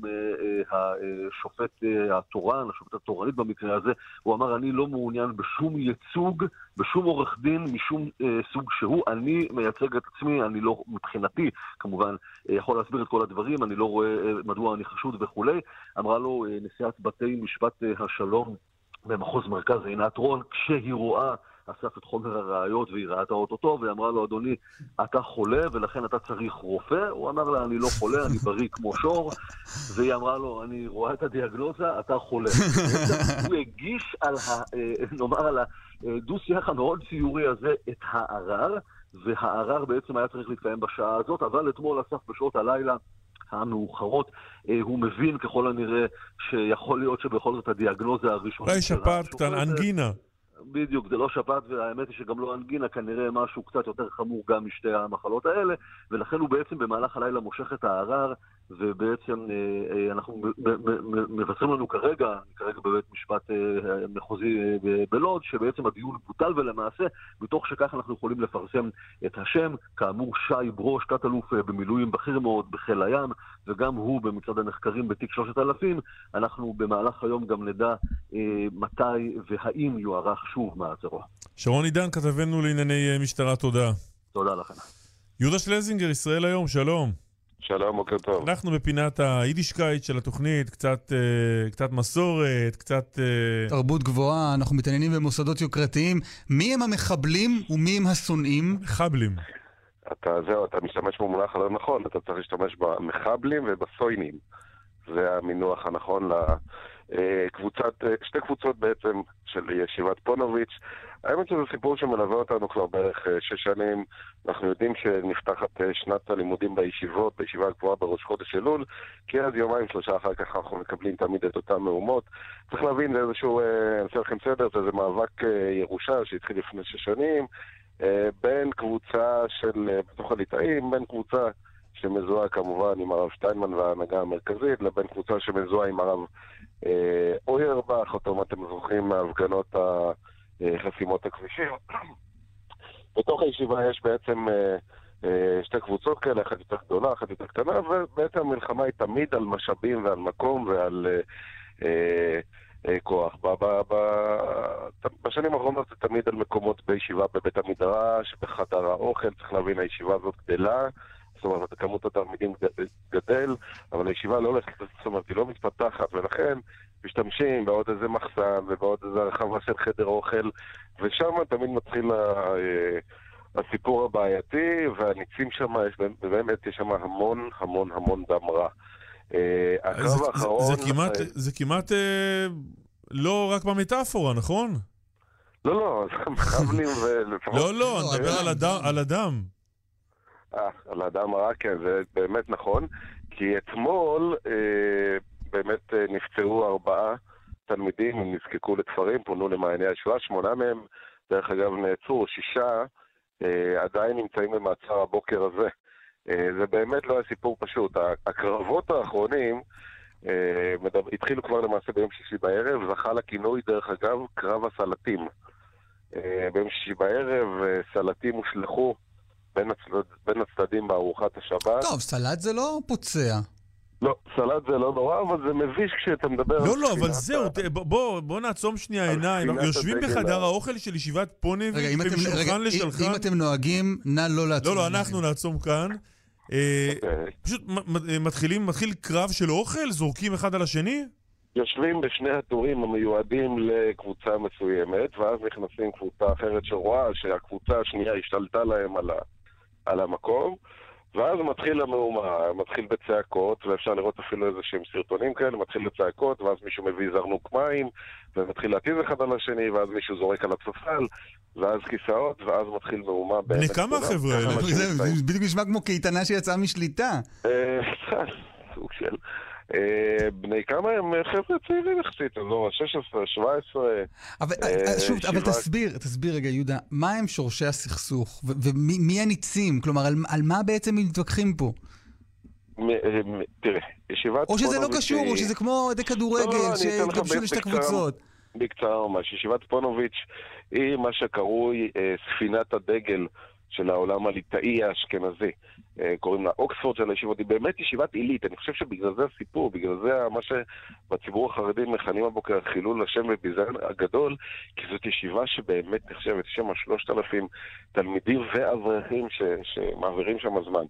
השופט התורן, השופט התורנית במקרה הזה, הוא אמר אני לא מעוניין בשום ייצוג, בשום עורך דין, משום סוג שהוא, אני מייצג את עצמי, אני לא מבחינתי כמובן יכול להסביר את כל הדברים, אני לא רואה מדוע אני חשוד וכולי. אמרה לו נשיאת בתי משפט השלום במחוז מרכז עינת רון, כשהיא רואה אסף את חומר הראיות והיא ראתה אותו טוב, והיא אמרה לו, אדוני, אתה חולה ולכן אתה צריך רופא. הוא אמר לה, אני לא חולה, אני בריא כמו שור. והיא אמרה לו, אני רואה את הדיאגנוזה, אתה חולה. הוא הגיש נאמר על הדו-שיח המאוד ציורי הזה את הערר, והערר בעצם היה צריך להתקיים בשעה הזאת, אבל אתמול אסף בשעות הלילה המאוחרות, הוא מבין ככל הנראה שיכול להיות שבכל זאת הדיאגנוזה הראשונה... אולי שפעת קטן, אנגינה. בדיוק, זה לא שפעת, והאמת היא שגם לא אנגינה, כנראה משהו קצת יותר חמור גם משתי המחלות האלה, ולכן הוא בעצם במהלך הלילה מושך את הערר, ובעצם אנחנו מבשרים לנו כרגע בבית משפט מחוזי בלוד, שבעצם הדיון בוטל, ולמעשה, בתוך שכך אנחנו יכולים לפרסם את השם, כאמור שי ברוש, תת-אלוף במילואים בכיר מאוד בחיל הים, וגם הוא במצעד הנחקרים בתיק 3000, אנחנו במהלך היום גם נדע מתי והאם יוארך שוב מעצרו. שרון עידן, כתבנו לענייני משטרה, תודה. תודה לכם. יהודה שלזינגר, ישראל היום, שלום. שלום, בוקר טוב. אנחנו בפינת היידישקייט של התוכנית, קצת מסורת, קצת... תרבות גבוהה, אנחנו מתעניינים במוסדות יוקרתיים. מי הם המחבלים ומי הם השונאים? מחבלים. אתה משתמש במונח הלא נכון, אתה צריך להשתמש במחבלים ובסוינים. זה המינוח הנכון שתי קבוצות בעצם של ישיבת פונוביץ'. האמת שזה סיפור שמלווה אותנו כבר בערך 6 שנים. אנחנו יודעים שנפתחת שנת הלימודים בישיבה הגבוהה בראש חודש אלול, כי אז 2-3 אחר כך אנחנו מקבלים תמיד את אותם מהומות. צריך להבין, זה איזשהו, אני אעשה לכם סדר, זה מאבק ירושה שהתחיל לפני 6 שנים, בין קבוצה של, בתוך הליטאים, בין קבוצה שמזוהה כמובן עם הרב שטיינמן וההנהגה המרכזית, לבין קבוצה שמזוהה עם הרב אוירבך, אותו אתם זוכרים מההפגנות חסימות הכבישים. בתוך הישיבה יש בעצם שתי קבוצות כאלה, אחת יותר גדולה, אחת יותר קטנה, ובעצם המלחמה היא תמיד על משאבים ועל מקום ועל כוח. בשנים האחרונות זה תמיד על מקומות בישיבה בבית המדרש, בחדר האוכל. צריך להבין, הישיבה הזאת גדלה, זאת אומרת, כמות התלמידים גדל, אבל הישיבה לא הולכת, זאת אומרת, היא לא מתפתחת, ולכן משתמשים בעוד איזה מחסן ובעוד איזה הרחבה של חדר אוכל, ושם תמיד מתחיל הסיפור הבעייתי, והניצים שם, באמת יש שם המון המון המון דם רע. הקרב האחרון... זה כמעט לא רק במטאפורה, נכון? לא, זה מחבלים לא, נדבר על אדם. על האדם הרע, כן, זה באמת נכון, כי אתמול באמת נפצעו 4 תלמידים, הם נזקקו לתפרים, פונו למעייני הישועה, 8 מהם דרך אגב נעצרו 6, עדיין נמצאים במעצר הבוקר הזה. זה באמת לא היה סיפור פשוט. הקרבות האחרונים התחילו כבר למעשה ביום שישי בערב, זכה לכינוי דרך אגב קרב הסלטים. ביום שישי בערב סלטים הושלחו בין הצדדים בארוחת השבת. טוב, סלט זה לא פוצע. לא, סלט זה לא נורא, אבל זה מביש כשאתה מדבר... לא, אבל זהו, בוא נעצום שנייה עיניים. יושבים בחדר האוכל של ישיבת פונביץ' ומשולחן לשלחן. אם אתם נוהגים, נא לא לעצום. לא, אנחנו נעצום כאן. פשוט מתחיל קרב של אוכל? זורקים אחד על השני? יושבים בשני הטורים המיועדים לקבוצה מסוימת, ואז נכנסים קבוצה אחרת שרואה שהקבוצה השנייה השתלטה להם על המקום, ואז מתחיל המהומה, מתחיל בצעקות, ואפשר לראות אפילו איזה שהם סרטונים כאלה, מתחיל בצעקות, ואז מישהו מביא זרנוק מים, ומתחיל להתיז אחד על השני, ואז מישהו זורק על הספסל, ואז כיסאות, ואז מתחיל מהומה. בני כמה חבר'ה האלה? זה בדיוק נשמע כמו קייטנה שיצאה משליטה. סוג של... בני כמה הם חבר'ה צעירים יחסית, אזור 16, 17. אבל תסביר רגע יהודה, מה הם שורשי הסכסוך ומי הניצים? כלומר, על מה בעצם מתווכחים פה? תראה, ישיבת... או שזה לא קשור, או שזה כמו עדי כדורגל שגבשו לשתי קבוצות. בקצרה ממש, ישיבת פונוביץ' היא מה שקרוי ספינת הדגל של העולם הליטאי האשכנזי. קוראים לה אוקספורד של הישיבות, היא באמת ישיבת עילית. אני חושב שבגלל זה הסיפור, בגלל זה מה שבציבור החרדי מכנים הבוקר חילול השם וביזיון הגדול, כי זאת ישיבה שבאמת נחשבת, יש שם 3,000 תלמידים ואברכים שמעבירים שם הזמן.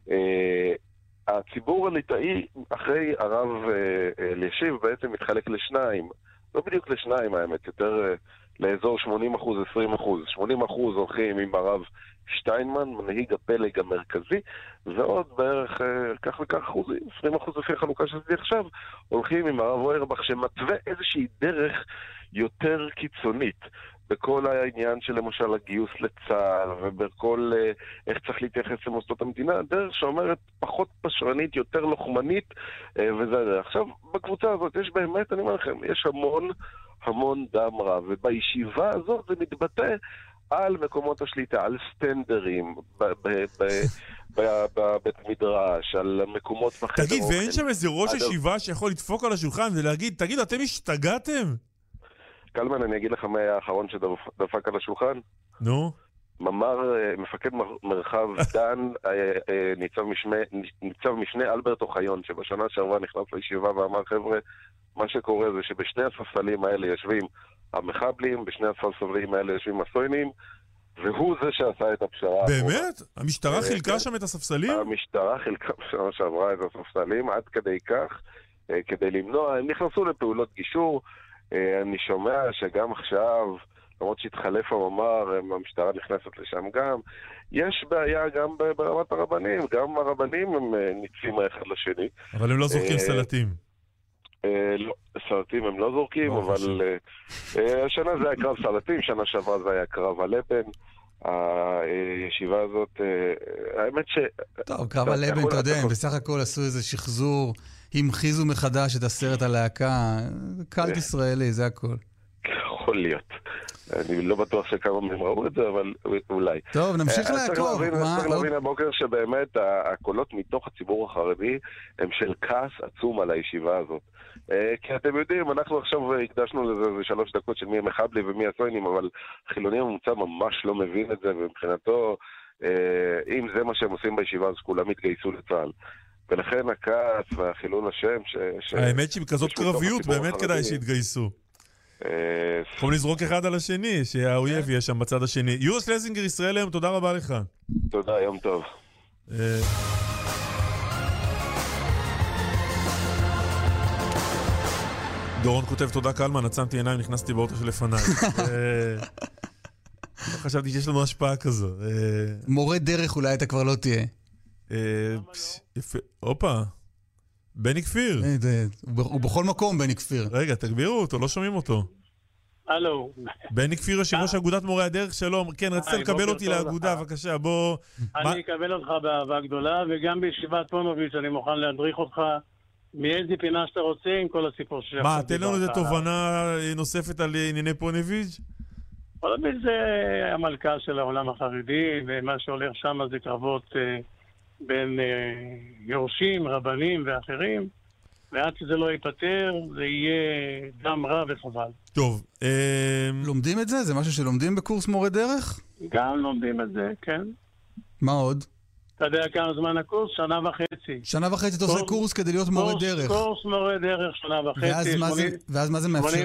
הציבור הליטאי אחרי הרב אלישיב בעצם מתחלק לשניים, לא בדיוק לשניים האמת, יותר לאזור 80%, 20%. 80% הולכים עם הרב שטיינמן, מנהיג הפלג המרכזי, ועוד בערך כך וכך אחוזים, 20% לפי החלוקה שעשיתי עכשיו, הולכים עם הרב אוירבך שמתווה איזושהי דרך יותר קיצונית בכל העניין של למשל הגיוס לצה"ל ובכל איך צריך להתייחס למוסדות המדינה, דרך שאומרת פחות פשרנית, יותר לוחמנית, וזה הדרך. עכשיו, בקבוצה הזאת יש באמת, אני אומר לכם, יש המון דם רע, ובישיבה הזאת זה מתבטא על מקומות השליטה, על סטנדרים, בבית מדרש, על מקומות בחדר. תגיד, ואין שם איזה ראש ישיבה שיכול לדפוק על השולחן ולהגיד, תגידו, אתם השתגעתם? קלמן, אני אגיד לך מה היה האחרון שדפק על השולחן? נו? מפקד מרחב דן, ניצב משנה אלברט אוחיון, שבשנה שעברה נכנס לישיבה ואמר, חבר'ה, מה שקורה זה שבשני הספסלים האלה יושבים המחבלים, בשני הספסלים האלה יושבים הסוינים, והוא זה שעשה את הפשרה. באמת? המשטרה חילקה שם את הספסלים? המשטרה חילקה בשנה שעברה את הספסלים, עד כדי כך, כדי למנוע, הם נכנסו לפעולות גישור, אני שומע שגם עכשיו, למרות שהתחלף המאמר, המשטרה נכנסת לשם גם, יש בעיה גם ברמת הרבנים, גם הרבנים הם ניצים האחד לשני. אבל הם לא זורקים סלטים. לא, סלטים הם לא זורקים, אבל השנה זה היה קרב סלטים, שנה שעברה זה היה קרב הלבן. הישיבה הזאת, האמת ש... טוב, קרב הלבן, אתה יודע, בסך הכל עשו איזה שחזור, המחיזו מחדש את הסרט הלהקה, קלט ישראלי, זה הכל. יכול להיות. אני לא בטוח שכמה מהם ראו את זה, אבל אולי. טוב, נמשיך לעקוב. צריך להבין הבוקר שבאמת הקולות מתוך הציבור החרדי הם של כעס עצום על הישיבה הזאת. כי אתם יודעים, אנחנו עכשיו הקדשנו לזה 3 דקות של מי המחבלי ומי הסוינים, אבל החילוני המומצא ממש לא מבין את זה, ומבחינתו, אם זה מה שהם עושים בישיבה, אז כולם התגייסו לצה"ל. ולכן הכעס והחילול השם האמת שבכזאת קרביות באמת כדאי שהתגייסו. יכולים לזרוק אחד על השני, שהאויב יהיה שם בצד השני. יהודה שלזינגר, ישראל היום, תודה רבה לך. תודה, יום טוב. דורון כותב, תודה קלמן, עצמתי עיניים, נכנסתי באוטו שלפניי. לא חשבתי שיש לנו השפעה כזו. מורה דרך אולי אתה כבר לא תהיה. יפה, אופה. בני כפיר. הוא בכל מקום בני כפיר. רגע, תגבירו אותו, לא שומעים אותו. הלו. בני כפיר, יושב ראש אגודת מורי הדרך, שלום. כן, רצית לקבל אותי לאגודה, בבקשה, בוא. אני אקבל אותך באהבה גדולה, וגם בישיבת פונוביץ' אני מוכן להדריך אותך מאיזה פינה שאתה רוצה עם כל הסיפור שלך. מה, תן לנו איזה תובנה נוספת על ענייני פונוביץ'? פוניביץ' זה המלכה של העולם החרדי, ומה שהולך שם זה קרבות בין יורשים, רבנים ואחרים, ועד שזה לא ייפטר, זה יהיה דם רע וחבל. טוב. לומדים את זה? זה משהו שלומדים בקורס מורה דרך? גם לומדים את זה, כן. מה עוד? אתה יודע כמה זמן הקורס? 1.5 שנה. שנה וחצי אתה עושה קורס כדי להיות מורה דרך. קורס מורה דרך, 1.5 שנה. ואז מה זה מאפשר?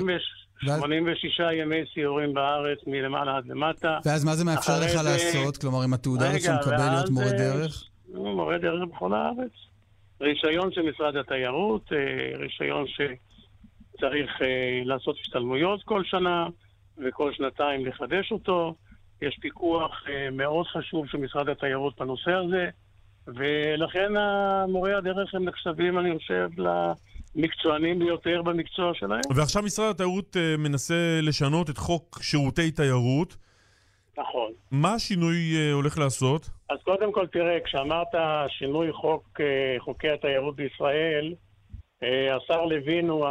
86 ימי סיורים בארץ, מלמעלה עד למטה. ואז מה זה מאפשר לך לעשות? כלומר, עם התעודה הזאת שמקבל להיות מורה דרך? מורה דרך בכל הארץ. רישיון של משרד התיירות, רישיון שצריך לעשות השתלמויות כל שנה, וכל שנתיים לחדש אותו. יש פיקוח מאוד חשוב של משרד התיירות בנושא הזה, ולכן המורי הדרך הם נחשבים, אני חושב, למקצוענים ביותר במקצוע שלהם. ועכשיו משרד התיירות מנסה לשנות את חוק שירותי תיירות. נכון. מה השינוי הולך לעשות? אז קודם כל תראה, כשאמרת שינוי חוקי התיירות בישראל, השר לוין הוא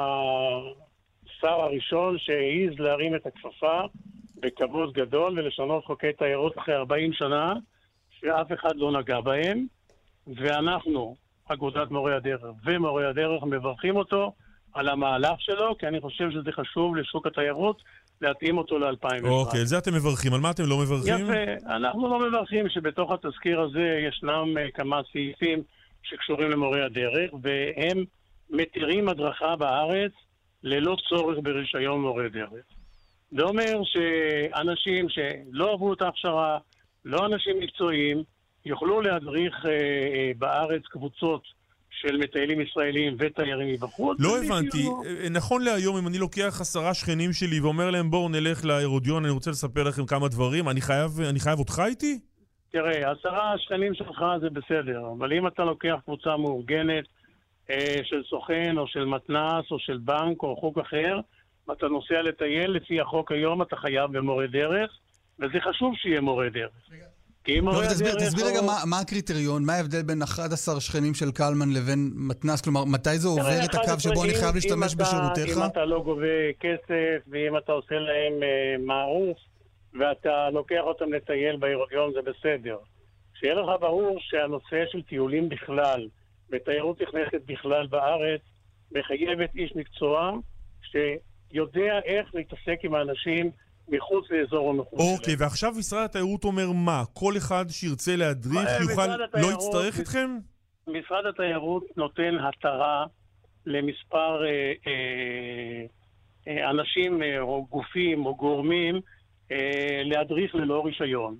השר הראשון שהעיז להרים את הכפפה בכבוד גדול ולשנות חוקי תיירות אחרי 40 שנה שאף אחד לא נגע בהם, ואנחנו, אגודת מורי הדרך ומורי הדרך, מברכים אותו על המהלך שלו, כי אני חושב שזה חשוב לשוק התיירות להתאים אותו ל-2017. אוקיי, זה אתם מברכים. על מה אתם לא מברכים? יפה, אנחנו לא מברכים שבתוך התזכיר הזה ישנם כמה סעיפים שקשורים למורי הדרך, והם מתירים הדרכה בארץ ללא צורך ברישיון מורי דרך. זה אומר שאנשים שלא עברו את ההכשרה, לא אנשים מקצועיים, יוכלו להדריך בארץ קבוצות של מטיילים ישראלים ותיירים מבחוץ. לא הבנתי. נכון להיום, אם אני לוקח 10 שכנים שלי ואומר להם בואו נלך לאירודיון, אני רוצה לספר לכם כמה דברים, אני חייב אותך איתי? תראה, 10 שכנים שלך זה בסדר, אבל אם אתה לוקח קבוצה מאורגנת של סוכן או של מתנ"ס או של בנק או חוק אחר, אתה נוסע לטייל, לפי החוק היום אתה חייב במורה דרך, וזה חשוב שיהיה מורה דרך. תסביר רגע מה הקריטריון, מה ההבדל בין 11 שכנים של קלמן לבין מתנ"ס, כלומר מתי זה עובר את הקו שבו אני חייב להשתמש בשירותיך? אם אתה לא גובה כסף, ואם אתה עושה להם מערוף, ואתה לוקח אותם לטייל באירודיון, זה בסדר. שיהיה לך ברור שהנושא של טיולים בכלל, בתיירות נכנסת בכלל בארץ, מחייבת איש מקצוע שיודע איך להתעסק עם האנשים מחוץ לאזור הנוחות שלהם. אוקיי, ועכשיו משרד התיירות אומר מה? כל אחד שירצה להדריך יוכל, לא יצטרך אתכם? משרד התיירות נותן התרה למספר אנשים או גופים או גורמים להדריך ללא רישיון.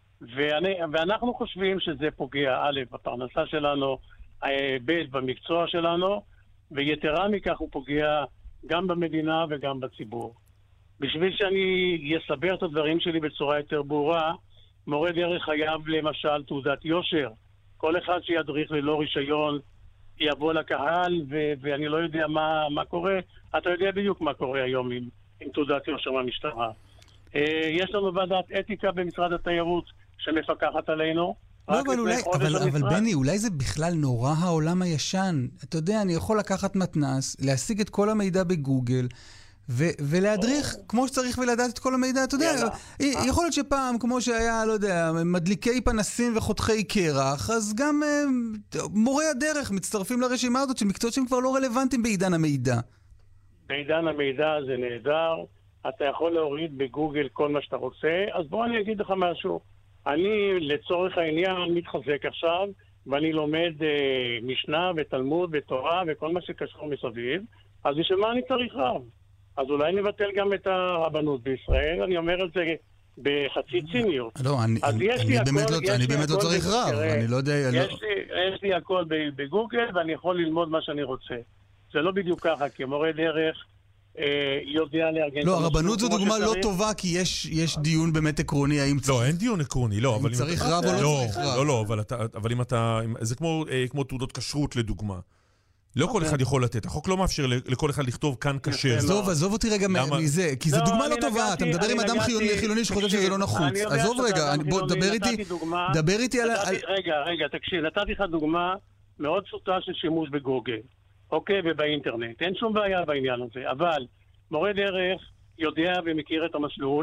ואנחנו חושבים שזה פוגע א' בפרנסה שלנו, ב' במקצוע שלנו, ויתרה מכך הוא פוגע גם במדינה וגם בציבור. בשביל שאני אסבר את הדברים שלי בצורה יותר ברורה, מורה דרך חייב למשל תעודת יושר. כל אחד שידריך ללא רישיון יבוא לקהל, ואני לא יודע מה קורה. אתה יודע בדיוק מה קורה היום עם תעודת יושר מהמשטרה. יש לנו ועדת אתיקה במשרד התיירות שמפקחת עלינו. לא, אבל בני, אולי זה בכלל נורא העולם הישן. אתה יודע, אני יכול לקחת מתנ"ס, להשיג את כל המידע בגוגל, ולהדריך כמו שצריך ולדעת את כל המידע. אתה יודע, יכול להיות שפעם, כמו שהיה, לא יודע, מדליקי פנסים וחותכי קרח, אז גם מורי הדרך מצטרפים לרשימה הזאת של מקצועות שהם כבר לא רלוונטיים בעידן המידע. בעידן המידע זה נהדר, אתה יכול להוריד בגוגל כל מה שאתה רוצה, אז בוא אני אגיד לך משהו. אני לצורך העניין מתחזק עכשיו, ואני לומד משנה ותלמוד ותורה וכל מה שקשור מסביב, אז בשביל מה אני צריך רב? אז אולי נבטל גם את הרבנות בישראל, אני אומר את זה בחצי ציניות. לא, אני באמת לא צריך רב, אני לא יודע... יש לי הכל בגוגל ואני יכול ללמוד מה שאני רוצה. זה לא בדיוק ככה, כי מורה דרך יודע לארגן... לא, הרבנות זו דוגמה לא טובה, כי יש דיון באמת עקרוני, האם צריך... לא, אין דיון עקרוני, לא. אם צריך רב או לא צריך רב. לא, אבל אם אתה... זה כמו תעודות כשרות לדוגמה. לא כל אחד יכול לתת. החוק לא מאפשר לכל אחד לכתוב כאן כשר. עזוב אותי רגע מזה, כי זו דוגמה לא טובה. אתה מדבר עם אדם חילוני שחושב שזה לא נחוץ. עזוב רגע, בוא, דבר איתי על... רגע, תקשיב, נתתי לך דוגמה מאוד פשוטה של שימוש בגוגל, אוקיי, ובאינטרנט. אין שום בעיה בעניין הזה, אבל מורה דרך יודע ומכיר את המסלול,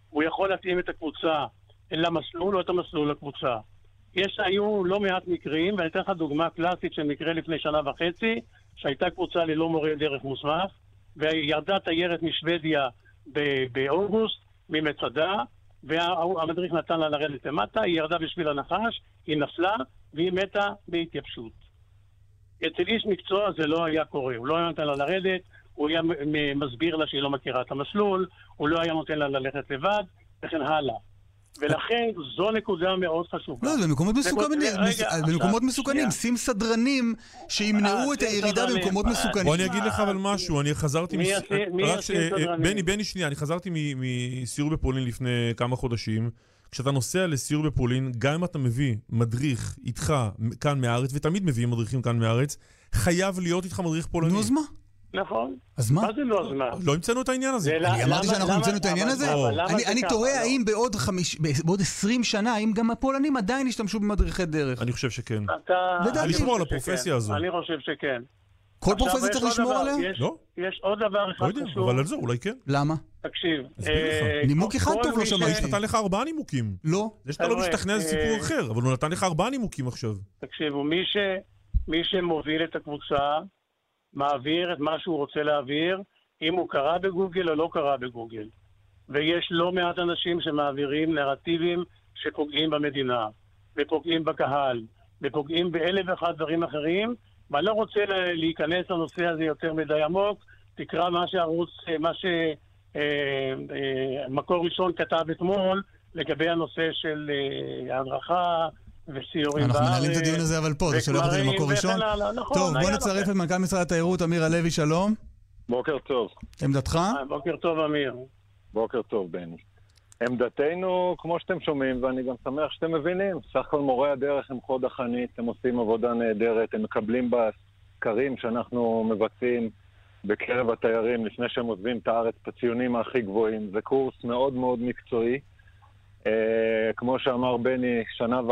הוא יכול להתאים את הקבוצה למסלול או את המסלול לקבוצה. היו לא מעט מקרים, ואני אתן לך דוגמה קלאסית של מקרה לפני 1.5 שנה, שהייתה קבוצה ללא מורה דרך מוסמך, וירדה תיירת משוודיה באוגוסט, ממצדה, והמדריך נתן לה לרדת למטה, היא ירדה בשביל הנחש, היא נפלה, והיא מתה בהתייבשות. אצל איש מקצוע זה לא היה קורה, הוא לא היה נותן לה לרדת, הוא היה מסביר לה שהיא לא מכירה את המסלול, הוא לא היה נותן לה ללכת לבד, וכן הלאה. ולכן זו נקודה מאוד חשובה. לא, במקומות מסוכנים, שים סדרנים שימנעו את הירידה במקומות מסוכנים. בוא אני אגיד לך אבל משהו, אני חזרתי... בני, שנייה, אני חזרתי מסיור בפולין לפני כמה חודשים. כשאתה נוסע לסיור בפולין, גם אם אתה מביא מדריך איתך כאן מהארץ, ותמיד מביאים מדריכים כאן מהארץ, חייב להיות איתך מדריך פולני. נו, אז מה? נכון. אז מה? מה זה לא אז מה? לא המצאנו את העניין הזה. אני אמרתי שאנחנו המצאנו את העניין הזה? אני תוהה האם בעוד 20 שנה, האם גם הפולנים עדיין ישתמשו במדריכי דרך. אני חושב שכן. אני לשמור על הפרופסיה הזו. אני חושב שכן. כל פרופסיה צריך לשמור עליה? לא. יש עוד דבר אחד חשוב. אבל על זה אולי כן. למה? תקשיב. נימוק אחד טוב לא שמעתי. האיש נתן לך 4 נימוקים. לא. זה שאתה לא משתכנע זה סיפור אחר, אבל הוא נתן לך 4 נימוקים עכשיו. תקשיבו, מי שמוביל את הקבוצה, מעביר את מה שהוא רוצה להעביר, אם הוא קרא בגוגל או לא קרא בגוגל. ויש לא מעט אנשים שמעבירים נרטיבים שפוגעים במדינה, ופוגעים בקהל, ופוגעים באלף ואחד דברים אחרים, ואני לא רוצה להיכנס לנושא הזה יותר מדי עמוק, תקרא מה מקור ראשון כתב אתמול, לגבי הנושא של הדרכה, וסיורים בארץ. אנחנו מנהלים את הדיון הזה אבל פה, זה שולח אותי למקור ראשון. טוב, בוא נצרף את מנכ"ל משרד התיירות, אמיר הלוי, שלום. בוקר טוב. עמדתך? בוקר טוב, אמיר. בוקר טוב, בני. עמדתנו, כמו שאתם שומעים, ואני גם שמח שאתם מבינים, סך הכל מורי הדרך הם חוד החנית, הם עושים עבודה נהדרת, הם מקבלים בסקרים שאנחנו מבצעים בקרב התיירים לפני שהם עוזבים את הארץ את הציונים הכי גבוהים. זה קורס מאוד מאוד מקצועי. כמו שאמר בני, 1.5 שנה,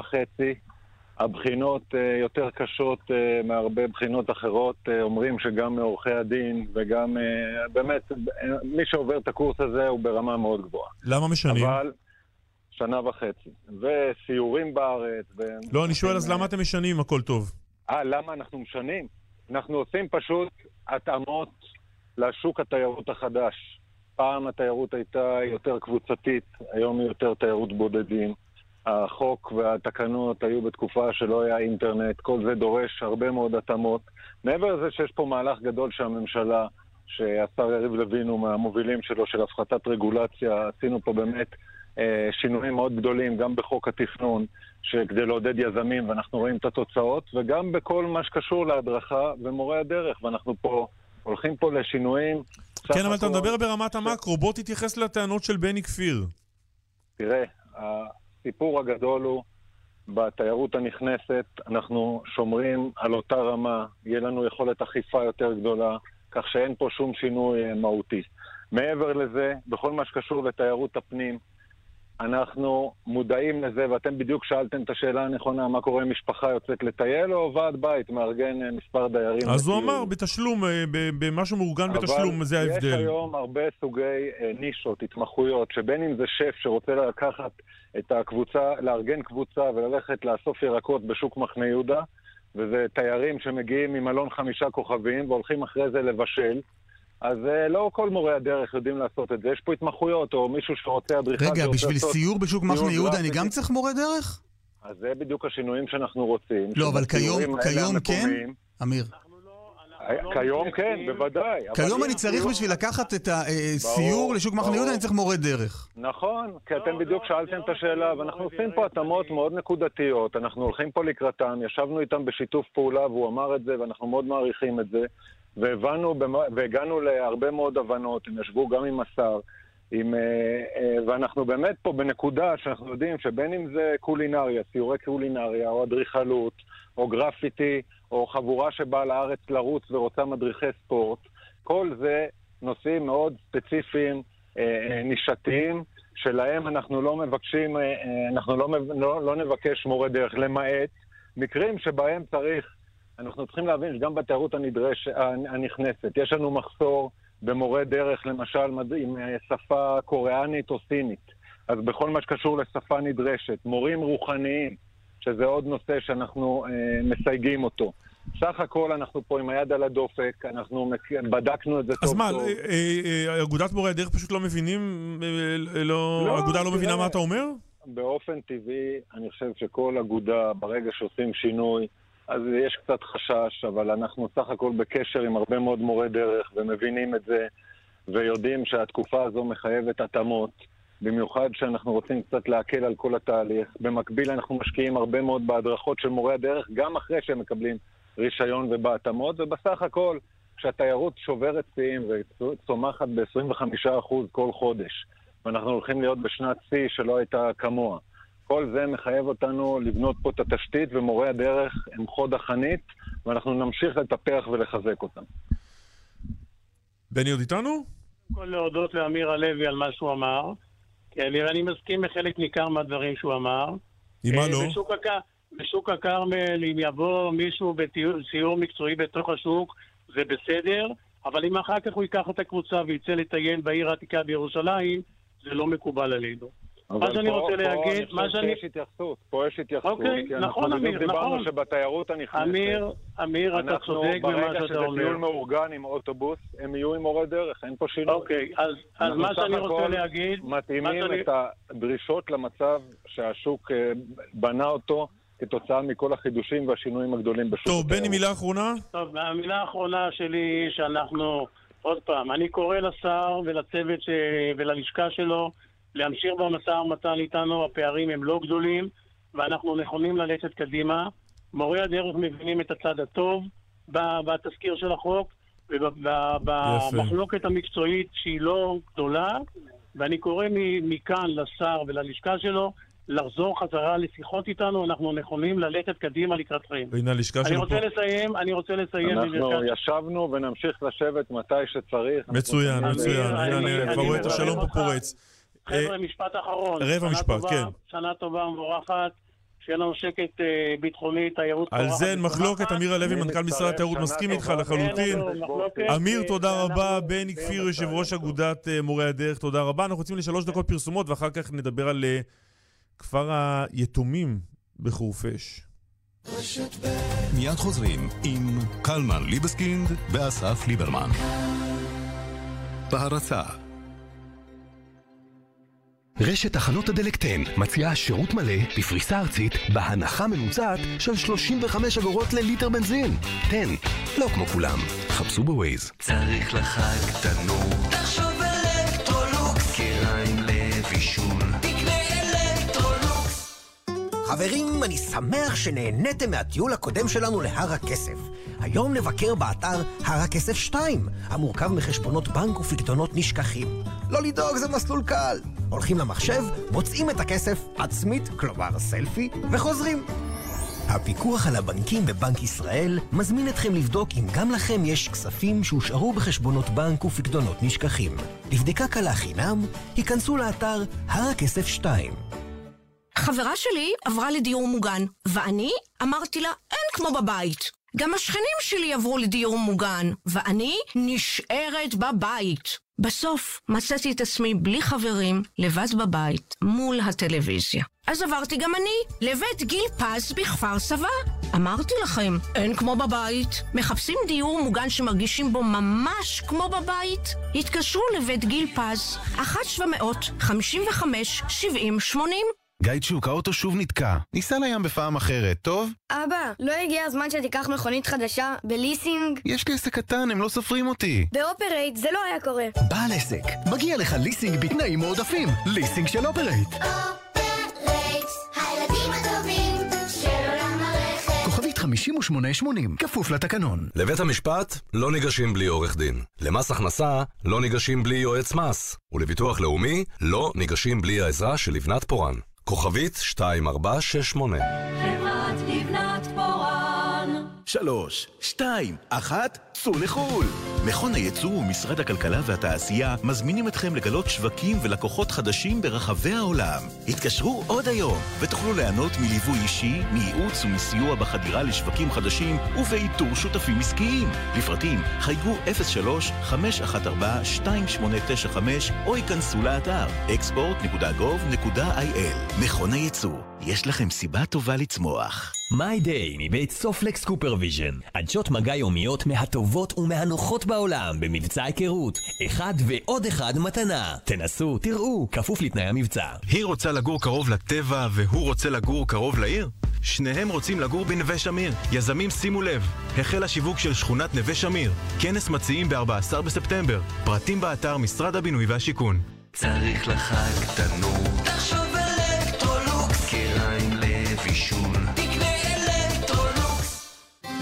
הבחינות יותר קשות מהרבה בחינות אחרות, אומרים שגם מעורכי הדין וגם באמת מי שעובר את הקורס הזה הוא ברמה מאוד גבוהה. למה משנים? אבל 1.5 שנה, וסיורים בארץ לא, אני שואל אז למה אתם משנים אם הכל טוב? למה אנחנו משנים? אנחנו עושים פשוט התאמות לשוק התיירות החדש. פעם התיירות הייתה יותר קבוצתית, היום היא יותר תיירות בודדים. החוק והתקנות היו בתקופה שלא היה אינטרנט, כל זה דורש הרבה מאוד התאמות. מעבר לזה שיש פה מהלך גדול שהממשלה, שהשר יריב לוין הוא מהמובילים שלו של הפחתת רגולציה, עשינו פה באמת שינויים מאוד גדולים, גם בחוק התכנון, שכדי לעודד יזמים, ואנחנו רואים את התוצאות, וגם בכל מה שקשור להדרכה ומורי הדרך, ואנחנו פה הולכים פה לשינויים. כן, אבל אתה מדבר ברמת המקרו, בוא תתייחס לטענות של בני כפיר. תראה, הסיפור הגדול הוא, בתיירות הנכנסת, אנחנו שומרים על אותה רמה, יהיה לנו יכולת אכיפה יותר גדולה, כך שאין פה שום שינוי מהותי. מעבר לזה, בכל מה שקשור לתיירות הפנים, אנחנו מודעים לזה, ואתם בדיוק שאלתם את השאלה הנכונה, מה קורה אם משפחה יוצאת לטייל או ועד בית, מארגן מספר דיירים. אז הוא אמר, בתשלום, במשהו מאורגן בתשלום, זה ההבדל. אבל יש היום הרבה סוגי נישות, התמחויות, שבין אם זה שף שרוצה לקחת את הקבוצה, לארגן קבוצה וללכת לאסוף ירקות בשוק מחנה יהודה, וזה תיירים שמגיעים ממלון 5 כוכבים והולכים אחרי זה לבשל, אז לא כל מורי הדרך יודעים לעשות את זה. יש פה התמחויות, או מישהו שרוצה אדריכל... רגע, בשביל סיור בשוק מחנה יהודה אני גם צריך מורה דרך? אז זה בדיוק השינויים שאנחנו רוצים. לא, אבל כיום כן? אמיר. כיום כן, בוודאי. כיום אני צריך בשביל לקחת את הסיור לשוק מחנה יהודה, אני צריך מורה דרך. נכון, כי אתם בדיוק שאלתם את השאלה, ואנחנו עושים פה התאמות מאוד נקודתיות, אנחנו הולכים פה לקראתם, ישבנו איתם בשיתוף פעולה, והוא אמר את זה, ואנחנו מאוד מעריכים את זה. והגענו להרבה מאוד הבנות, הם ישבו גם עם השר, ואנחנו באמת פה בנקודה שאנחנו יודעים שבין אם זה קולינריה, סיורי קולינריה, או אדריכלות, או גרפיטי, או חבורה שבאה לארץ לרוץ ורוצה מדריכי ספורט, כל זה נושאים מאוד ספציפיים, נישתיים, שלהם אנחנו לא מבקשים, אנחנו לא נבקש מורה דרך, למעט מקרים שבהם צריך, אנחנו צריכים להבין שגם בתיירות הנכנסת, יש לנו מחסור במורה דרך, למשל עם שפה קוריאנית או סינית. אז בכל מה שקשור לשפה נדרשת, מורים רוחניים, שזה עוד נושא שאנחנו מסייגים אותו. סך הכל אנחנו פה עם היד על הדופק, אנחנו בדקנו את זה טוב טוב. אז מה, אגודת מורי הדרך פשוט לא מבינים? האגודה לא מבינה מה אתה אומר? באופן טבעי, אני חושב שכל אגודה, ברגע שעושים שינוי, אז יש קצת חשש, אבל אנחנו סך הכל בקשר עם הרבה מאוד מורי דרך, ומבינים את זה, ויודעים שהתקופה הזו מחייבת התאמות, במיוחד שאנחנו רוצים קצת להקל על כל התהליך. במקביל אנחנו משקיעים הרבה מאוד בהדרכות של מורי הדרך, גם אחרי שהם מקבלים רישיון ובהתאמות, ובסך הכל, כשהתיירות שוברת שיאים וצומחת ב-25% כל חודש, ואנחנו הולכים להיות בשנת שיא שלא הייתה כמוה. כל זה מחייב אותנו לבנות פה את התשתית, ומורי הדרך הם חוד החנית, ואנחנו נמשיך לטפח ולחזק אותם. בני עוד איתנו? כל להודות לאמיר הלוי על מה שהוא אמר. אני מסכים בחלק ניכר מהדברים שהוא אמר. עם מה לא? בשוק הכרמל, אם יבוא מישהו בסיור מקצועי בתוך השוק, זה בסדר, אבל אם אחר כך הוא ייקח את הקבוצה ויצא לטייל בעיר העתיקה בירושלים, זה לא מקובל עלינו. מה שאני רוצה להגיד, פה יש התייחסות, כי אנחנו דיברנו שבתיירות הנכנסת, אמיר, אתה צודק במה שאתה אומר. ברגע שזה טיול מאורגן עם אוטובוס, הם יהיו עם מורי דרך, אין פה שינוי. אוקיי, אז מה שאני רוצה להגיד, מתאימים את הדרישות למצב שהשוק בנה אותו, כתוצאה מכל החידושים והשינויים הגדולים בשוק. טוב, בני, מילה אחרונה? טוב, המילה האחרונה שלי היא שאנחנו, עוד פעם, אני קורא לשר ולצוות וללשכה שלו, להמשיך במשא ומתן איתנו, הפערים הם לא גדולים, ואנחנו נכונים ללכת קדימה. מורי הדרך מבינים את הצד הטוב בתזכיר של החוק, ובמחלוקת המקצועית שהיא לא גדולה, ואני קורא מכאן לשר וללשכה שלו, לחזור חזרה לשיחות איתנו, אנחנו נכונים ללכת קדימה לקראתכם. אני רוצה לסיים. אנחנו ישבנו ונמשיך לשבת מתי שצריך. מצוין. אני כבר רואה את השלום פה פורץ. חבר'ה, משפט אחרון. רבע משפט, כן. שנה טובה ומבורכת, שיהיה לנו שקט ביטחוני, תיירות. על זה אין מחלוקת, אמיר הלוי, מנכ"ל משרד התיירות, מסכים איתך לחלוטין. אמיר, תודה רבה. בני כפיר, יושב ראש אגודת מורי הדרך, תודה רבה. אנחנו רוצים ל3 דקות פרסומות, ואחר כך נדבר על כפר היתומים בחורפיש. מיד חוזרים עם קלמן ליבסקינד ואסף ליברמן. בהרצה רשת תחנות הדלק 10 מציעה שירות מלא בפריסה ארצית בהנחה ממוצעת של 35 אגורות לליטר בנזין. 10, לא כמו כולם. חפשו בווייז. צריך לך קטנות, תחשוב אלקטרולוקס, קיריים לבישול, תקנה אלקטרולוקס. חברים, אני שמח שנהניתם מהטיול הקודם שלנו להר הכסף. היום נבקר באתר הר הכסף 2, המורכב מחשבונות בנק ופקדונות נשכחים. לא לדאוג, זה מסלול קל. הולכים למחשב, מוצאים את הכסף עצמית, כלומר סלפי, וחוזרים. הפיקוח על הבנקים בבנק ישראל מזמין אתכם לבדוק אם גם לכם יש כספים שהושארו בחשבונות בנק ופקדונות נשכחים. לבדיקה קלה חינם, היכנסו לאתר הר הכסף 2. חברה שלי עברה לדיור מוגן, ואני אמרתי לה, אין כמו בבית. גם השכנים שלי עברו לדיור מוגן, ואני נשארת בבית. בסוף מצאתי את עצמי בלי חברים, לבד בבית, מול הטלוויזיה. אז עברתי גם אני לבית גיל פז בכפר סבא. אמרתי לכם, אין כמו בבית. מחפשים דיור מוגן שמרגישים בו ממש כמו בבית? התקשרו לבית גיל פז, 1-755-70-80. גיא צ'וק, האוטו שוב נתקע. ניסע לים בפעם אחרת, טוב? אבא, לא הגיע הזמן שתיקח מכונית חדשה בליסינג? יש לי עסק קטן, הם לא סופרים אותי. באופרייט זה לא היה קורה. בעל עסק, מגיע לך ליסינג בתנאים מועדפים. ליסינג של אופרייט. אופרייט, הילדים הטובים של עולם הרכב. כוכבית 5880, כפוף לתקנון. לבית המשפט לא ניגשים בלי עורך דין. למס הכנסה לא ניגשים בלי יועץ מס. ולביטוח לאומי לא ניגשים בלי העזרה של לבנת פורן. כוכבית 2468. חברת לבנת פורן. 3, 2, 1, צאו לחול! מכון הייצוא ומשרד הכלכלה והתעשייה מזמינים אתכם לגלות שווקים ולקוחות חדשים ברחבי העולם. התקשרו עוד היום ותוכלו ליהנות מליווי אישי, מייעוץ ומסיוע בחדירה לשווקים חדשים ובאיתור שותפים עסקיים. לפרטים חייגו 03-514-2895 או ייכנסו לאתר export.gov.il. מכון הייצוא, יש לכם סיבה טובה לצמוח. My Day מבית סופלקס קופרוויז'ן. עדשות מגע יומיות מהטובות ומהנוחות בעולם במבצע היכרות. אחד ועוד אחד מתנה. תנסו, תראו, כפוף לתנאי המבצע. היא רוצה לגור קרוב לטבע והוא רוצה לגור קרוב לעיר? שניהם רוצים לגור בנווה שמיר. יזמים שימו לב, החל השיווק של שכונת נווה שמיר. כנס מציעים ב-14 בספטמבר. פרטים באתר משרד הבינוי והשיכון. צריך לחג תנור, תחשוב אלקטרולוקס, קריים לבישול, תקנה אלקטרולוקס.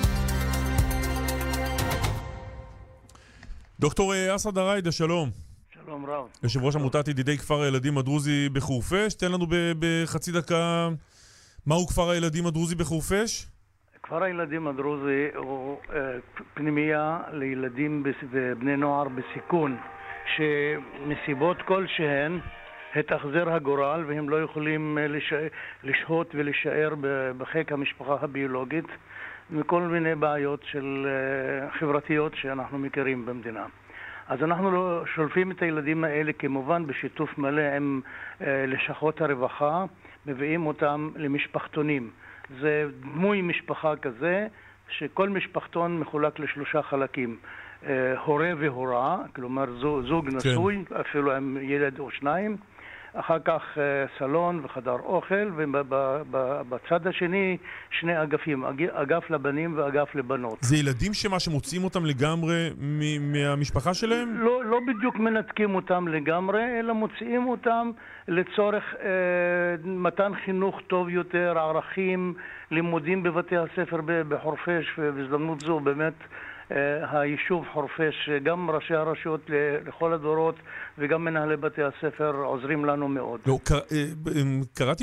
דוקטור אסד הריידה, שלום. שלום רב. יושב ראש עמותת ידידי כפר הילדים הדרוזי בחורפיש. תן לנו בחצי דקה מהו כפר הילדים הדרוזי בחורפיש? כפר הילדים הדרוזי הוא פנימייה לילדים ובני נוער בסיכון, שמסיבות כלשהן התאכזר הגורל והם לא יכולים לשהות ולשאר בחיק המשפחה הביולוגית מכל מיני בעיות של חברתיות שאנחנו מכירים במדינה. אז אנחנו שולפים את הילדים האלה כמובן בשיתוף מלא עם לשכות הרווחה, מביאים אותם למשפחתונים. זה דמוי משפחה כזה שכל משפחתון מחולק ל3 חלקים. הורה והורה, כלומר זוג נשוי, אפילו עם ילד או 2, אחר כך סלון וחדר אוכל, ובצד השני 2 אגפים, אגף לבנים ואגף לבנות. זה ילדים שמוצאים אותם לגמרי מהמשפחה שלהם? לא בדיוק מנתקים אותם לגמרי, אלא מוצאים אותם לצורך מתן חינוך טוב יותר, ערכים, לימודים בבתי הספר בחורפיש, ובהזדמנות זו באמת היישוב חורפיש, גם ראשי הרשויות לכל הדורות וגם מנהלי בתי הספר עוזרים לנו מאוד. קראתי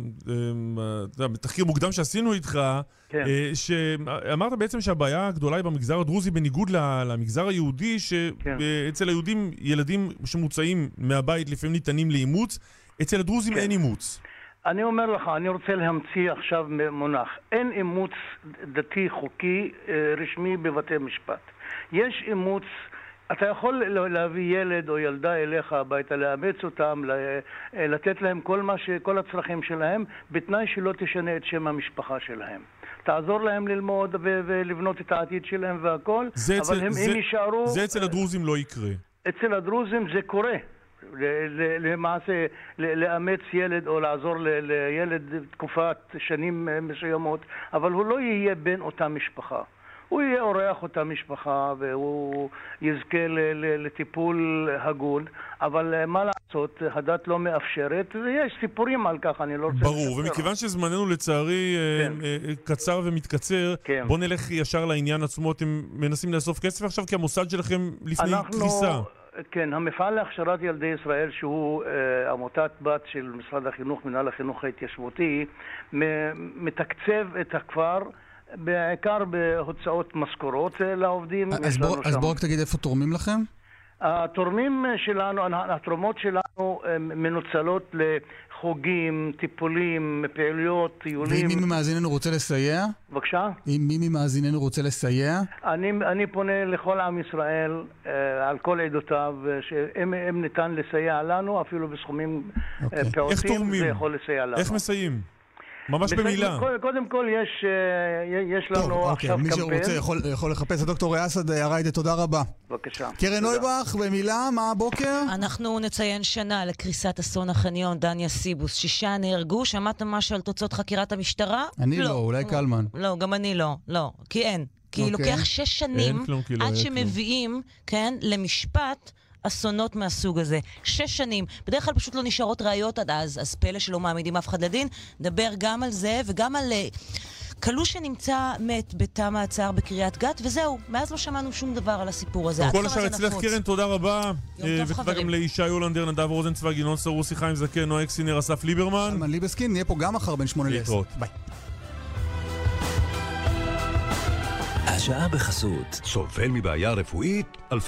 בתחקיר מוקדם שעשינו איתך, שאמרת בעצם שהבעיה הגדולה היא במגזר הדרוזי בניגוד למגזר היהודי, שאצל היהודים ילדים שמוצאים מהבית לפעמים ניתנים לאימוץ, אצל הדרוזים אין אימוץ. אני אומר לך, אני רוצה להמציא עכשיו מונח. אין אימוץ דתי חוקי רשמי בבתי משפט. יש אימוץ, אתה יכול להביא ילד או ילדה אליך הביתה, לאמץ אותם, לתת להם כל הצרכים שלהם, בתנאי שלא תשנה את שם המשפחה שלהם. תעזור להם ללמוד ולבנות את העתיד שלהם והכל, אבל הם יישארו... זה אצל הדרוזים לא יקרה. אצל הדרוזים זה קורה. למעשה לאמץ ילד או לעזור לילד תקופת שנים מסוימות, אבל הוא לא יהיה בן אותה משפחה. הוא יהיה אורח אותה משפחה והוא יזכה לטיפול הגון, אבל מה לעשות, הדת לא מאפשרת, ויש סיפורים על כך, אני לא רוצה... ברור, ומכיוון שזמננו לצערי קצר ומתקצר, בוא נלך ישר לעניין עצמו. אתם מנסים לאסוף כסף עכשיו כי המוסד שלכם לפני קריסה. כן, המפעל להכשרת ילדי ישראל, שהוא עמותת בת של משרד החינוך, מנהל החינוך ההתיישבותי, מתקצב את הכפר בעיקר בהוצאות משכורות לעובדים. אז בואו רק תגיד איפה תורמים לכם? התורמים שלנו, התרומות שלנו מנוצלות לחוגים, טיפולים, פעילויות, טיולים. ואם מי ממאזיננו רוצה לסייע? בבקשה? אם מי ממאזיננו רוצה לסייע? אני פונה לכל עם ישראל, על כל עדותיו, שאם ניתן לסייע לנו, אפילו בסכומים פעוטים, זה יכול לסייע לנו. איך מסייעים? ממש במילה. קודם כל יש לנו עכשיו קמפיין. מי שרוצה יכול לחפש. הדוקטור אסד הריידה, תודה רבה. בבקשה. קרן נויבך, במילה, מה הבוקר? אנחנו נציין שנה לקריסת אסון החניון, דניה סיבוס. 6 נהרגו. שמעת משהו על תוצאות חקירת המשטרה? אני לא, אולי קלמן. לא, גם אני לא. כי אין. כי לוקח 6 שנים עד שמביאים, למשפט אסונות מהסוג הזה. 6 שנים. בדרך כלל פשוט לא נשארות ראיות עד אז פלא שלא מעמידים אף אחד לדין. נדבר גם על זה וגם על כלוא שנמצא מת בתא מעצר בקריית גת, וזהו. מאז לא שמענו שום דבר על הסיפור הזה. כל השאר אצלך קרן, תודה רבה. ותודה גם לישי הולנדר, נדב רוזנצוויג, גינון סרוסי, חיים זקן, נועה אקסינר, אסף ליברמן. שלמן ליבסקין, נהיה פה גם מחר בין 8 ל-10. ביי. השעה בחסות. סובל מבעיה רפואית?